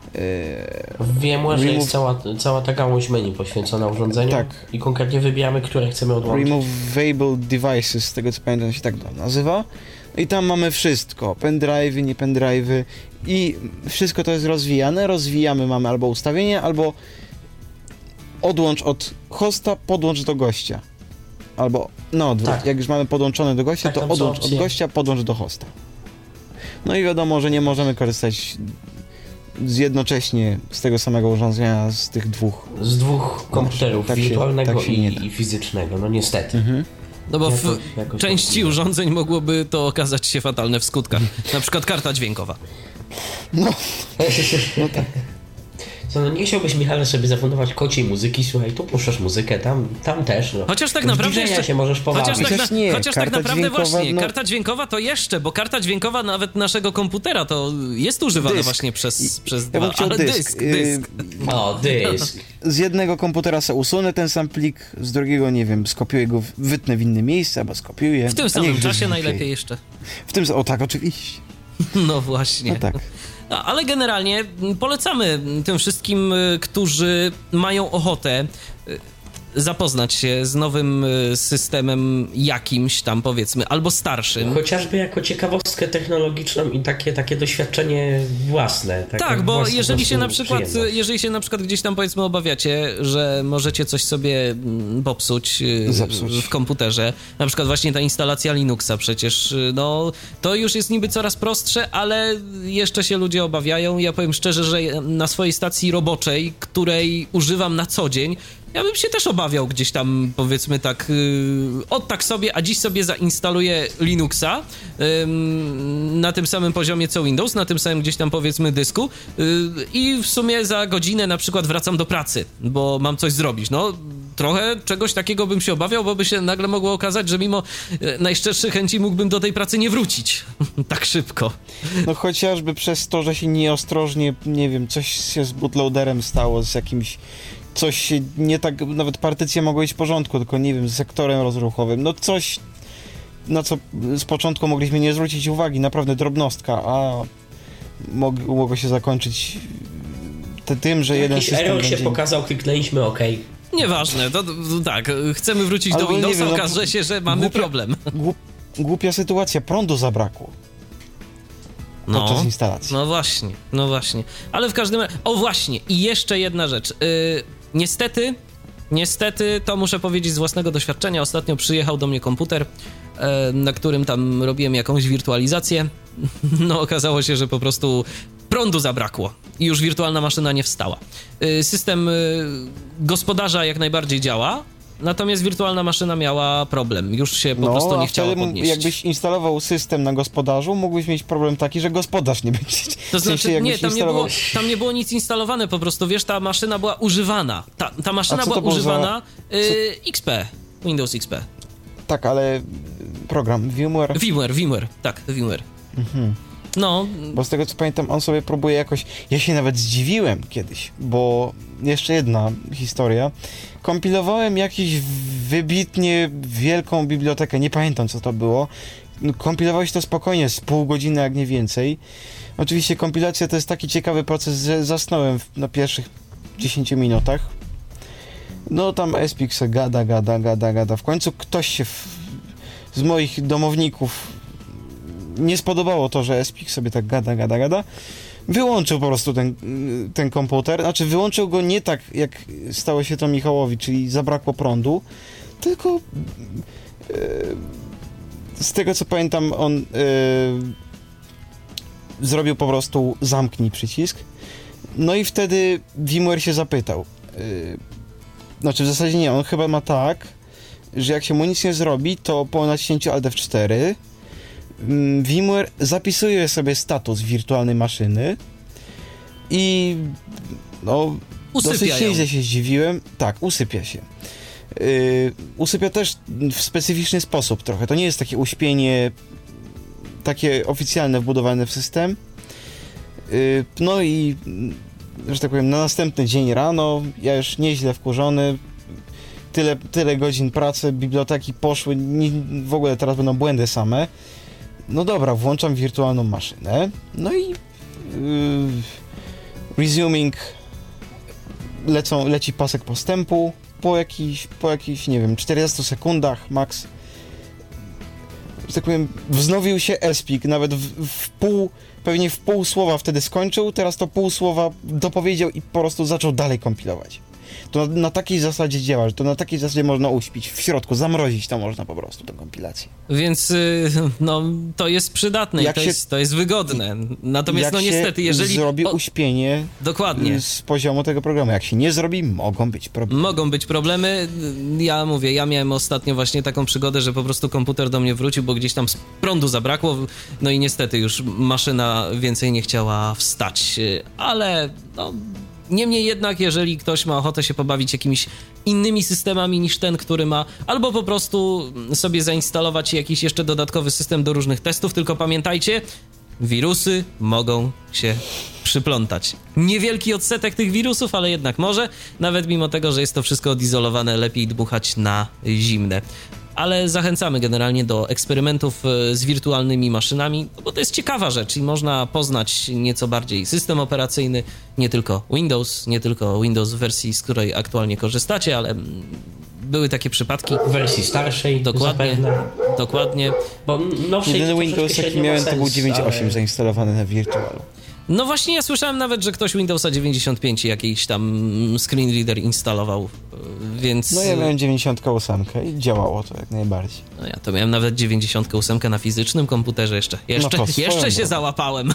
VMware, że jest cała ta gałąź menu poświęcona urządzeniu, tak, i konkretnie wybieramy, które chcemy odłączyć. Removable Devices, z tego co pamiętam się tak nazywa. I tam mamy wszystko, pendrive'y, nie pendrive'y i wszystko to jest rozwijane. Rozwijamy, mamy albo ustawienie, albo odłącz od hosta, podłącz do gościa. Albo na odwrót, tak. Jak już mamy podłączone do gościa, tak, to odłącz od gościa, podłącz do hosta. No i wiadomo, że nie możemy korzystać jednocześnie z tego samego urządzenia, z tych dwóch. Z dwóch komputerów, tak wirtualnego i fizycznego, no niestety. Mhm. No bo w części urządzeń mogłoby to okazać się fatalne w skutkach. Na przykład karta dźwiękowa. No tak. Co, no nie chciałbyś, Michale, sobie zafundować kociej muzyki, słuchaj, tu puszczasz muzykę, tam też, no. Chociaż tak naprawdę jeszcze się możesz pobawić. Chociaż tak naprawdę właśnie, karta dźwiękowa to jeszcze, bo karta dźwiękowa nawet naszego komputera to jest używana właśnie przez dysk. Dysk. Z jednego komputera sobie usunę ten sam plik, z drugiego, nie wiem, skopiuję go, wytnę w inne miejsce, albo skopiuję. W tym samym czasie najlepiej jeszcze. Tak, oczywiście. No właśnie. No tak. No, ale generalnie polecamy tym wszystkim, którzy mają ochotę zapoznać się z nowym systemem jakimś tam, powiedzmy, albo starszym. Chociażby jako ciekawostkę technologiczną i takie doświadczenie własne. Tak, bo jeżeli się na przykład gdzieś tam, powiedzmy, obawiacie, że możecie coś sobie popsuć w komputerze, na przykład właśnie ta instalacja Linuxa przecież, no to już jest niby coraz prostsze, ale jeszcze się ludzie obawiają. Ja powiem szczerze, że na swojej stacji roboczej, której używam na co dzień, ja bym się też obawiał gdzieś tam, powiedzmy tak, tak sobie, a dziś sobie zainstaluję Linuxa na tym samym poziomie co Windows, na tym samym gdzieś tam, powiedzmy, dysku i w sumie za godzinę na przykład wracam do pracy, bo mam coś zrobić. No, trochę czegoś takiego bym się obawiał, bo by się nagle mogło okazać, że mimo najszczerszych chęci mógłbym do tej pracy nie wrócić tak szybko. No chociażby przez to, że się nieostrożnie, nie wiem, coś się z bootloaderem stało, z jakimś coś się nie tak, nawet partycja mogła być w porządku, tylko nie wiem, z sektorem rozruchowym, no coś, na co z początku mogliśmy nie zwrócić uwagi, naprawdę drobnostka, a mogło się zakończyć tym, że jeden system error się pokazał, kliknęliśmy OK. Nieważne, to tak, chcemy wrócić do Windowsa, okaże się, że mamy problem. Głupia sytuacja, prądu zabrakło. Podczas instalacji. No właśnie. Ale w każdym razie... O właśnie, i jeszcze jedna rzecz. Niestety, to muszę powiedzieć z własnego doświadczenia. Ostatnio przyjechał do mnie komputer, na którym tam robiłem jakąś wirtualizację. No okazało się, że po prostu prądu zabrakło i już wirtualna maszyna nie wstała. System gospodarza jak najbardziej działa, natomiast wirtualna maszyna miała problem. Już się po prostu nie chciała podnieść. Jakbyś instalował system na gospodarzu, mógłbyś mieć problem taki, że gospodarz nie będzie. To znaczy, nie, tam nie było nic instalowane, po prostu, wiesz, ta maszyna była używana. Ta maszyna była używana XP, Windows XP. Tak, ale program VMware. VMware. Mhm. No. Bo z tego co pamiętam, on sobie próbuje jakoś... Ja się nawet zdziwiłem kiedyś, bo jeszcze jedna historia. Kompilowałem jakąś wybitnie wielką bibliotekę, nie pamiętam co to było. Kompilowałeś to spokojnie, z pół godziny, jak nie więcej. Oczywiście kompilacja to jest taki ciekawy proces, że zasnąłem na pierwszych 10 minutach. No tam SPIX gada. W końcu ktoś się z moich domowników nie spodobało to, że Espik sobie tak gada, wyłączył po prostu ten komputer, znaczy wyłączył go nie tak, jak stało się to Michałowi, czyli zabrakło prądu, tylko z tego co pamiętam, on zrobił po prostu zamknij przycisk. No i wtedy VMware się zapytał. Znaczy w zasadzie nie, on chyba ma tak, że jak się mu nic nie zrobi, to po naciśnięciu Alt F4 VMware zapisuje sobie status wirtualnej maszyny i no dosyć nieźle się zdziwiłem. Tak, usypia się. Usypia też w specyficzny sposób trochę. To nie jest takie uśpienie takie oficjalne wbudowane w system. No i że tak powiem, na następny dzień rano ja już nieźle wkurzony, tyle godzin pracy, biblioteki poszły, w ogóle teraz będą błędy same. No dobra, włączam wirtualną maszynę, no i resuming, leci pasek postępu, po jakichś, nie wiem, 40 sekundach max, że tak powiem, wznowił się Espik, nawet pewnie w pół słowa wtedy skończył, teraz to pół słowa dopowiedział i po prostu zaczął dalej kompilować. To na takiej zasadzie działa, że to na takiej zasadzie można uśpić w środku, zamrozić to można po prostu, tę kompilację. Więc no, to jest przydatne i to jest wygodne. Natomiast no niestety, jeżeli... zrobi uśpienie dokładnie z poziomu tego programu. Jak się nie zrobi, mogą być problemy. Mogą być problemy. Ja miałem ostatnio właśnie taką przygodę, że po prostu komputer do mnie wrócił, bo gdzieś tam z prądu zabrakło, no i niestety już maszyna więcej nie chciała wstać. Ale no... Niemniej jednak, jeżeli ktoś ma ochotę się pobawić jakimiś innymi systemami niż ten, który ma, albo po prostu sobie zainstalować jakiś jeszcze dodatkowy system do różnych testów, tylko pamiętajcie, wirusy mogą się przyplątać. Niewielki odsetek tych wirusów, ale jednak może, nawet mimo tego, że jest to wszystko odizolowane, lepiej dmuchać na zimne. Ale zachęcamy generalnie do eksperymentów z wirtualnymi maszynami, bo to jest ciekawa rzecz i można poznać nieco bardziej system operacyjny, nie tylko Windows w wersji, z której aktualnie korzystacie, ale były takie przypadki. W wersji starszej Dokładnie. Bo jedyny Windows, jaki miałem, to był 9.8 zainstalowany na Virtualu. No właśnie, ja słyszałem nawet, że ktoś Windowsa 95 jakiś tam screen reader instalował, więc... No ja miałem 98 i działało to jak najbardziej. No ja to miałem nawet 98 na fizycznym komputerze jeszcze się załapałem.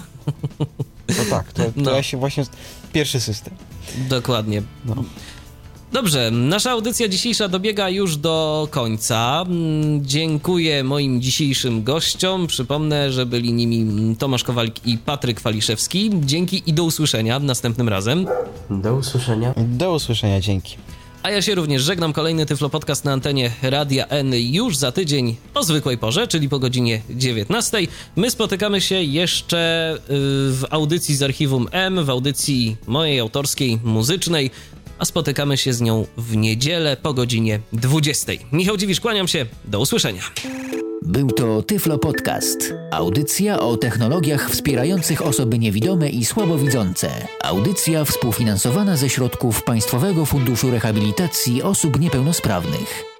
To tak, to ja się właśnie... Pierwszy system. Dokładnie. No. Dobrze, nasza audycja dzisiejsza dobiega już do końca. Dziękuję moim dzisiejszym gościom. Przypomnę, że byli nimi Tomasz Kowalik i Patryk Waliszewski. Dzięki i do usłyszenia następnym razem. Do usłyszenia. Do usłyszenia, dzięki. A ja się również żegnam. Kolejny Tyflo Podcast na antenie Radia N już za tydzień o zwykłej porze, czyli po godzinie 19. My spotykamy się jeszcze w audycji z Archiwum M, w audycji mojej autorskiej, muzycznej, a spotykamy się z nią w niedzielę po godzinie 20. Michał Dziwisz, kłaniam się. Do usłyszenia. Był to Tyflo Podcast. Audycja o technologiach wspierających osoby niewidome i słabowidzące. Audycja współfinansowana ze środków Państwowego Funduszu Rehabilitacji Osób Niepełnosprawnych.